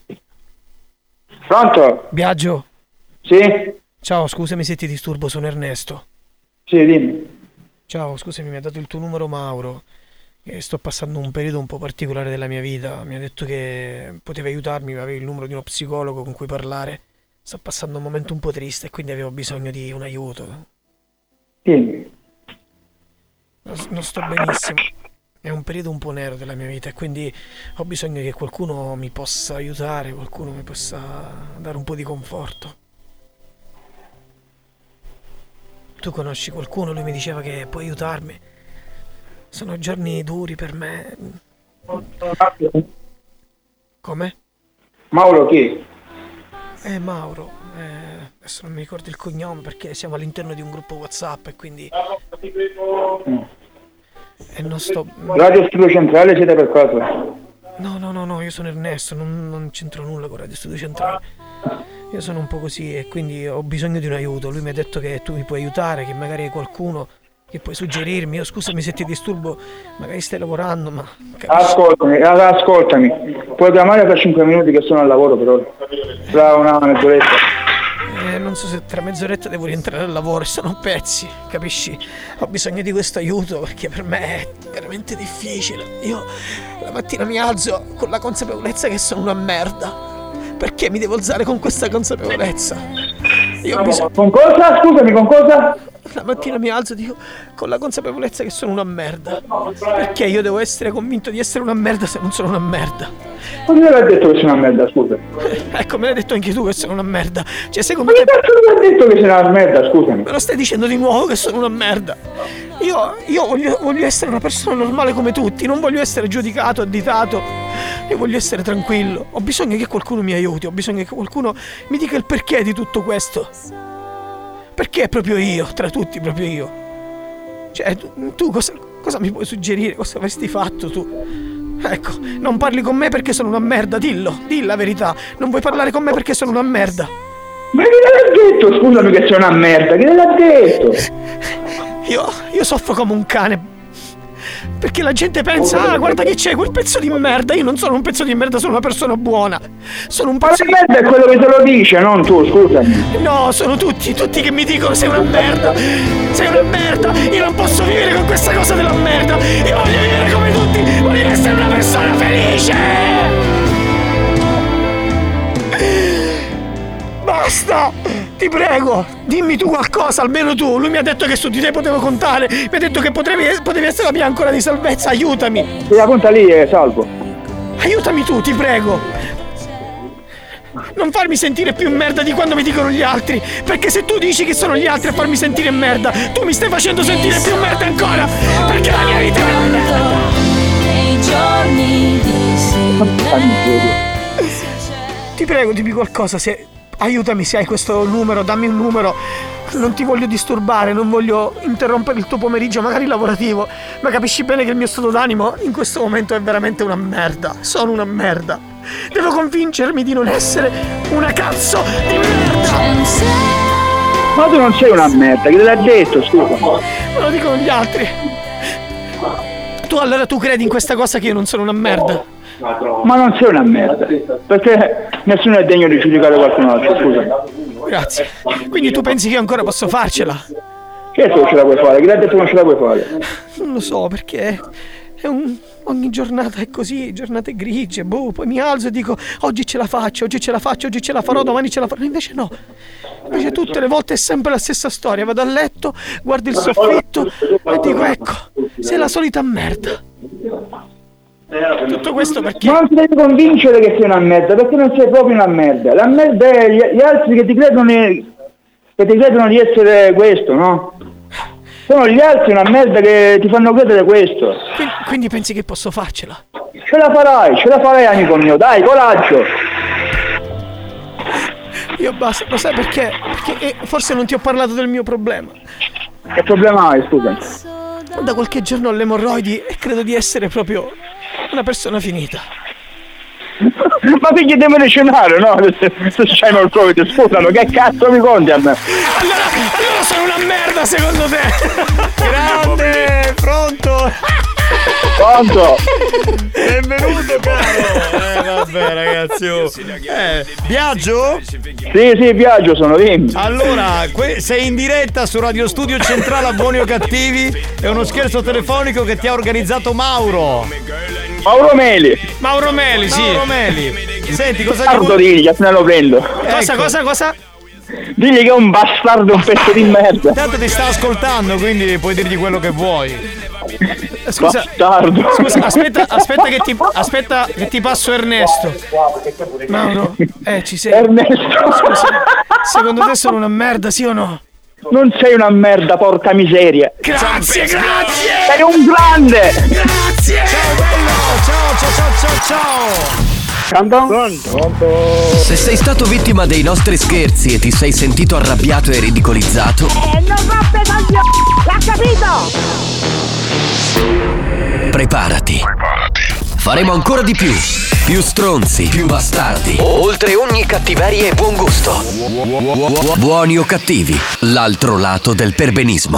Pronto? Biagio? Sì? Ciao, scusami se ti disturbo, sono Ernesto. Sì, dimmi. Ciao, scusami, mi ha dato il tuo numero Mauro. E sto passando un periodo un po' particolare della mia vita. Mi ha detto che potevi aiutarmi, avevi il numero di uno psicologo con cui parlare. Sto passando un momento un po' triste e quindi avevo bisogno di un aiuto. Dimmi. Non, non sto benissimo. È un periodo un po' nero della mia vita e quindi ho bisogno che qualcuno mi possa aiutare, qualcuno mi possa dare un po' di conforto. Tu conosci qualcuno? Lui mi diceva che può aiutarmi. Sono giorni duri per me. Come? Mauro chi? Eh, Mauro. Eh, adesso non mi ricordo il cognome perché siamo all'interno di un gruppo WhatsApp e quindi... E non sto... Radio Studio Centrale siete per caso? No, no, no, no, io sono Ernesto, non, non c'entro nulla con Radio Studio Centrale. Io sono un po' così e quindi ho bisogno di un aiuto. Lui mi ha detto che tu mi puoi aiutare, che magari hai qualcuno che puoi suggerirmi. Io scusami se ti disturbo, magari stai lavorando, ma... Ascoltami, allora, ascoltami. Puoi chiamare per cinque minuti che sono al lavoro però. Tra una mezz'oretta. Eh, non so se tra mezz'oretta devo rientrare al lavoro e sono pezzi, capisci? Ho bisogno di questo aiuto perché per me è veramente difficile. Io la mattina mi alzo con la consapevolezza che sono una merda. Perché mi devo alzare con questa consapevolezza? Io ho bisogno... Con cosa? Scusami, con cosa? La mattina mi alzo dico, con la consapevolezza che sono una merda. Perché io devo essere convinto di essere una merda se non sono una merda? Ma chi l'ha detto che sono una merda, scusa? Ecco, me l'hai detto anche tu che sono una merda. Cioè, secondo Ma te... che cazzo mi ha detto che sei una merda, scusami? Me lo stai dicendo di nuovo che sono una merda. Io, io voglio, voglio essere una persona normale come tutti. Non voglio essere giudicato, additato io voglio essere tranquillo. Ho bisogno che qualcuno mi aiuti, ho bisogno che qualcuno mi dica il perché di tutto questo. Perché proprio io, tra tutti proprio io? Cioè, tu, tu cosa, cosa mi puoi suggerire? Cosa avresti fatto tu? Ecco, non parli con me perché sono una merda, dillo, dillo la verità. Non vuoi parlare con me perché sono una merda. Ma chi te l'ha detto? Scusami che sei una merda, chi te l'ha detto? Io, io soffro come un cane. Perché la gente pensa, ah guarda che c'è quel pezzo di merda. Io non sono un pezzo di merda, sono una persona buona. Sono un pezzo di merda è quello che te lo dice, non tu, scusami. No, sono tutti, tutti che mi dicono sei una merda. Sei una merda. Io non posso vivere con questa cosa della merda. Io voglio vivere come tutti. Voglio essere una persona felice. Basta! Ti prego, dimmi tu qualcosa, almeno tu. Lui mi ha detto che su di te potevo contare. Mi ha detto che potevi, potevi essere la mia ancora di salvezza. Aiutami. La punta lì è salvo. Aiutami tu, ti prego. Non farmi sentire più merda di quando mi dicono gli altri. Perché se tu dici che sono gli altri a farmi sentire merda, tu mi stai facendo sentire più merda ancora. Perché la mia vita è una merda. Nei giorni di Ti prego, dimmi qualcosa. Se aiutami, se hai questo numero, dammi un numero. Non ti voglio disturbare, non voglio interrompere il tuo pomeriggio magari lavorativo, ma capisci bene che il mio stato d'animo in questo momento è veramente una merda. Sono una merda. Devo convincermi di non essere una cazzo di merda. Ma tu non sei una merda, che te l'ha detto, scusa? Me lo dicono gli altri. Tu allora tu credi in questa cosa che io non sono una merda? Ma non sei una merda, perché nessuno è degno di giudicare qualcun altro, scusa. Grazie. Quindi tu pensi che io ancora posso farcela? Che tu ce la puoi fare? Chi l'ha detto che non ce la puoi fare? Non lo so, perché è un... ogni giornata è così, giornate grigie, boh, poi mi alzo e dico oggi ce la faccio, oggi ce la faccio, oggi ce la farò, domani ce la farò. Invece no. Invece tutte le volte è sempre la stessa storia. Vado a letto, guardo il soffitto e dico ecco, sei la solita merda. Tutto questo perché? Ma non ti devi convincere che sei una merda, perché non sei proprio una merda. La merda è gli, gli altri che ti credono che ti credono di essere questo, no? Sono gli altri una merda che ti fanno credere questo. Quindi, quindi pensi che posso farcela? Ce la farai, ce la farai amico mio, dai, coraggio. Io basta, lo sai perché? Perché eh, forse non ti ho parlato del mio problema. Che problema hai, scusa? Da qualche giorno ho le emorroidi e credo di essere proprio una persona finita. Ma figli di medicinare, no? Se c'hai il Covid, scusano, che cazzo mi conti a me? Allora, allora sono una merda secondo te! Grande, pronto? Pronto? Benvenuto caro! Eh vabbè ragazzi, oh. Eh, Biagio? Sì, sì, Biagio sono, dimmi. Allora, que- sei in diretta su Radio Studio Centrale a Buoni o Cattivi. È uno scherzo telefonico che ti ha organizzato Mauro. Mauro Meli. Mauro Meli, sì. Mauro Meli. Senti, cosa Bastardo, vuoi... digli, appena lo prendo. Cosa, Ecco. cosa, cosa? Digli che è un bastardo, un pezzo di merda. Tanto ti sta ascoltando, quindi puoi dirgli quello che vuoi. Scusa, bastardo. Scusa, aspetta, aspetta che ti aspetta che ti passo Ernesto. Mauro, eh ci sei. Ernesto. Scusa, secondo te sono una merda, sì o no? Non sei una merda, porca miseria. Grazie, grazie. Sei un grande. Grazie. Ciao bello, ciao ciao ciao ciao ciao. Se sei stato vittima dei nostri scherzi e ti sei sentito arrabbiato e ridicolizzato, Eh, non rompe coglioni! L'ha capito? preparati. Faremo ancora di più. Più stronzi, più bastardi. Oltre ogni cattiveria e buon gusto. Buoni o cattivi, l'altro lato del perbenismo.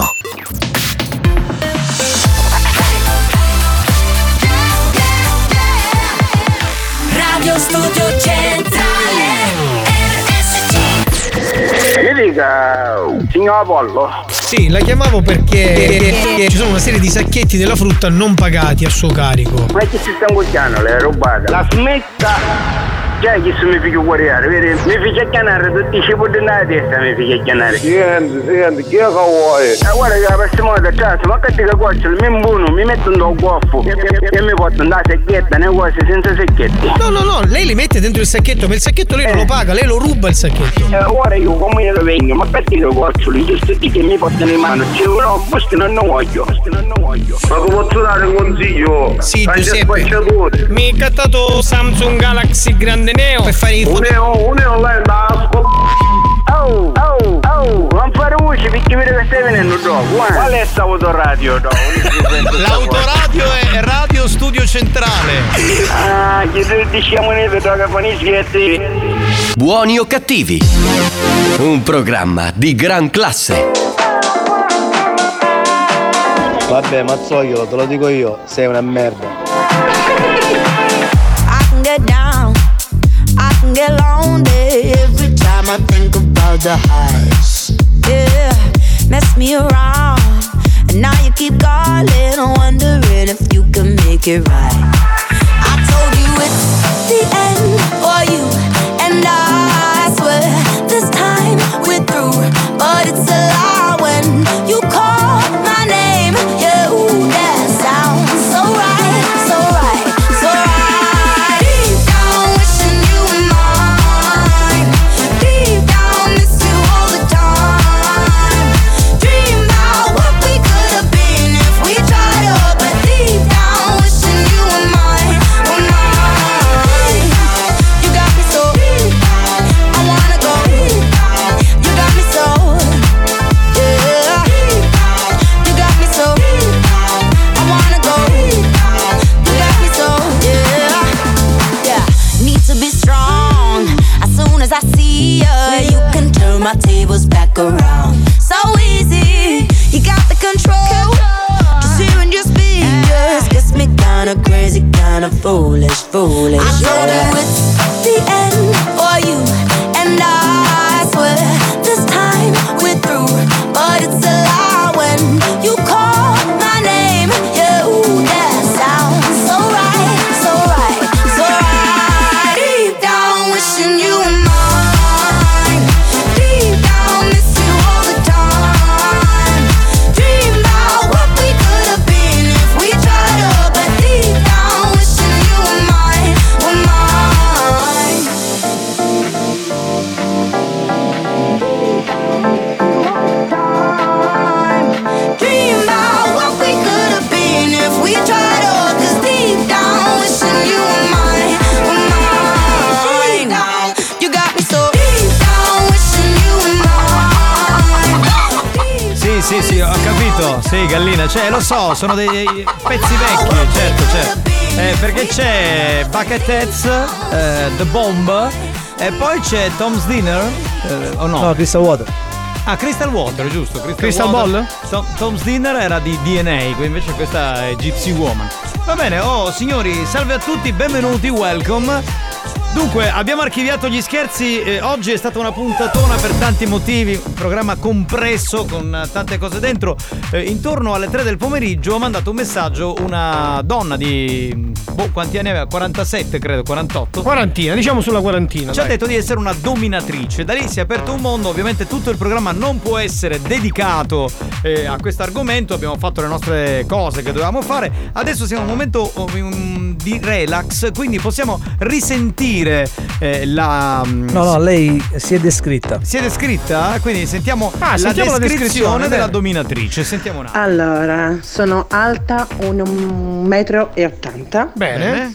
Radio Studio Centrale R S C. Mi dica, signor Apollo. Sì, la chiamavo perché ci sono una serie di sacchetti della frutta non pagati a suo carico. Ma che si sta ingozzando, le rubate? La smetta! Già chi se mi figlio guardare, vedi? Mi figlio chiamare, tutti i cibi nella testa mi figlio chiamare. Senti, senti, chi è che vuoi? Ma guarda che la prossima volta, cazzo, ma che ti cacoccio, mi imbuno, mi metto un goffo e, e, e mi porto una secchietta, negozi senza secchietti. No, no, no, lei li mette dentro il sacchetto, ma il sacchetto lei non lo paga, lei lo ruba il sacchetto. Eh, ora io come io lo vengo, ma che ti cacoccio, li giusto ti che mi portano in mano, ci no, questo non lo voglio, questo non lo voglio. Ma come posso dare un consiglio? Sì, Giuseppe, mi hai cattato Samsung Galaxy Grande Neo per fare i un neo, un neo lei da oh, oh, oh, non fare voce perché vedo che stai venendo dopo. Eh. Qual è sta autoradio? No? L'autoradio è Radio Studio Centrale. Ah, che diciamo ne vedo che con i schietti. Buoni o cattivi? Un programma di gran classe. Vabbè, Mazzoglio, te lo dico io, sei una merda. I can get down, I can get lonely every time I think about the highs. Yeah, mess me around, and now you keep calling, wondering if you can make it right. I told you it's the end for you, and I swear this time we're through, but it's a lie when you call my name. Yeah, ooh, that sounds so right, so right, so right. Deep down wishing you were mine. Deep down miss you all the time. Dream about what we could have been if we tried up. But deep down wishing you were mine, were mine. You got me so deep, I wanna go deep. You got me so, yeah. You got me so deep, I wanna go deep. You got me so, yeah. Yeah, need to be strong. As soon as I see ya, you can turn my tables back around. So easy, you got the control. Just hearing your speakers gets me kinda crazy, kinda foolish, foolish. I told you it's the end for you, and I swear this time we're through, but it's a lie when you call my name. Yeah, ooh, that sounds so right, so right, so right. Deep down wishing you were mine. Deep down miss you all the time. Dream about what we could have been if we tried up. But deep down wishing you were mine, were mine. Dream about what we could have been if we tried up. 'Cause deep down wishing you were mine, were mine. Deep down, you got me so deep down wishing you were mine. Sì, sì, sì, ho capito. Sì, Gallina, cioè, lo so, sono dei pezzi vecchi, certo, certo. Eh, perché c'è Bucketheads, eh, The Bomb, e poi c'è Tom's Dinner, eh, o no? No, Crystal Water. Ah, Crystal Water, giusto? Crystal, Crystal Water. Ball? Tom, Tom's Dinner era di D N A, invece questa è Gypsy Woman. Va bene, oh signori, salve a tutti, benvenuti, welcome. Dunque, abbiamo archiviato gli scherzi, eh, oggi è stata una puntatona per tanti motivi, un programma compresso con eh, tante cose dentro. Eh, intorno alle tre del pomeriggio ho mandato un messaggio una donna di, boh, quanti anni aveva? quarantasette credo, quarantotto. Quarantina, diciamo sulla quarantina. Ci ha dai. detto di essere una dominatrice. Da lì si è aperto un mondo. Ovviamente tutto il programma non può essere dedicato eh, a questo argomento. Abbiamo fatto le nostre cose che dovevamo fare. Adesso siamo in un momento um, di relax, quindi possiamo risentire eh, la No, no, lei si è descritta. Si è descritta? Quindi sentiamo, Ah, la, sentiamo la descrizione descrizione, della bene. dominatrice. Sentiamo un attimo. Allora, sono alta un metro e ottanta. Bene.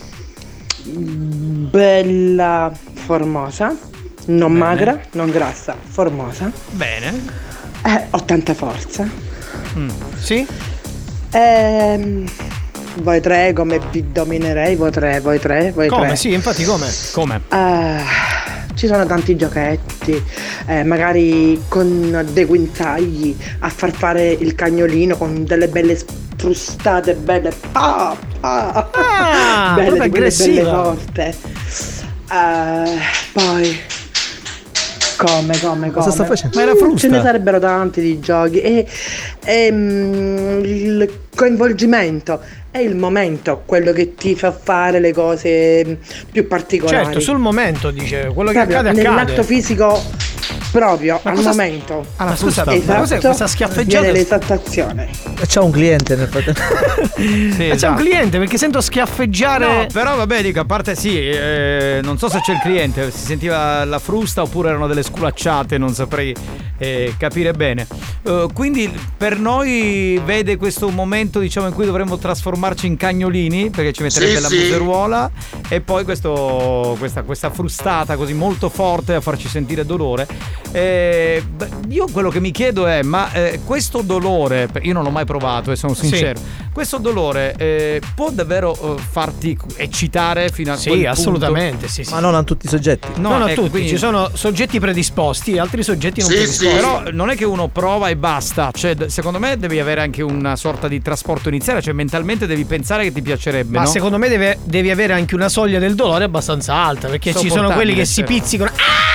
Bella, formosa. Non Bene. magra, non grassa, formosa. Bene. Eh, ho tanta forza. Mm. Sì? Ehm, voi tre come vi dominerei? Voi tre, voi tre, voi Come? tre. Sì, infatti come? Come? Ah, ci sono tanti giochetti, eh, magari con dei guintagli a far fare il cagnolino con delle belle sprustate, belle pa, pa, Ah, belle, proprio di quelle belle aggressiva. forte. Eh, poi come, come, come? Cosa sta facendo? Ma era frusta. Ce ne sarebbero tanti di giochi e, e mm, il coinvolgimento. È il momento quello che ti fa fare le cose più particolari. Certo, sul momento, dice, quello che Proprio accade accade. nell'atto fisico proprio Ma al cosa- momento. Ah, ma scusa, ma esatto, cos'è questa schiaffeggiata? viene l'esattazione. C'è un cliente nel frattempo. Sì, E c'è esatto. un cliente perché sento schiaffeggiare. No, però vabbè, dico, a parte sì, eh, non so se c'è il cliente, si sentiva la frusta oppure erano delle sculacciate, non saprei eh, capire bene. Uh, quindi per noi vede questo momento, diciamo, in cui dovremmo trasformarci in cagnolini, perché ci metterebbe Sì, la sì. museruola, e poi questo, questa, questa frustata così molto forte a farci sentire dolore. Eh, beh, io quello che mi chiedo è, ma eh, questo dolore, io non l'ho mai provato e sono sincero, questo dolore eh, può davvero eh, farti eccitare fino a Sì, quel punto? assolutamente, sì, sì. Ma non a tutti i soggetti. No, No, no, ecco, tutti, quindi- ci sono soggetti predisposti e altri soggetti non predisposti. Però non è che uno prova e basta, cioè d- secondo me devi avere anche una sorta di trasporto iniziale, cioè mentalmente devi pensare che ti piacerebbe, Ma no? secondo me deve- devi avere anche una soglia del dolore abbastanza alta, perché ci sono Sopportabile, quelli che si certo. pizzicano.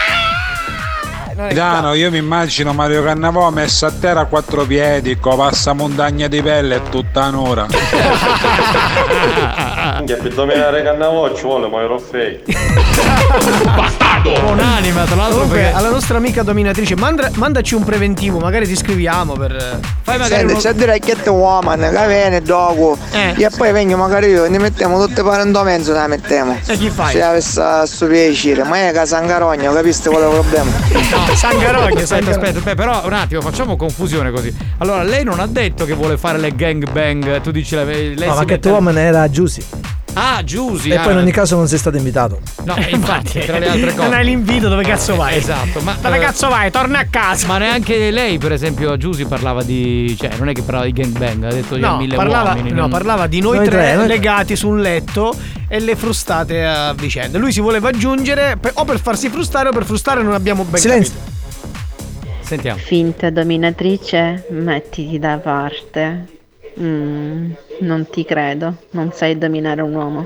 Dano, io mi immagino Mario Cannavò messo a terra a quattro piedi, con passa montagna di pelle e tutta un'ora. Minchia, per dominare Cannavò ci vuole Mauro Fei. Buonanima, tra l'altro. Comunque, perché- alla nostra amica dominatrice, manda- mandaci un preventivo, magari ti scriviamo per. Fai Senti, c'è dire che te uomo, che viene dopo. Eh. E poi vengo magari io, ne mettiamo tutte parenti mezzo, la mettiamo. E chi fai? Se avesse a suo piacere, ma è che Sangarogno, capisci qual è il problema? No, Sangarogno, aspetta, aspetta, aspetta, però un attimo, facciamo confusione così. Allora, lei non ha detto che vuole fare le gangbang, tu dici la, lei No, si ma mette- Catwoman era Giusy. Ah, Giusy. E ah, poi in ogni caso non sei stato invitato. No, infatti, tra le altre cose. Non hai l'invito, dove cazzo vai? Esatto, ma dove eh, cazzo vai? Torna a casa. Ma neanche lei, per esempio, Giusy parlava di. Cioè, non è che parlava di gangbang, ha detto di No, mille parlava, uomini. no, non- parlava di noi, Noi tre, tre, noi tre. legati su un letto e le frustate a vicenda. Lui si voleva aggiungere per- o per farsi frustare o per frustare non abbiamo ben Silenzio. capito. Sentiamo. Finta dominatrice, mettiti da parte. Mm, non ti credo, non sai dominare un uomo.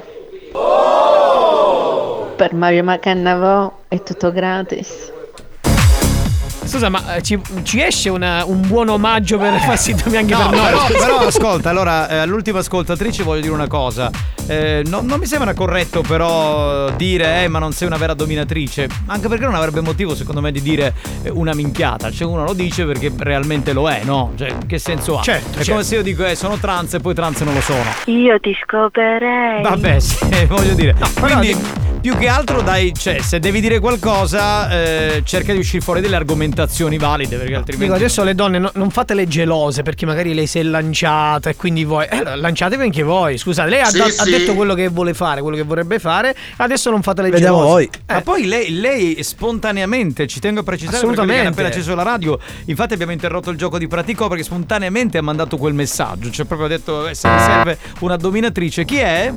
Per Mario Cannavò è tutto gratis. Scusa, ma eh, ci, ci esce una- un buon omaggio per farsi dominare anche No, per noi? però, Scusa. però ascolta, allora eh, all'ultima ascoltatrice voglio dire una cosa. Eh, no- non mi sembra corretto però dire eh ma non sei una vera dominatrice, anche perché non avrebbe motivo secondo me di dire eh, una minchiata. Cioè uno lo dice perché realmente lo è, no? Cioè che senso ha? Certo, È certo. come se io dico eh sono trans e poi trans non lo sono. Io ti scoperei. Vabbè, sì, voglio dire. però Quindi più che altro dai, cioè se devi dire qualcosa eh, cerca di uscire fuori delle argomentazioni valide, perché altrimenti Dico, adesso le donne no- non fatele gelose perché magari lei si è lanciata e quindi voi eh, lanciatevi anche voi. Scusate, lei ha, Sì, da- sì. ha detto quello che vuole fare, quello che vorrebbe fare, adesso non fatele Vediamo gelose. voi. Ma poi lei, lei spontaneamente, ci tengo a precisare perché Assolutamente. abbiamo appena acceso la radio, infatti abbiamo interrotto il gioco di Pratico perché spontaneamente ha mandato quel messaggio, cioè proprio ha detto eh, se mi serve una dominatrice, chi è?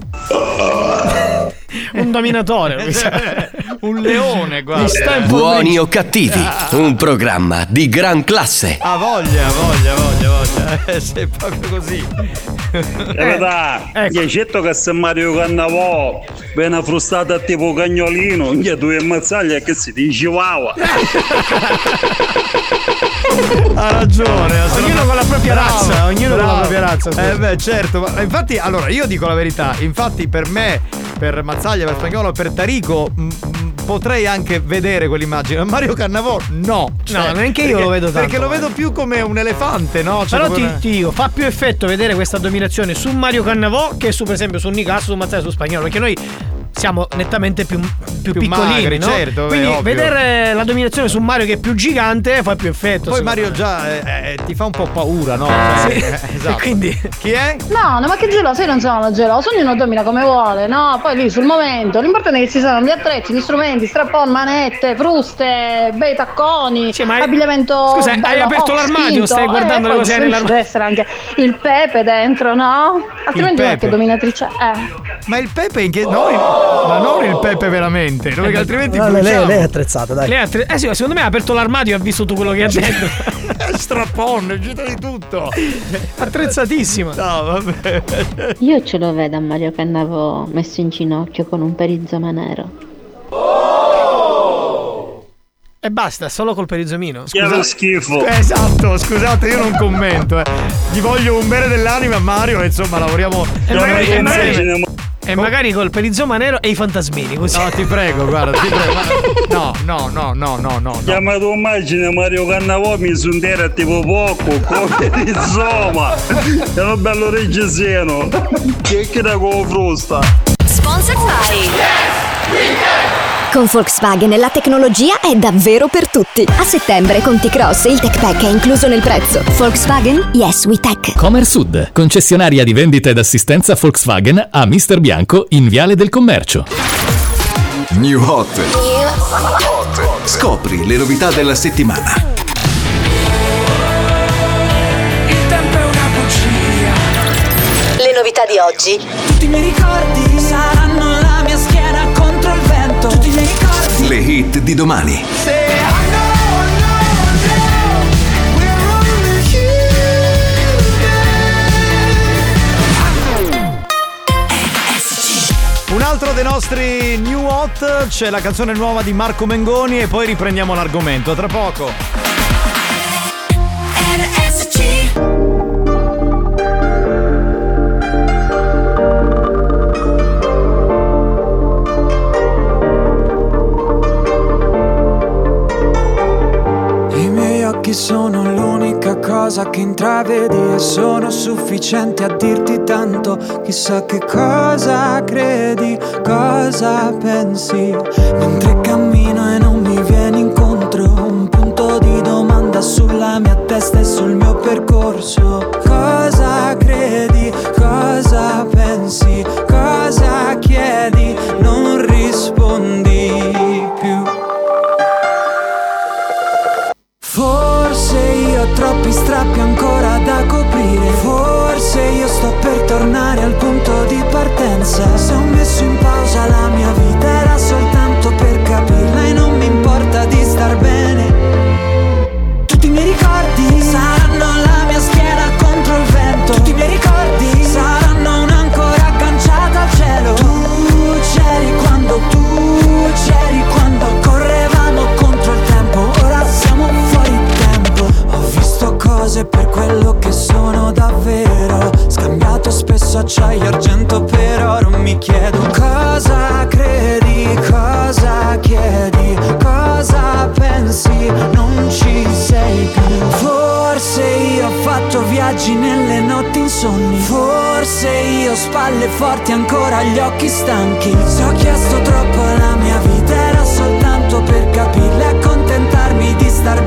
Un dominatore. mi sa. Un leone, guarda. Mi sta in Buoni o cattivi, un programma di gran classe. Ha voglia, voglia, voglia, voglia. Eh, sei proprio così. Verità, ecco. gli hai detto che se Mario Cannavò viene frustata tipo cagnolino, gli tu e mazzaglia che si dice wow. Ha ragione, Ognuno con la propria razza, ognuno con la propria razza, scusa. Eh beh, certo, ma infatti, allora io dico la verità, infatti per me, per Mazzaglia, per Spagnolo, per Tarico mh, mh, potrei anche vedere quell'immagine. Mario Cannavò no. No, neanche io lo vedo tanto, Perché lo eh. vedo più come un elefante, no? Cioè, Però ti, come- ti dico, fa più effetto vedere questa dominazione su Mario Cannavò che su, per esempio, su Nicasso, su Mazzaglia, su Spagnolo, perché noi siamo nettamente più, più, Più piccolini, magri, no? certo, Quindi beh, ovvio. vedere la dominazione su Mario che è più gigante fa più effetto. Poi secondo Mario me. già eh, eh, ti fa un po' paura, no? Sì. Eh, esatto. E quindi chi è? No, no, ma che geloso, io non sono geloso, ognuno domina come vuole, no? Poi lì sul momento, l'importante è che ci siano gli attrezzi, gli strumenti, strap-on, manette, fruste, bei tacconi, ma- abbigliamento. Scusa, hai bello, aperto oh, l'armadio, spinto. stai guardando eh, le poi cose ci nell'armadio. deve essere anche il pepe dentro, no? Altrimenti non è pepe. che dominatrice è. Ma il Pepe in che. No, il- ma non il Pepe veramente, no, perché altrimenti. No, lei, bruciamo. lei è attrezzata, dai. Lei ha tre- eh sì, secondo me ha aperto l'armadio e ha visto tutto quello che ha dentro. Strappone, è uscito di tutto. Attrezzatissima. No, vabbè. Io ce lo vedo a Mario Cannavò messo in ginocchio con un perizoma nero. E basta, solo col perizomino. Che schifo. Eh, esatto, scusate, io non commento. Eh. Gli voglio un bene dell'anima a Mario, e insomma lavoriamo e magari, e magari, e e magari col perizoma nero e i fantasmini, così. No, ti prego, guarda, ti prego. No, no, no, no, no, no. Chiamato immagine Mario Cannavò mi sondera tipo poco, come insomma. È un bello reggiseno. Che che da con frusta. Sponsor by Con Volkswagen la tecnologia è davvero per tutti. A settembre con T-Cross il Tech Pack è incluso nel prezzo. Volkswagen, yes we tech. Comersud, concessionaria di vendita ed assistenza Volkswagen a Mister Bianco in Viale del Commercio. New Hot. Scopri le novità della settimana. Il tempo è una bugia. Le novità di oggi. Tutti i miei ricordi saranno la mia schiena contro il vento. Tutti i miei ricordi. Le hit di domani. Un altro dei nostri new hot, c'è la canzone nuova di Marco Mengoni e poi riprendiamo l'argomento tra poco. R S C. I miei occhi sono l'unica cosa che intravedi e sono sufficienti a dirti tanto. Chissà che cosa credi, cosa pensi mentre cammino e non mi vieni incontro. Un punto di domanda sulla mia testa e sul mio percorso. Cosa credi, cosa pensi, cosa chiedi, non rispondi più. Forse io ho troppi strappi ancora da coprire. Forse io sto per tornare al punto di partenza. Se ho messo in pausa la mia vita era soltanto per capirla e non mi importa di star bene. Tutti i miei ricordi saranno la mia schiena contro il vento. Tutti i miei ricordi saranno un'ancora agganciata al cielo. Tu c'eri quando, tu c'eri quando correvamo contro il tempo. Ora siamo fuori tempo. Ho visto cose per quello che sono davvero. Scambiato spesso acciaio, argento per oro. Mi chiedo cosa credi, cosa chiedi, cosa pensi, non ci sei più. Forse io ho fatto viaggi nelle notti insonni. Forse io ho spalle forti ancora gli occhi stanchi. Se ho chiesto troppo alla mia vita era soltanto per capirla e accontentarmi di star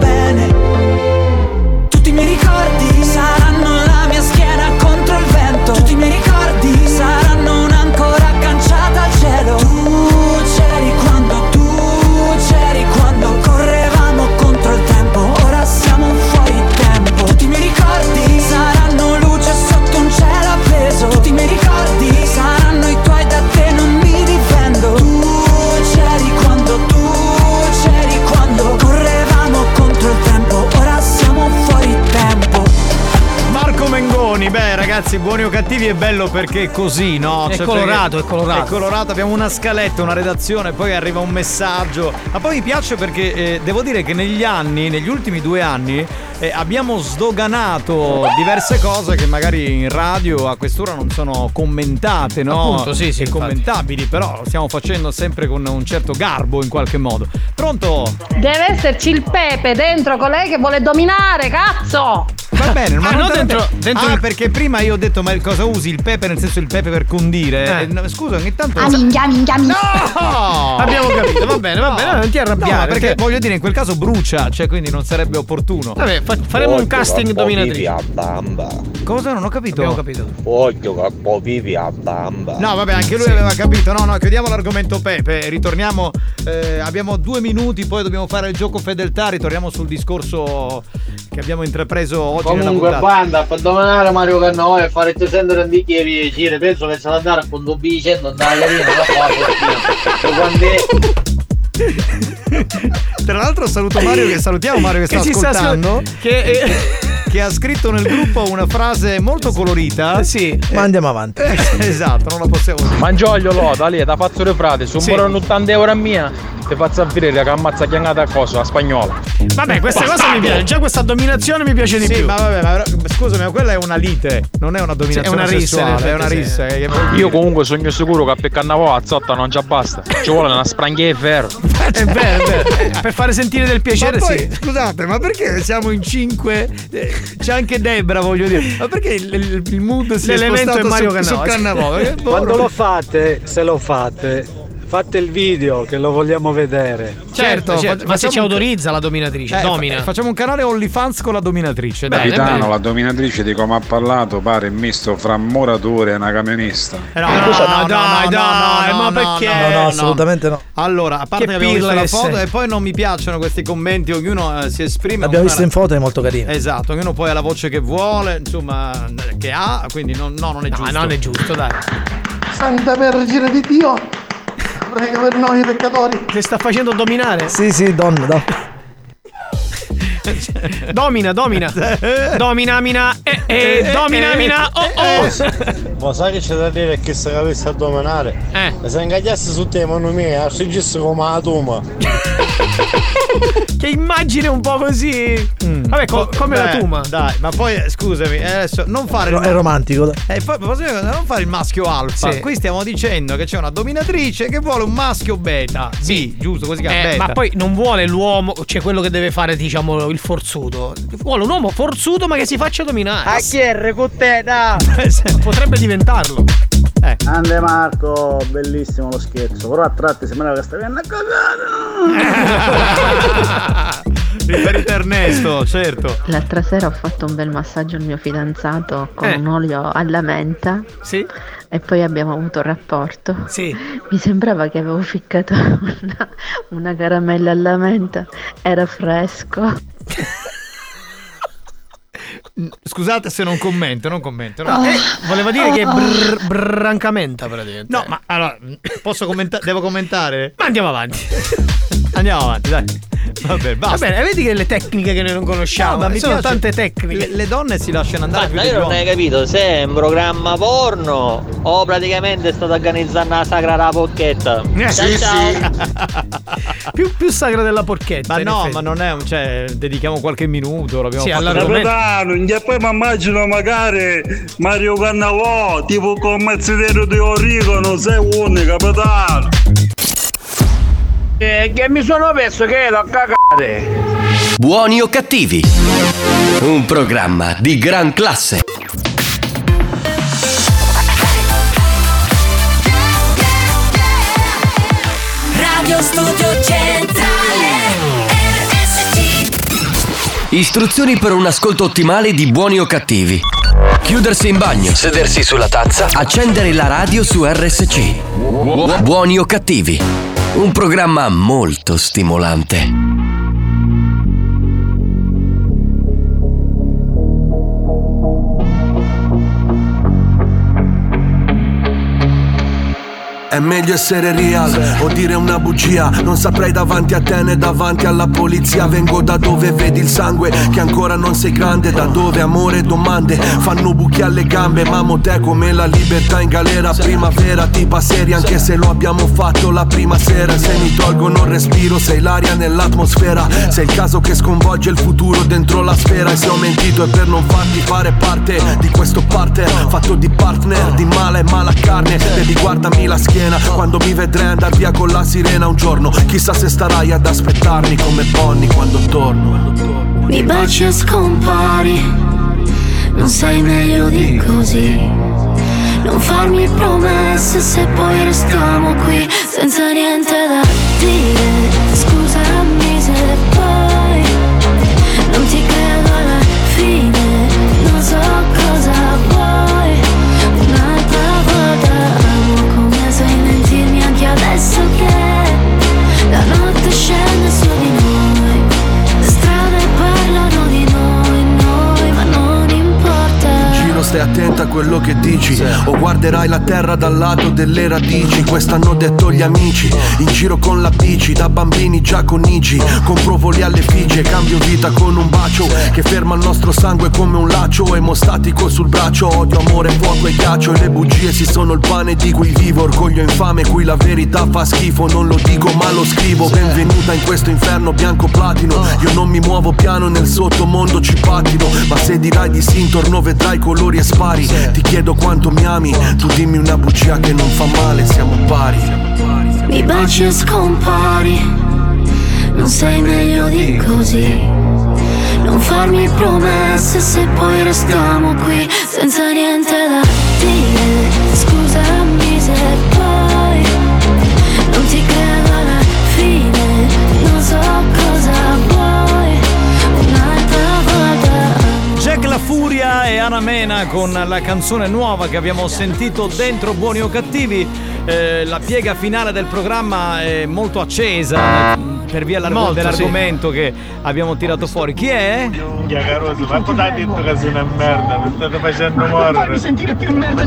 bene. Tutti i miei ricordi saranno la mia schiena contro il vento. Tutti i miei ricordi saranno un'ancora agganciata al cielo. Tu c'eri quando, tu c'eri quando correvamo contro il tempo. Ora siamo fuori tempo. Tutti i miei ricordi saranno luce sotto un cielo appeso. Tutti i miei ricordi saranno i tuoi, da te non mi difendo. Tu c'eri quando, tu c'eri quando correvamo contro il tempo. Ora siamo fuori tempo. Marco Mengoni, beh ragazzi, buoni o cattivi è bello perché è così, no? È Cioè, colorato, perché è colorato. È colorato, abbiamo una scaletta, una redazione, poi arriva un messaggio. Ma poi mi piace perché eh, devo dire che negli anni, negli ultimi due anni, eh, abbiamo sdoganato diverse cose che magari in radio a quest'ora non sono commentate, no? Appunto, sì, sì, e infatti. commentabili, però lo stiamo facendo sempre con un certo garbo in qualche modo. Pronto? Deve esserci il Pepe dentro colei che vuole dominare, cazzo! Va bene, ma Ah, non no, dentro- dentro, dentro ah, il- perché prima io ho detto ma cosa usi il pepe, nel senso il pepe per condire? Eh. Eh, no, scusa, ogni tanto Ah, minchia, minchia, minchia. No! Abbiamo capito, va bene, va bene, non ti arrabbiare. No, perché perché- voglio dire, in quel caso brucia, cioè quindi non sarebbe opportuno. Vabbè, fa- faremo un casting dominatrice. a bamba. Cosa? Non ho capito. Abbiamo capito. Occhio che poi vivi a bamba. No, vabbè, anche lui aveva capito. No, no, chiudiamo l'argomento Pepe. Ritorniamo. eh, abbiamo due minuti, poi dobbiamo fare il gioco fedeltà. Ritorniamo sul discorso che abbiamo intrapreso oggi nella Comunque puntata. banda per dominare Mario Cannavò e fare sentire un bicchiere gire, penso che se andare con due bicendo andare alla linea Tra l'altro saluto Mario che salutiamo Mario che, Che sta ci sta ascoltando. ascol- che eh, che ha scritto nel gruppo una frase molto colorita. Sì, ma andiamo avanti. Eh, esatto, non la possiamo dire. Mangioglio, dai, da fatto le frate, su un Sì. buono ottanta euro a mia, ti faccio avere che ammazza chiangata a cosa, a spagnola. Vabbè, questa cosa mi piace, già questa dominazione mi piace di Sì, più. ma vabbè, ma scusami, ma quella è una lite, non è una dominazione Sì, è una rissa, sessuale, in effetti, è una sì. rissa. che vuol Io dire? comunque sogno sicuro che per cannavò a zotta non ci basta. Ci vuole una spranghe di ferro. È vero, è vero. Eh, per fare sentire del piacere, Ma poi, sì. scusate, ma perché siamo in cinque? Eh, C'è anche Debra, voglio dire. Ma perché il, il, il mood si L'elemento è è Mario spostato su, su Cannavò. Cannavò? Perché, Quando porro- lo fate, se lo fate, fate il video che lo vogliamo vedere. Certo, Certo, certo, fa- ma se facciamo ci un- autorizza la dominatrice, Eh, domina. fa- facciamo un canale OnlyFans con la dominatrice. Dai, Capitano, dai. la dominatrice di come ha parlato pare un misto fra un muratore e una camionista. Eh, no, No, no, dai, no, dai, no, ma no, perché? No, no, assolutamente no. Allora, a parte Che che, abbiamo visto pirla la che foto sei. e poi non mi piacciono questi commenti, ognuno eh, si esprime. L'abbiamo ognuno visto in foto, è molto carino. Esatto, ognuno poi ha la voce che vuole, insomma, che ha, quindi non, no, non è giusto. non è giusto, dai. Santa Vergine di Dio, prega per noi peccatori. Ti sta facendo dominare? Sì, sì, donna, no. Domina, domina. Domina, mina, eh, eh, domina, mina, oh, oh. Ma sai che c'è da dire che se avesse a dominare? Eh. E se ingaggiasse su te, mano mia, assaggissi come la tuma. Che immagine un po' così. Vabbè, co- come la Beh, tuma. Dai, ma poi eh, scusami, eh, adesso non fare No, il è romantico. dai. E poi posso dire, non fare il maschio alfa. Sì. Qui stiamo dicendo che c'è una dominatrice che vuole un maschio beta. Sì, giusto, così si chiama Eh, beta. ma poi non vuole l'uomo, cioè quello che deve fare, diciamo, il forzuto. Vuole un uomo forzuto ma che si faccia dominare. A chi è con te, da? Potrebbe diventarlo. Eh. Ande Marco, bellissimo lo scherzo, però a tratti sembrava che stavi a cagare. Riferite a Ernesto, certo. L'altra sera ho fatto un bel massaggio al mio fidanzato con Eh. un olio alla menta. Sì. E poi abbiamo avuto un rapporto. Sì. Mi sembrava che avevo ficcato una, una caramella alla menta. Era fresco. Scusate se non commento, non commento. No. No, eh, voleva dire che brr, brancamenta praticamente. No, ma allora posso commentare? Devo commentare? Ma andiamo avanti. Andiamo avanti, dai. Vabbè, basta. Va bene, vedi che le tecniche che noi non conosciamo, No, ma mi sono piace- tante tecniche. Le, le donne si lasciano andare Ma più io di non hai uomini. capito se è un programma porno o praticamente state organizzando la sagra della pocchetta. Eh, ciao, sì, ciao. più, più sagra della porchetta. Ma in no, effetti. ma non è un, cioè, dedichiamo qualche minuto, l'abbiamo Sì, fatto. all'argomento. Capitano, e poi mi immagino magari Mario Cannavò, tipo con Mazzidero di Origo, non sei uno, capitano. Eh, che mi sono perso che l'ho cagate. Buoni o cattivi? Un programma di gran classe. Radio Studio Centrale R S C. Istruzioni per un ascolto ottimale di Buoni o cattivi. Chiudersi in bagno, sedersi sulla tazza, accendere la radio su R S C. Buoni o cattivi? Un programma molto stimolante. È meglio essere real o dire una bugia. Non saprei davanti a te né davanti alla polizia. Vengo da dove vedi il sangue, che ancora non sei grande. Da dove amore e domande fanno buchi alle gambe. Mamo te come la libertà in galera. Primavera ti passeri anche se lo abbiamo fatto la prima sera. Se mi tolgono il respiro sei l'aria nell'atmosfera. Sei il caso che sconvolge il futuro dentro la sfera. E se ho mentito è per non farti fare parte di questo parter fatto di partner, di mala e mala carne. Baby guardami la schiena quando mi vedrai andar via con la sirena un giorno. Chissà se starai ad aspettarmi come Bonnie quando torno. Mi baci e scompari, non sei meglio di così. Non farmi promesse se poi restiamo qui senza niente da dire. Scusami se poi non ti credo alla fine. Non so cosa vuoi, un'altra volta amo come sai mentirmi anche adesso che la notte scende su di noi. Le strade parlano di noi, noi, ma non importa. Giro, stai attenta a quello che dici. O guarderai la terra dal lato delle radici. Questo hanno detto gli amici, in giro con la bici, da bambini già con Igi. Compro voli alle Figi e cambio vita con un bacio che ferma il nostro sangue come un laccio emostatico sul braccio. Odio, amore, fuoco e ghiaccio, e le bugie si sono il pane di cui vivo. Orgoglio infame, qui la verità fa schifo. Non lo dico ma lo scrivo. Benvenuta in questo inferno bianco platino. Io non mi muovo piano, nel sottomondo ci pattino. Ma se dirai di sì intorno vedrai colori e spari. Ti chiedo quanto mi ami, tu dimmi una bugia che non fa male. Siamo pari. Mi baci e scompari, non sei meglio di così. Non farmi promesse se poi restiamo qui senza niente da dire. Scusami se poi non ti credo alla fine. Non so cosa vuoi, un'altra volta. Jack La Furia e Ana Mena con la canzone nuova che abbiamo sentito dentro Buoni o Cattivi. Eh, la piega finale del programma è molto accesa per via Molto, dell'argomento sì. che abbiamo tirato fuori. Chi è? Minchia Caruso, ma cosa hai detto che sei una merda? Mi state facendo morire. Sentire più merda.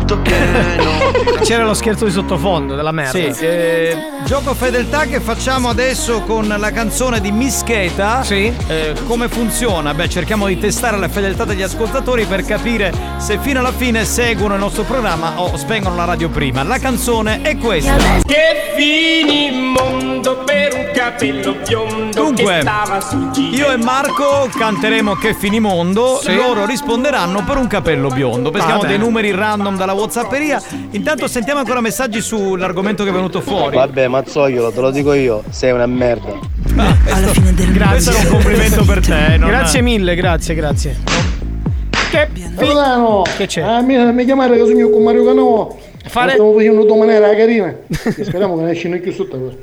C'era lo scherzo di sottofondo della merda. Sì, eh, gioco fedeltà che facciamo adesso con la canzone di Mischeta. Sì. Eh, come funziona? Beh, cerchiamo di testare la fedeltà degli ascoltatori per capire se fino alla fine seguono il nostro programma o spengono la radio prima. La canzone è questa. Che finimondo per un capello biondo. Dunque, che stava sul giro. io e Marco canteremo Che finimondo, sì. Loro risponderanno per un capello biondo. Peschiamo ah, dei numeri random dalla Whatsapperia. Intanto sentiamo ancora messaggi sull'argomento che è venuto fuori. Vabbè, mazzoiolo, te lo dico io, sei una merda. Ah, alla fine del questo è un complimento per te. Non grazie è... mille, grazie, grazie. Che Capitano, che c'è? Ah, mi, mi chiamare che sogno con Mario Cannavò. Fare... Stiamo facendo domani la carina. Speriamo che ne escino più sotto. No,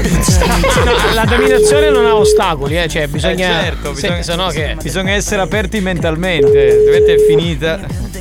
la dominazione non ha ostacoli, eh, cioè bisogna. Eh certo, bisogna, se, se no che... bisogna essere aperti mentalmente, altrimenti è finita.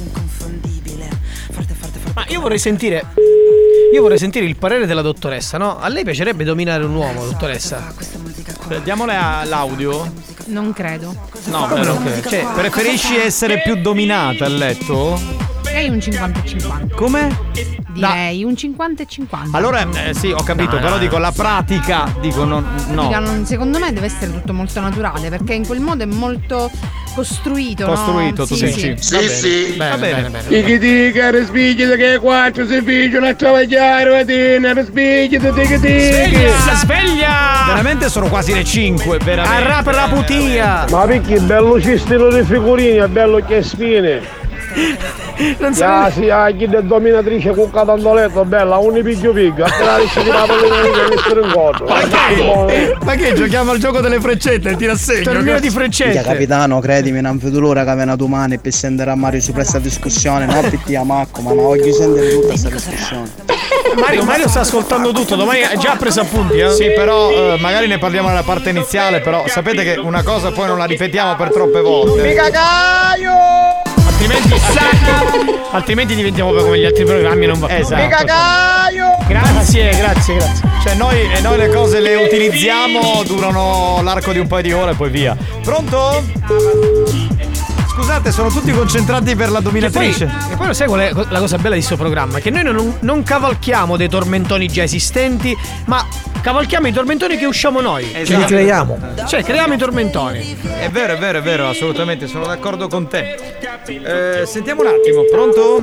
Ma io vorrei sentire. Io vorrei sentire il parere della dottoressa, no? A lei piacerebbe dominare un uomo, dottoressa? Diamole l'audio? Non credo. No, beh, non credo. Cioè, preferisci essere più dominata a letto? Direi un cinquanta e cinquanta. Come? Direi un cinquanta e cinquanta. Allora, eh, sì, ho capito, no, però no, dico la pratica, dico non, no. Dica, non, secondo me deve essere tutto molto naturale, perché in quel modo è molto costruito, Costruito, no? tu sì, dici? Sì, sì. sì. Va bene, bene, bene. Chi ti dica, respigite che quattro si figliono a travagliare, Vatina, respigite, che Sveglia, sveglia! Veramente sono quasi le cinque, veramente. Arra per la putia! Ma perché bello cestino di figurini, è bello che spine. Non so. Ah, sì, ah, chi è dominatrice con catandoletto, bella, un piglio piglio, appena riesce di la pallina di mettere in contro. Ma che? Ma che giochiamo al gioco delle freccette, il tirassegno? Torneo di freccette. Minchia, capitano, credimi, non vedo l'ora che viene domani per sentire a Mario su questa discussione, no? Per ti Marco, ma voglio sentire tutta questa discussione. Mario, Mario sta ascoltando tutto, domani ha già preso appunti, eh? Sì, però eh, magari ne parliamo nella parte iniziale, però sapete che una cosa poi non la ripetiamo per troppe volte. Mi cagaio! Altrimenti, altrimenti, altrimenti diventiamo come gli altri programmi, non va più. Esatto. Mi cagaio! Grazie, grazie, grazie. Cioè noi, noi le cose le utilizziamo, durano l'arco di un paio di ore e poi via. Pronto? Scusate, sono tutti concentrati per la dominatrice. E poi, e poi lo sai qual è la cosa bella di questo programma? Che noi non, non cavalchiamo dei tormentoni già esistenti, ma cavalchiamo i tormentoni che usciamo noi. Esatto. Ce li creiamo. Cioè, creiamo i tormentoni. È vero, è vero, è vero, assolutamente, sono d'accordo con te. Eh, sentiamo un attimo, pronto?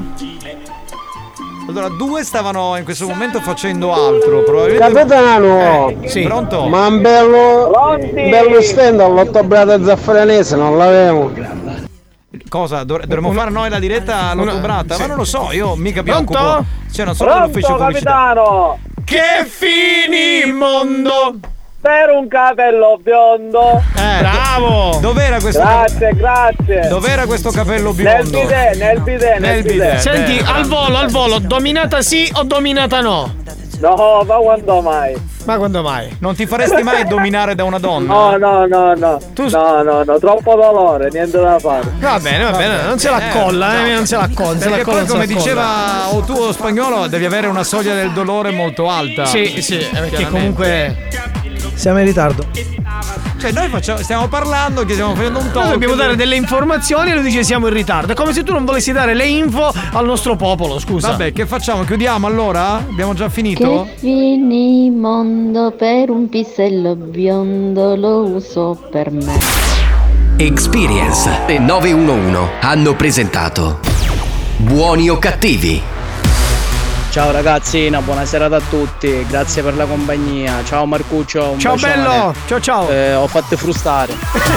Allora, due stavano in questo momento facendo altro, probabilmente. Capitano! Eh, sì. Pronto? Ma un bello. Pronti? bello stand all'ottobrata zafferanese, non l'avevo. Cosa? Dovre- dovremmo una, fare noi la diretta all'ottobrata? Sì. Ma non lo so, io mica mi occupo. Pronto? Cioè, non sono l'ufficio pubblicità. Capitano! Che finimondo! Per un capello biondo. Eh, bravo! Dov'era questo? Grazie, cap- grazie. Dov'era questo capello biondo? Nel bidet, nel bidet, nel bidet. Senti, eh, al volo, al volo, dominata sì o dominata no? No, ma quando mai? Ma quando mai? Non ti faresti mai dominare da una donna? No, no, no, no. Tu... No, no, no, troppo dolore, niente da fare. Va bene, va bene, non se la colla, eh, non se la colla. Perché poi, come diceva colla. o tu o Spagnolo, devi avere una soglia del dolore molto alta. Sì, sì, perché comunque siamo in ritardo. Cioè noi facciamo, stiamo parlando che stiamo facendo un talk. Noi dobbiamo dare delle informazioni e lui dice siamo in ritardo. È come se tu non volessi dare le info al nostro popolo, scusa. Vabbè, che facciamo? Chiudiamo allora? Abbiamo già finito? Che finimondo per un pisello biondo lo uso per me. Experience e nove uno uno hanno presentato Buoni o cattivi? Ciao ragazzi, una buona serata a tutti, grazie per la compagnia. Ciao Marcuccio, un ciao bacione. bello, ciao ciao. Eh, ho fatto frustare.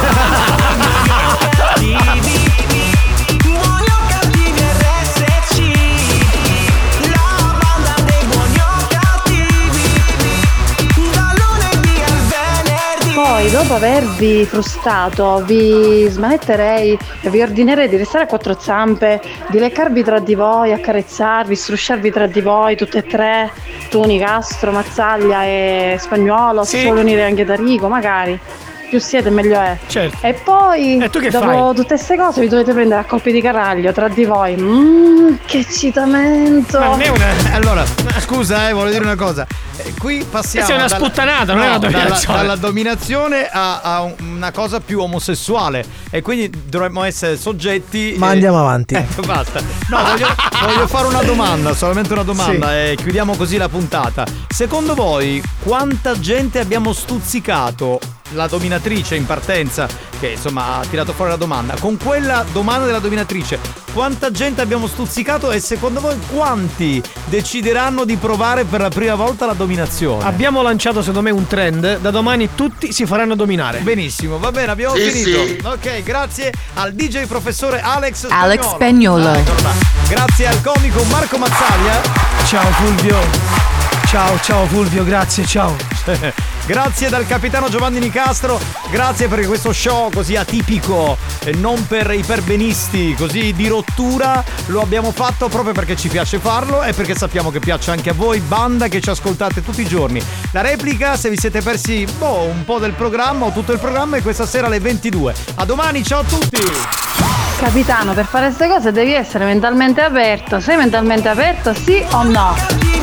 Poi dopo avervi frustato vi smanetterei e vi ordinerei di restare a quattro zampe, di leccarvi tra di voi, accarezzarvi, strusciarvi tra di voi tutte e tre, tu Nicastro, Mazzaglia e Spagnuolo, sì. Se vuole unire anche Tarico magari. Più siete meglio è. Certo. E poi e tu che dopo fai? tutte queste cose vi dovete prendere a colpi di caraglio tra di voi. Mmm, che eccitamento. Ma non è una... Allora, scusa, eh, voglio dire una cosa. Eh, qui passiamo. Questa è una dalla... sputtanata, non no, è una dominazione. Dalla, dalla dominazione a, a una cosa più omosessuale. E quindi dovremmo essere soggetti. Ma eh... andiamo avanti. Ecco, basta. No, voglio, voglio fare una domanda, solamente una domanda. Sì. E chiudiamo così la puntata. Secondo voi, quanta gente abbiamo stuzzicato? La dominatrice in partenza, che insomma ha tirato fuori la domanda, con quella domanda della dominatrice, quanta gente abbiamo stuzzicato e secondo voi quanti decideranno di provare per la prima volta la dominazione? Abbiamo lanciato secondo me un trend, da domani tutti si faranno dominare. Benissimo, va bene, abbiamo sì, finito. Sì. Ok, grazie al D J professore Alex Spagnuolo. Alex Spagnuolo. Ah, grazie al comico Marco Mazzaglia. Ciao Fulvio. Ciao, ciao Fulvio, grazie, ciao. Grazie dal capitano Giovanni Nicastro, grazie per questo show così atipico e non per i perbenisti, così di rottura. Lo abbiamo fatto proprio perché ci piace farlo e perché sappiamo che piace anche a voi, banda che ci ascoltate tutti i giorni. La replica, se vi siete persi boh, un po' del programma o tutto il programma, è questa sera alle ventidue. A domani, ciao a tutti! Capitano, per fare queste cose devi essere mentalmente aperto. Sei mentalmente aperto, sì o no?